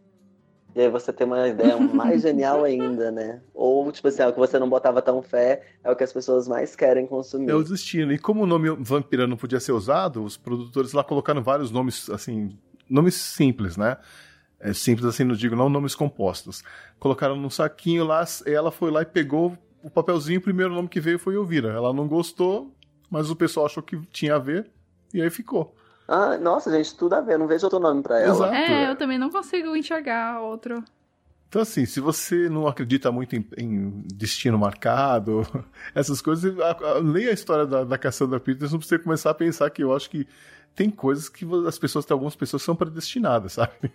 e aí você tem uma ideia mais genial ainda, né? Ou, tipo assim, é o que você não botava tão fé, é o que as pessoas mais querem consumir.
É o destino. E como o nome vampira não podia ser usado, os produtores lá colocaram vários nomes, assim, nomes simples, né? É simples assim, não digo, não nomes compostos. Colocaram num saquinho lá, e ela foi lá e pegou o papelzinho, o primeiro nome que veio foi Elvira. Ela não gostou, mas o pessoal achou que tinha a ver, e aí ficou.
Ah, nossa, gente, tudo a ver, não vejo outro nome pra ela.
Exato.
É, eu também não consigo enxergar outro.
Então, assim, se você não acredita muito em, em destino marcado, essas coisas, a, a, leia a história da, da Cassandra Peterson pra você começar a pensar que eu acho que tem coisas que as pessoas, tem algumas pessoas que são predestinadas, sabe?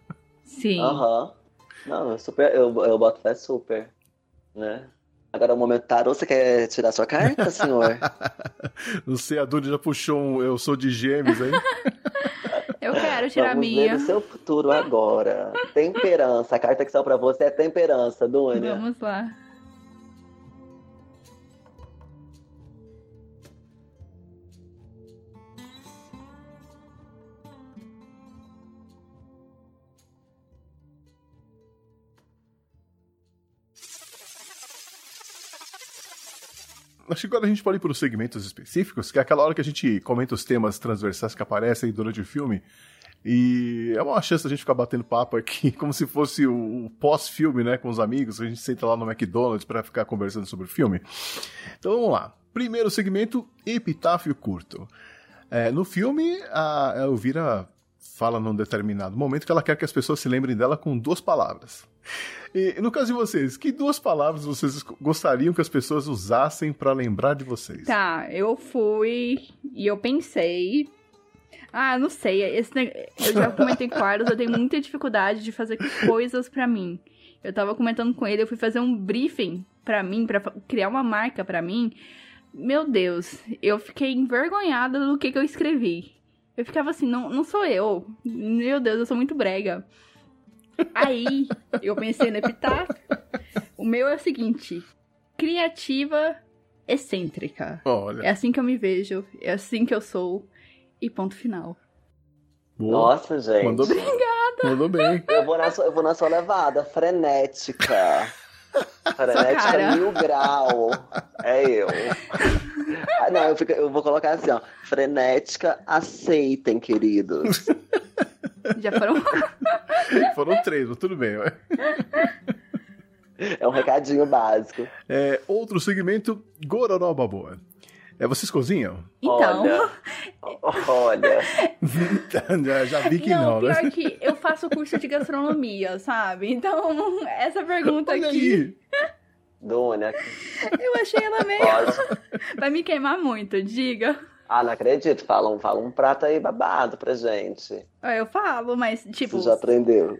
Sim.
Aham. Uhum. Não, eu, super, eu, eu boto fé super, né? Agora, o momento tarô, você quer tirar sua carta, senhor?
Não sei, a Duda já puxou um Eu Sou de Gêmeos aí.
Eu quero tirar a
Vamos
minha.
ver o seu futuro agora. Temperança. A carta que saiu pra você é temperança, Dunia.
Vamos lá.
Acho que agora a gente pode ir para os segmentos específicos, que é aquela hora que a gente comenta os temas transversais que aparecem durante o filme. E é uma chance da gente ficar batendo papo aqui, como se fosse o pós-filme, né, com os amigos. A gente senta lá no McDonald's para ficar conversando sobre o filme. Então vamos lá. Primeiro segmento, epitáfio curto. É, no filme, a Elvira fala num determinado momento que ela quer que as pessoas se lembrem dela com duas palavras. E no caso de vocês, que duas palavras vocês gostariam que as pessoas usassem pra lembrar de vocês?
Tá, eu fui e eu pensei... Ah, não sei, esse neg... eu já comentei com o Carlos, eu tenho muita dificuldade de fazer coisas pra mim. Eu tava comentando com ele, eu fui fazer um briefing pra mim, pra criar uma marca pra mim. Meu Deus, eu fiquei envergonhada do que, que eu escrevi. Eu ficava assim, não, não sou eu. Meu Deus, eu sou muito brega. Aí, eu pensei no epitáfio. O meu é o seguinte: criativa, excêntrica.
Olha.
É assim que eu me vejo, é assim que eu sou. E ponto final.
Boa.
Nossa, gente.
Mandou bem.
Obrigada.
Mandou bem.
Eu vou na sua, eu vou na sua levada. Frenética. Frenética
cara.
mil grau. É eu. Ah, não, eu, fico, eu vou colocar assim, ó. Frenética, aceitem, queridos.
Já foram?
Foram três, mas tudo bem.
É um recadinho básico.
É, outro segmento, Gororoba Boa. É, vocês cozinham?
Então,
Olha. Olha.
já, já vi que
não,
não,
pior
né?
que eu faço curso de gastronomia, sabe? Então, essa pergunta
Olha
aqui,
aí.
Dúnia.
eu achei ela meio...
Pode.
Vai me queimar muito, diga.
Ah, não acredito. Fala um, fala um prato aí babado pra gente.
Eu falo, mas, tipo...
Você já aprendeu?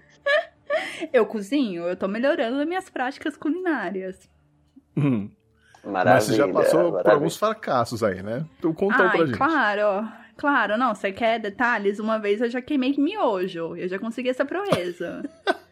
Eu cozinho, eu tô melhorando as minhas práticas culinárias.
Hum.
Maravilha.
Mas você já passou
maravilha.
por alguns fracassos aí, né? Então conta um
Ai,
pra gente.
claro, claro. Não, você quer detalhes? Uma vez eu já queimei miojo. Eu já consegui essa proeza.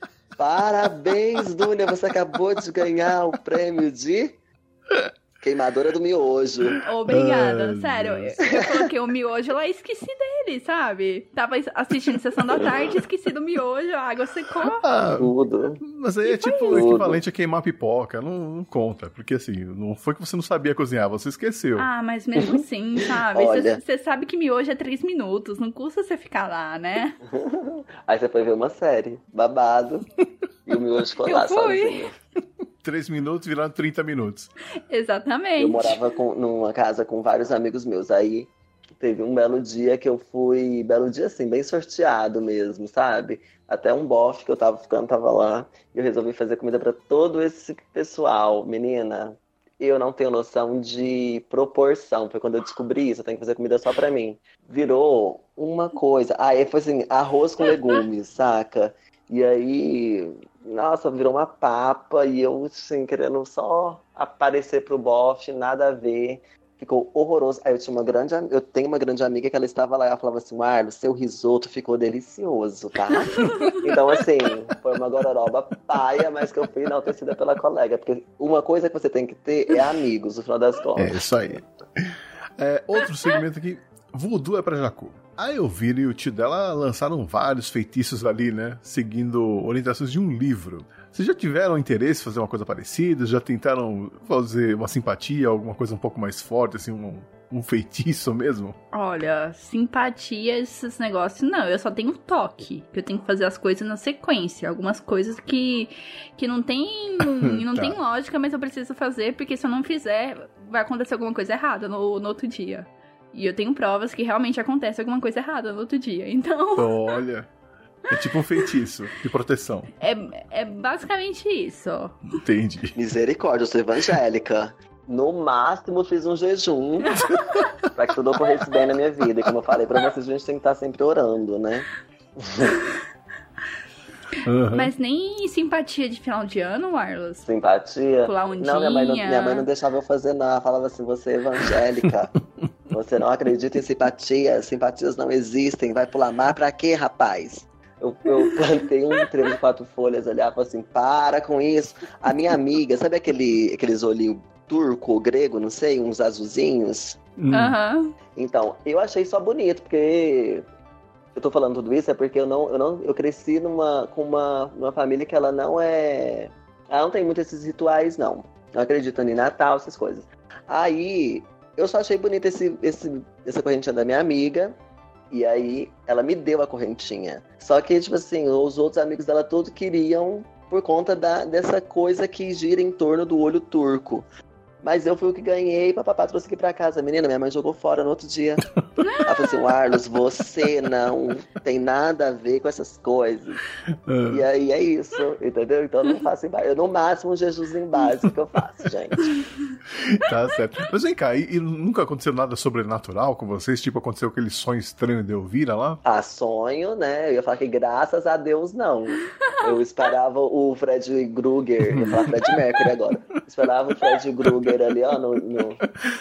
Parabéns, Dúnia. Você acabou de ganhar o prêmio de queimadora do miojo.
Obrigada,
Ai,
sério. Eu,
nossa.
eu coloquei o miojo lá e esqueci dele, sabe? Tava assistindo Sessão da Tarde, esqueci do miojo, a água secou.
Ah,
Tudo.
mas aí é tipo o
isso?
equivalente a queimar pipoca. Não, não conta. Porque assim, não foi que você não sabia cozinhar, você esqueceu.
Ah, mas mesmo assim, sabe?
Olha.
Você sabe que miojo é três minutos, não custa você ficar lá, né?
Aí você foi ver uma série, babado, e o miojo ficou
Eu
lá
fui.
sozinho.
Três minutos viraram trinta minutos.
Exatamente.
Eu morava com, numa casa com vários amigos meus. Aí teve um belo dia que eu fui, belo dia assim, bem sorteado mesmo, sabe? Até um bofe que eu tava ficando tava lá. E eu resolvi fazer comida pra todo esse pessoal. Menina, eu não tenho noção de proporção. Foi quando eu descobri isso, eu tenho que fazer comida só pra mim. Virou uma coisa. Aí foi assim, arroz com legumes, saca? E aí, nossa, virou uma papa e eu, assim, querendo só aparecer pro bofe, nada a ver. Ficou horroroso. Aí eu tinha uma grande, am- eu tenho uma grande amiga que ela estava lá e ela falava assim, Marlos, seu risoto ficou delicioso, tá? Então, assim, foi uma gororoba paia, mas que eu fui enaltecida pela colega. Porque uma coisa que você tem que ter é amigos, no final das
É
contas.
isso aí. É, outro segmento aqui. Voodoo é pra Jacu. A Elvira e o tio dela lançaram vários feitiços ali, né? Seguindo orientações de um livro. Vocês já tiveram interesse em fazer uma coisa parecida? Já tentaram fazer uma simpatia, alguma coisa um pouco mais forte, assim, um, um feitiço mesmo?
Olha, simpatia, esses negócios, não, eu só tenho toque, que eu tenho que fazer as coisas na sequência, algumas coisas que, que não tem, não
Tá.
tem lógica, mas eu preciso fazer, porque se eu não fizer, vai acontecer alguma coisa errada no, no outro dia. E eu tenho provas que realmente acontece alguma coisa errada no outro dia, então
Olha, é tipo um feitiço de proteção.
é, é basicamente isso.
Entendi.
Misericórdia, eu sou evangélica. No máximo, fiz um jejum pra que tudo ocorresse bem na minha vida. E como eu falei pra vocês, a gente tem que estar sempre orando, né?
Uhum.
Mas nem simpatia de final de ano, Marlos?
Simpatia.
Pular ondinha.
Não, minha mãe não, minha mãe não deixava eu fazer, não. Ela falava assim, você é evangélica. Você não acredita em simpatia. Simpatias não existem. Vai pular mar pra quê, rapaz? Eu, eu plantei um trevo de quatro folhas ali. Ela falou assim, para com isso. A minha amiga, sabe aquele, aqueles olhinhos turco, grego, não sei, uns azulzinhos?
Hum.
Aham.
Então, eu achei só bonito, porque eu tô falando tudo isso é porque eu não, eu não, eu cresci numa, com uma, uma família que ela não é, ela não tem muito esses rituais, não. Não acredita em Natal, essas coisas. Aí, eu só achei bonito esse, esse, essa correntinha da minha amiga, e aí ela me deu a correntinha. Só que, tipo assim, os outros amigos dela todos queriam por conta da, dessa coisa que gira em torno do olho turco. Mas eu fui o que ganhei, papapá trouxe aqui pra casa. Menina, minha mãe jogou fora no outro dia. Ela falou assim, Arlos, você não tem nada a ver com essas coisas.
Ah.
E aí é isso, entendeu? Então eu não faço em base. Eu, no máximo, um jejuzinho básico que eu faço, gente.
Tá certo. Mas vem cá, e, e nunca aconteceu nada sobrenatural com vocês? Tipo, aconteceu aquele sonho estranho de Elvira lá?
Ah, sonho, né? Eu ia falar que graças a Deus não. Eu esperava o Fred Krueger, eu ia falar Fred Mercury agora. Eu esperava o Fred Krueger ali, ó, no, no...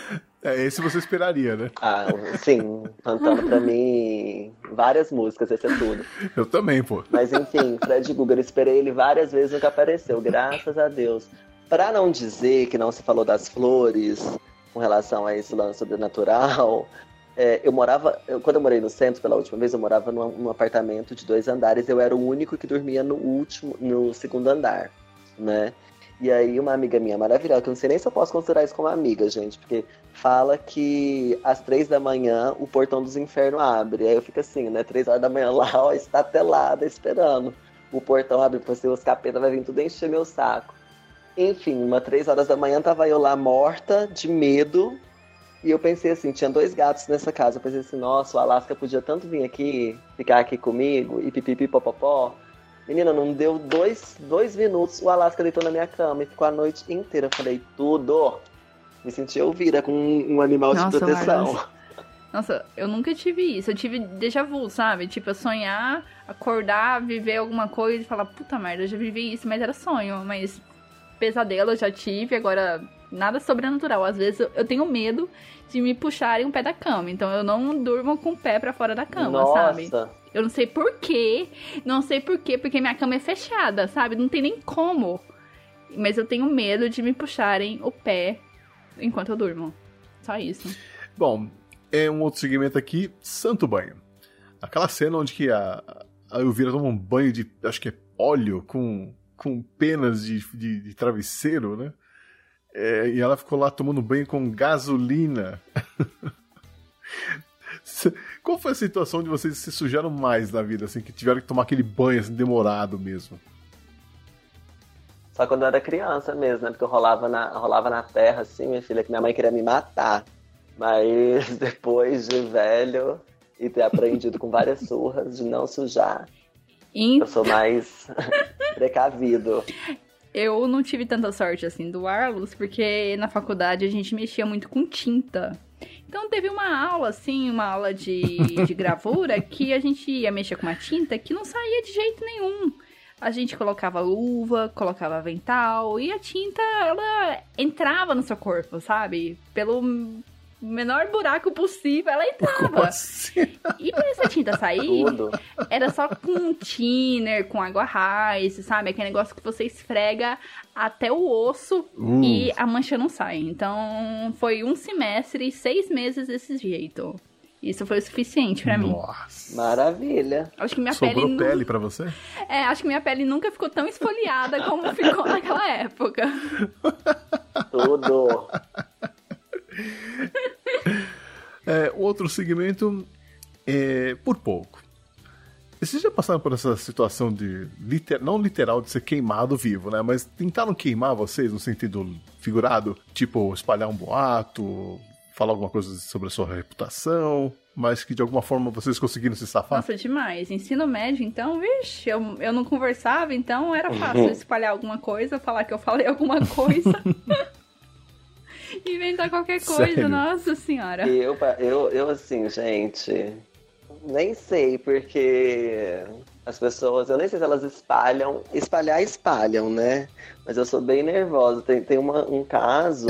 É, esse você esperaria, né?
Ah, sim, cantando pra mim várias músicas, esse é tudo.
Eu também, pô.
Mas enfim, Fred Krueger, eu esperei ele várias vezes, nunca apareceu, graças a Deus. Pra não dizer que não se falou das flores com relação a esse lance sobrenatural, é, eu morava, eu, quando eu morei no centro pela última vez, eu morava num, num apartamento de dois andares, eu era o único que dormia no último, no segundo andar, né? E aí uma amiga minha maravilhosa, que eu não sei nem se eu posso considerar isso como amiga, gente, porque fala que às três da manhã o portão dos infernos abre. Aí eu fico assim, né, três horas da manhã lá, ó, estatelada, esperando. O portão abre, porque os capetas vai vir tudo encher meu saco. Enfim, uma três horas da manhã tava eu lá morta, de medo, E eu pensei assim, tinha dois gatos nessa casa. Eu pensei assim, nossa, o Alasca podia tanto vir aqui, ficar aqui comigo, e pipipi popopó. Menina, não deu dois, dois minutos, o Alasca deitou na minha cama e ficou a noite inteira. Eu falei, tudo. Me senti ouvida com um animal
Nossa,
de proteção.
Marcos. Nossa, eu nunca tive isso. Eu tive déjà vu, sabe? Tipo, eu sonhar, acordar, viver alguma coisa e falar, puta merda, eu já vivi isso, mas era sonho. Mas pesadelo eu já tive, agora nada sobrenatural. Às vezes eu, eu tenho medo de me puxarem um pé da cama. Então eu não durmo com o pé pra fora da cama,
Nossa.
sabe? Eu não sei porquê. Não sei porquê, porque minha cama é fechada, sabe? Não tem nem como. Mas eu tenho medo de me puxarem o pé enquanto eu durmo. Só isso.
Bom, é um outro segmento aqui, Santo Banho. Aquela cena onde que a, a Elvira toma um banho de, acho que é óleo, com, com penas de, de, de travesseiro, né? É, e ela ficou lá tomando banho com gasolina. Qual foi a situação de vocês se sujaram mais na vida, assim, que tiveram que tomar aquele banho assim, demorado mesmo?
Só quando eu era criança mesmo, né? Porque eu rolava na, rolava na terra, assim, minha filha, que minha mãe queria me matar. Mas depois de velho e ter aprendido com várias surras de não sujar,
E...
eu sou mais precavido.
Eu não tive tanta sorte assim do Arlos, porque na faculdade a gente mexia muito com tinta. Então teve uma aula, assim, uma aula de, de gravura, que a gente ia mexer com uma tinta que não saía de jeito nenhum. A gente colocava luva, colocava avental, e a tinta, ela entrava no seu corpo, sabe? Pelo menor buraco possível, ela entrava.
Assim?
E pra essa tinta sair,
Tudo.
era só com thinner, com água Rice, sabe? Aquele negócio que você esfrega até o osso
Uh.
e a mancha não sai. Então, foi um semestre e seis meses desse jeito. Isso foi o suficiente pra mim.
Nossa.
Maravilha.
Acho que minha
Sobrou
pele...
pele
nu-
pra você?
É, acho que minha pele nunca ficou tão esfoliada como ficou naquela época.
Tudo.
É, outro segmento é por pouco. Vocês já passaram por essa situação de, liter, não literal de ser queimado vivo, né? Mas tentaram queimar vocês no sentido figurado? Tipo, espalhar um boato, falar alguma coisa sobre a sua reputação, mas que de alguma forma vocês conseguiram se safar?
Nossa, demais. Ensino médio, então, vixe, eu, eu não conversava, então era fácil espalhar alguma coisa, falar que eu falei alguma coisa. Inventar qualquer coisa,
Sério?
nossa senhora.
Eu, eu, eu, assim, gente, nem sei, porque as pessoas, eu nem sei se elas espalham, espalhar, espalham, né? Mas eu sou bem nervosa. Tem, tem uma, um caso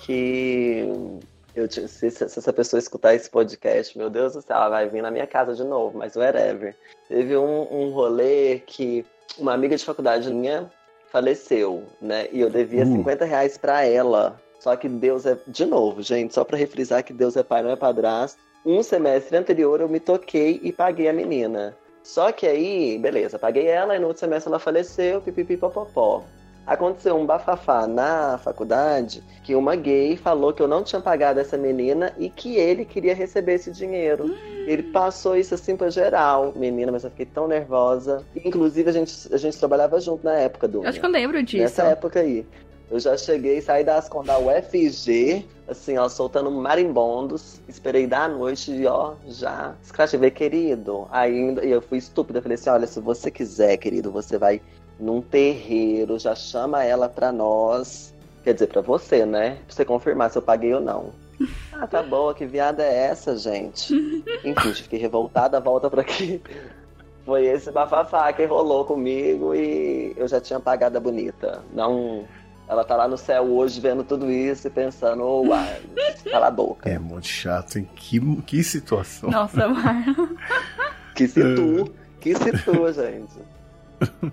que, eu, se, se essa pessoa escutar esse podcast, meu Deus do céu, ela vai vir na minha casa de novo, mas whatever. Teve um, um rolê que uma amiga de faculdade minha faleceu, né? E eu devia
Uh.
cinquenta reais pra ela. Só que Deus é, de novo, gente, só pra refrisar que Deus é pai, não é padrasto. Um semestre anterior eu me toquei e paguei a menina. Só que aí, beleza, paguei ela e no outro semestre ela faleceu, pipipipopopó. Aconteceu um bafafá na faculdade que uma gay falou que eu não tinha pagado essa menina e que ele queria receber esse dinheiro. Hum. Ele passou isso assim pra geral. Menina, mas eu fiquei tão nervosa. Inclusive, a gente, a gente trabalhava junto na época do.
Acho que eu lembro disso.
Nessa época aí. Eu já cheguei, saí das contas da U F G, assim, ó, soltando marimbondos. Esperei da noite e, ó, já escravei, querido. Ainda, e eu fui estúpida. Falei assim, olha, se você quiser, querido, você vai num terreiro, já chama ela pra nós. Quer dizer, pra você, né? Pra você confirmar se eu paguei ou não. Ah, tá boa, que viada é essa, gente? Enfim, fiquei revoltada, volta pra aqui. Foi esse bafafá que rolou comigo e eu já tinha pagado a bonita. Não... Ela tá lá no céu hoje vendo tudo isso e pensando, oh, uai, cala a boca.
É muito chato, hein? Que, que situação.
Nossa, Marlon.
Que situ, que situ, gente.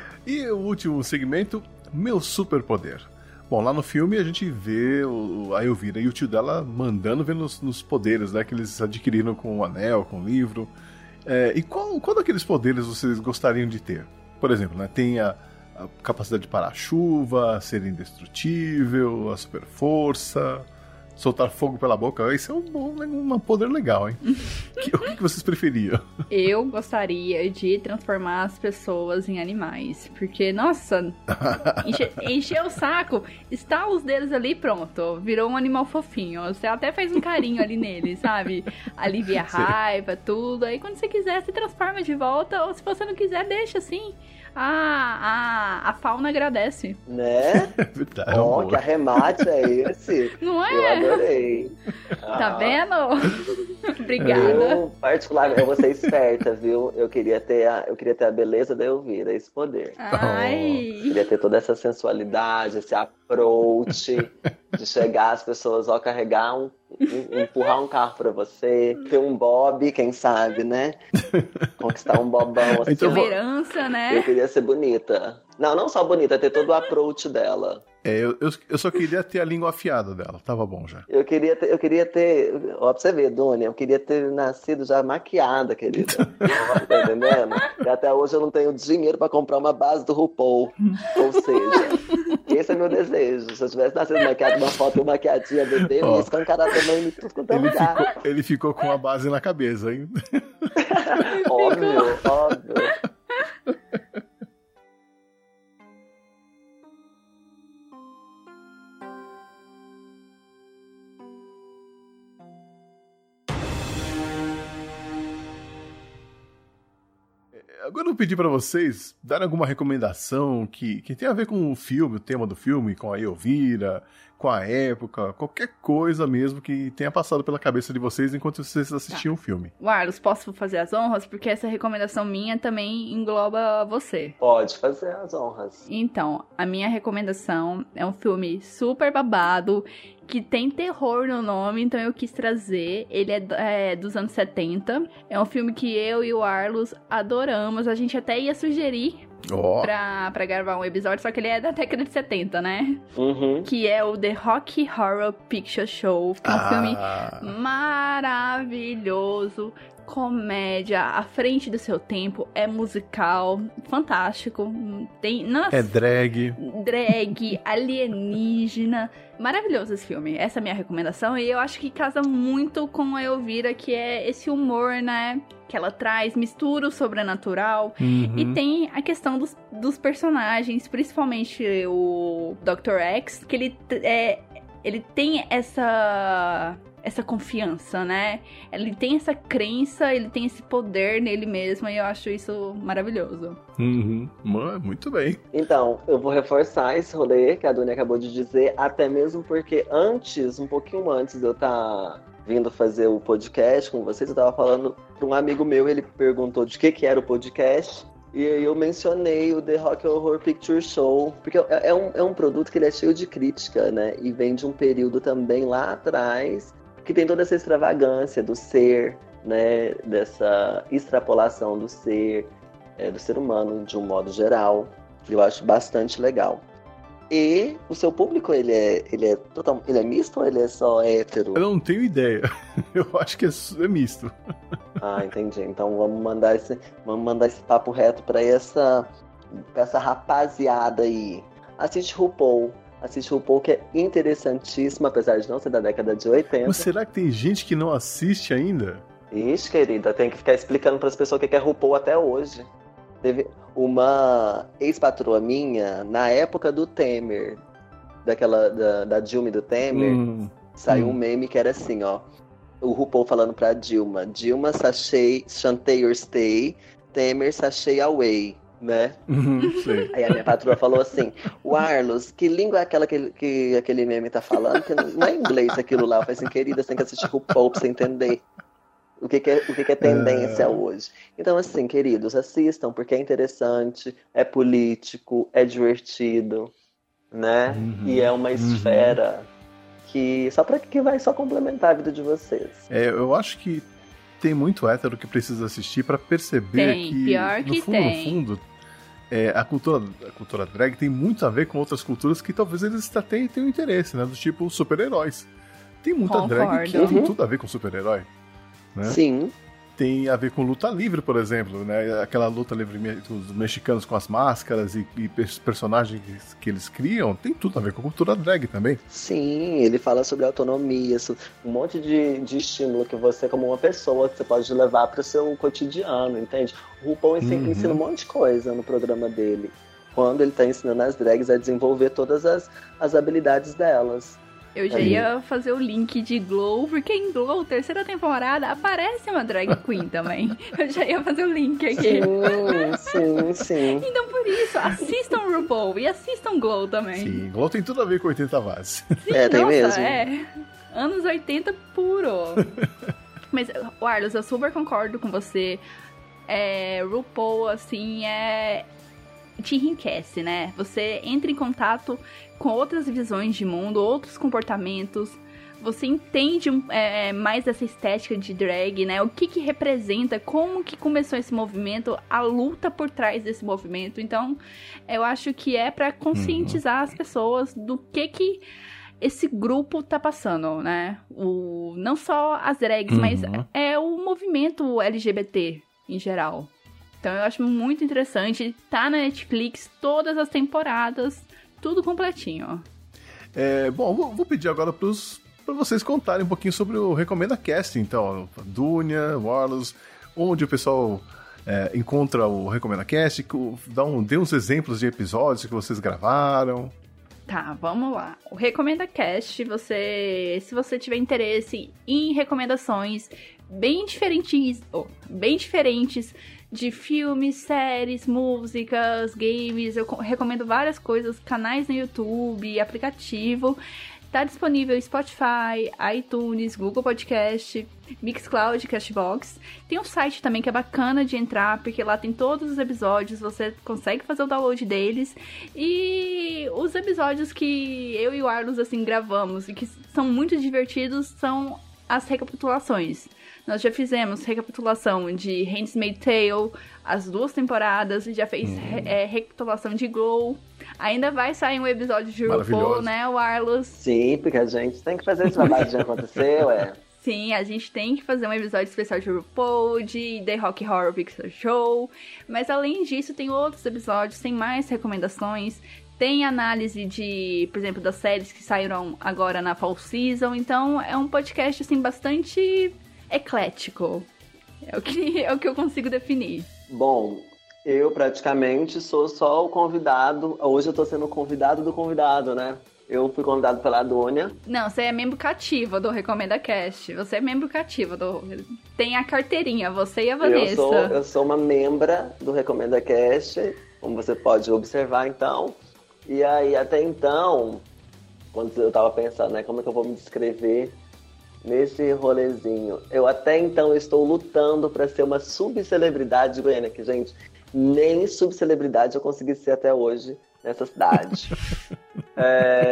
E o último segmento, meu superpoder. Bom, lá no filme a gente vê o, a Elvira e o tio dela mandando ver nos, nos poderes, né, que eles adquiriram com o anel, com o livro. É, e qual, qual daqueles poderes vocês gostariam de ter? Por exemplo, né, tem a, a capacidade de parar a chuva, ser indestrutível, a super força. soltar fogo pela boca. Esse é um, um, um poder legal, hein? que, o que vocês preferiam?
Eu gostaria de transformar as pessoas em animais. Porque, nossa, enche, encheu o saco, estala os dedos ali, pronto. Virou um animal fofinho. Você até faz um carinho ali nele, sabe? Alivia a raiva, tudo. Aí quando você quiser, se transforma de volta. Ou se você não quiser, deixa assim. A, a, a fauna agradece.
Né? Ó, oh, que arremate é esse?
Não é?
Eu adorei.
Tá
ah.
vendo? Obrigada.
Eu, particularmente, eu vou ser esperta, viu? Eu queria ter a, eu queria ter a beleza da Elvira, esse poder.
Ai.
Eu queria ter toda essa sensualidade, esse approach de chegar as pessoas, ó, carregar um, um empurrar um carro pra você, ter um bob, quem sabe, né? Conquistar um bobão assim.
Então, herança, né?
Eu queria ser bonita. Não, não só bonita, ter todo o approach dela.
É, eu, eu, eu só queria ter a língua afiada dela, tava bom já.
Eu queria ter, eu queria ter, ó, pra você ver, Dona, eu queria ter nascido já maquiada, querida. Tá entendendo? E até hoje eu não tenho dinheiro pra comprar uma base do RuPaul. Ou seja, esse é meu desejo. Se eu tivesse nascido maquiado, uma foto eu maquiadinha, bebê, eu ia escancarar também em tudo quanto é lugar.
Ficou, ele ficou com a base na cabeça, hein?
Óbvio, óbvio.
Agora eu vou pedir pra vocês darem alguma recomendação que, que tem a ver com o filme, o tema do filme, com a Elvira, com a época, qualquer coisa mesmo que tenha passado pela cabeça de vocês enquanto vocês assistiam tá. o filme.
Warlos, posso fazer as honras? Porque essa recomendação minha também engloba você.
Pode fazer as honras.
Então, a minha recomendação é um filme super babado, que tem terror no nome, então eu quis trazer. Ele é, é dos anos setenta. É um filme que eu e o Arlos adoramos. A gente até ia sugerir oh. pra, pra gravar um episódio, só que ele é da década de setenta, né?
Uhum.
Que é o The Rocky Horror Picture Show, que é um
ah.
filme maravilhoso. Comédia, à frente do seu tempo, é musical, fantástico. Tem, nossa,
é drag.
Drag, alienígena. Maravilhoso esse filme. Essa é a minha recomendação. E eu acho que casa muito com a Elvira, que é esse humor, né? Que ela traz, mistura o sobrenatural.
Uhum.
E tem a questão dos, dos personagens, principalmente o doutor X, que ele, é, ele tem essa... essa confiança, né? Ele tem essa crença, ele tem esse poder nele mesmo, e eu acho isso maravilhoso.
Uhum. Muito bem.
Então, eu vou reforçar esse rolê que a Doni acabou de dizer, até mesmo porque antes, um pouquinho antes de eu estar vindo fazer o podcast com vocês, eu tava falando para um amigo meu, ele perguntou de que que era o podcast, e aí eu mencionei o The Rocky Horror Picture Show, porque é um, é um produto que ele é cheio de crítica, né? E vem de um período também lá atrás, que tem toda essa extravagância do ser, né, dessa extrapolação do ser, é, do ser humano de um modo geral. Eu acho bastante legal. E o seu público, ele é, ele é, total, ele é misto ou ele é só hétero?
Eu não tenho ideia. Eu acho que é, é misto.
Ah, entendi. Então vamos mandar esse, vamos mandar esse papo reto pra essa, pra essa rapaziada aí. Assiste RuPaul. Assiste RuPaul, que é interessantíssimo, apesar de não ser da década de oitenta.
Mas será que tem gente que não assiste ainda?
Ixi, querida, tem que ficar explicando para as pessoas o que é RuPaul até hoje. Teve uma ex-patroa minha, na época do Temer, daquela, da, da Dilma e do Temer, hum, saiu hum. um meme que era assim, ó. O RuPaul falando pra Dilma, Dilma sachei, chantei your stay, Temer sachei away. Né?
Uhum,
aí a minha patroa falou assim, o Arlos, que língua é aquela que, que aquele meme tá falando? Que não é inglês aquilo lá. Eu falei assim, querida, você tem que assistir RuPaul pra você entender o que, que, é, o que, que é tendência uh... hoje. Então assim, queridos, assistam, porque é interessante, é político, é divertido, né? Uhum, e é uma uhum. esfera que só pra que vai só complementar a vida de vocês.
É, eu acho que tem muito hétero que precisa assistir pra perceber
tem,
que,
pior que
no fundo,
tem.
no fundo, é, a, cultura, a cultura drag tem muito a ver com outras culturas que talvez eles até tenham interesse, né? Do tipo super-heróis. Tem muita
Concordo.
drag que uhum. tem tudo a ver com super-herói. Né?
Sim.
tem a ver com luta livre, por exemplo, né? Aquela luta livre dos mexicanos com as máscaras e, e personagens que eles criam, tem tudo a ver com a cultura drag também.
Sim, ele fala sobre autonomia, um monte de, de estímulo que você, como uma pessoa, que você pode levar para o seu cotidiano, entende? O RuPaul uhum. ensina um monte de coisa no programa dele, quando ele está ensinando as drags a desenvolver todas as, as habilidades delas.
Eu já ia fazer o link de Glow, porque em Glow, terceira temporada, aparece uma drag queen também. Eu já ia fazer o link aqui.
Sim, sim, sim.
Então, por isso, assistam RuPaul e assistam Glow também.
Sim, Glow tem tudo a ver com oitenta watts.
Sim,
é, tem
nossa,
mesmo.
É. Anos oitenta puro. Mas, Arlos, eu super concordo com você. É, RuPaul, assim, é... te enriquece, né? Você entra em contato com outras visões de mundo, outros comportamentos. Você entende é, mais essa estética de drag, né? O que que representa, como que começou esse movimento, a luta por trás desse movimento. Então, eu acho que é pra conscientizar uhum. as pessoas do que que esse grupo tá passando, né? O, não só as drags, uhum. mas é o movimento L G B T em geral. Então eu acho muito interessante. Tá na Netflix todas as temporadas, tudo completinho.
É, bom, vou, vou pedir agora pros, pra vocês contarem um pouquinho sobre o Recomenda Cast, então. Dúnia, Warlos, onde o pessoal é, encontra o Recomenda Cast, dá um, dê uns exemplos de episódios que vocês gravaram.
Tá, vamos lá. O Recomenda Cast, você, se você tiver interesse em recomendações bem diferentes, oh, bem diferentes de filmes, séries, músicas, games, eu recomendo várias coisas, canais no YouTube, aplicativo. Tá disponível Spotify, iTunes, Google Podcast, Mixcloud, Cashbox. Tem um site também que é bacana de entrar, porque lá tem todos os episódios, você consegue fazer o download deles. E os episódios que eu e o Arlos, assim, gravamos e que são muito divertidos são as recapitulações. Nós já fizemos recapitulação de Handmaid's Tale, as duas temporadas, já fez uhum. re- é, recapitulação de Glow. Ainda vai sair um episódio de RuPaul, né, Arlos?
Sim, porque a gente tem que fazer esse trabalho de acontecer, ué.
Sim, a gente tem que fazer um episódio especial de RuPaul, de The Rock Horror Picture Show. Mas além disso, tem outros episódios, tem mais recomendações. Tem análise de, por exemplo, das séries que saíram agora na Fall Season. Então, é um podcast, assim, bastante eclético. É o que, é o que eu consigo definir.
Bom, eu praticamente sou só o convidado. Hoje eu tô sendo o convidado do convidado, né? Eu fui convidado pela Dúnia.
Não, você é membro cativo do Recomenda Cast. Você é membro cativo do... Tem a carteirinha, você e a Vanessa.
Eu sou, eu sou uma membra do Recomenda Cast, como você pode observar, então. E aí, até então, quando eu tava pensando, né, como é que eu vou me descrever nesse rolezinho. Eu até então estou lutando para ser uma subcelebridade de Goiânia, que, gente, nem subcelebridade eu consegui ser até hoje nessa cidade. é...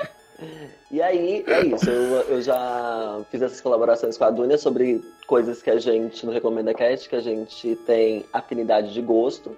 E aí, é isso. Eu, eu já fiz essas colaborações com a Dúnia sobre coisas que a gente, no Recomenda Cast, que a gente tem afinidade de gosto.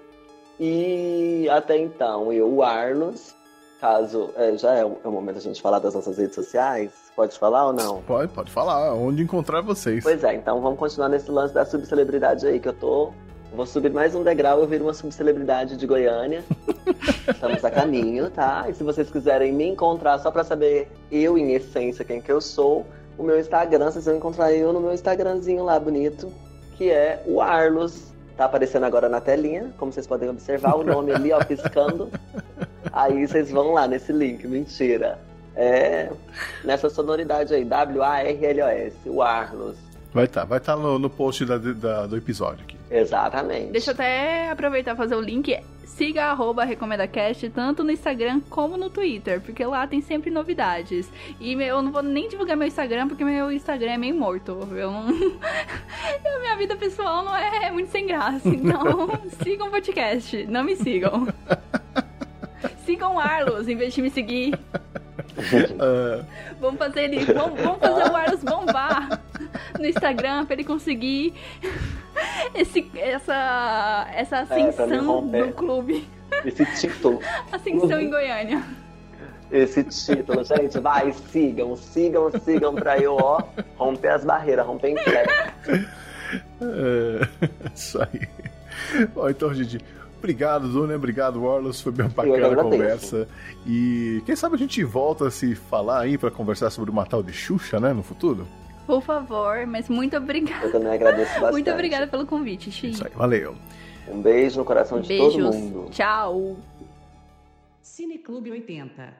E até então, eu, o Arlos, caso é, já é o, é o momento da gente falar das nossas redes sociais, pode falar ou não?
Pode, pode falar, onde encontrar vocês.
Pois é, então vamos continuar nesse lance da subcelebridade aí, que eu tô... Vou subir mais um degrau, eu viro uma subcelebridade de Goiânia. Estamos a caminho, tá? E se vocês quiserem me encontrar só pra saber eu, em essência, quem que eu sou, o meu Instagram, vocês vão encontrar eu no meu Instagramzinho lá, bonito, que é o Arlos. Tá aparecendo agora na telinha, como vocês podem observar, o nome ali, ó, piscando. Aí vocês vão lá nesse link, mentira. É nessa sonoridade aí, W A R L O S, o Arlos.
Vai estar, tá, vai estar tá no, no post da, da, do episódio aqui.
Exatamente.
Deixa eu até aproveitar e fazer o link. Siga arroba RecomendaCast tanto no Instagram como no Twitter, porque lá tem sempre novidades. E eu não vou nem divulgar meu Instagram, porque meu Instagram é meio morto. Eu não... Minha vida pessoal não é muito sem graça. Então, sigam o podcast, não me sigam. Sigam o Arlos, em vez de me seguir. Uh... Vamos fazer ele, vamos, vamos fazer o Arlos bombar no Instagram pra ele conseguir esse, essa, essa ascensão é, no clube.
Esse título.
Ascensão em Goiânia.
Esse título, gente, vai, sigam, sigam, sigam pra eu, ó, romper as barreiras, romper em pé.
É, isso aí. Bom, então, gente, obrigado, Dunia, obrigado, Orlos, foi bem bacana a conversa. E quem sabe a gente volta a se falar aí pra conversar sobre uma tal de Xuxa, né, no futuro?
Por favor, mas muito obrigada.
Eu também agradeço bastante.
Muito obrigada pelo convite, Xi.
Isso aí, valeu.
Um beijo no coração de
Beijos.
todo mundo.
Tchau.
Cineclube oitenta.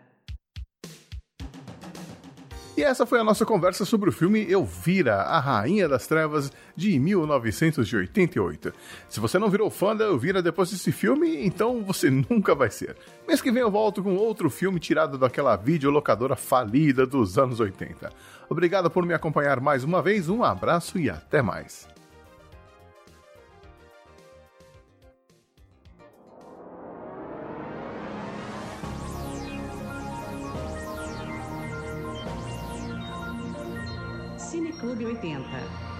E essa foi a nossa conversa sobre o filme Elvira, a Rainha das Trevas, de mil novecentos e oitenta e oito. Se você não virou fã da Elvira depois desse filme, então você nunca vai ser. Mês que vem eu volto com outro filme tirado daquela videolocadora falida dos anos oitenta. Obrigado por me acompanhar mais uma vez, um abraço e até mais.
Cineclube oitenta.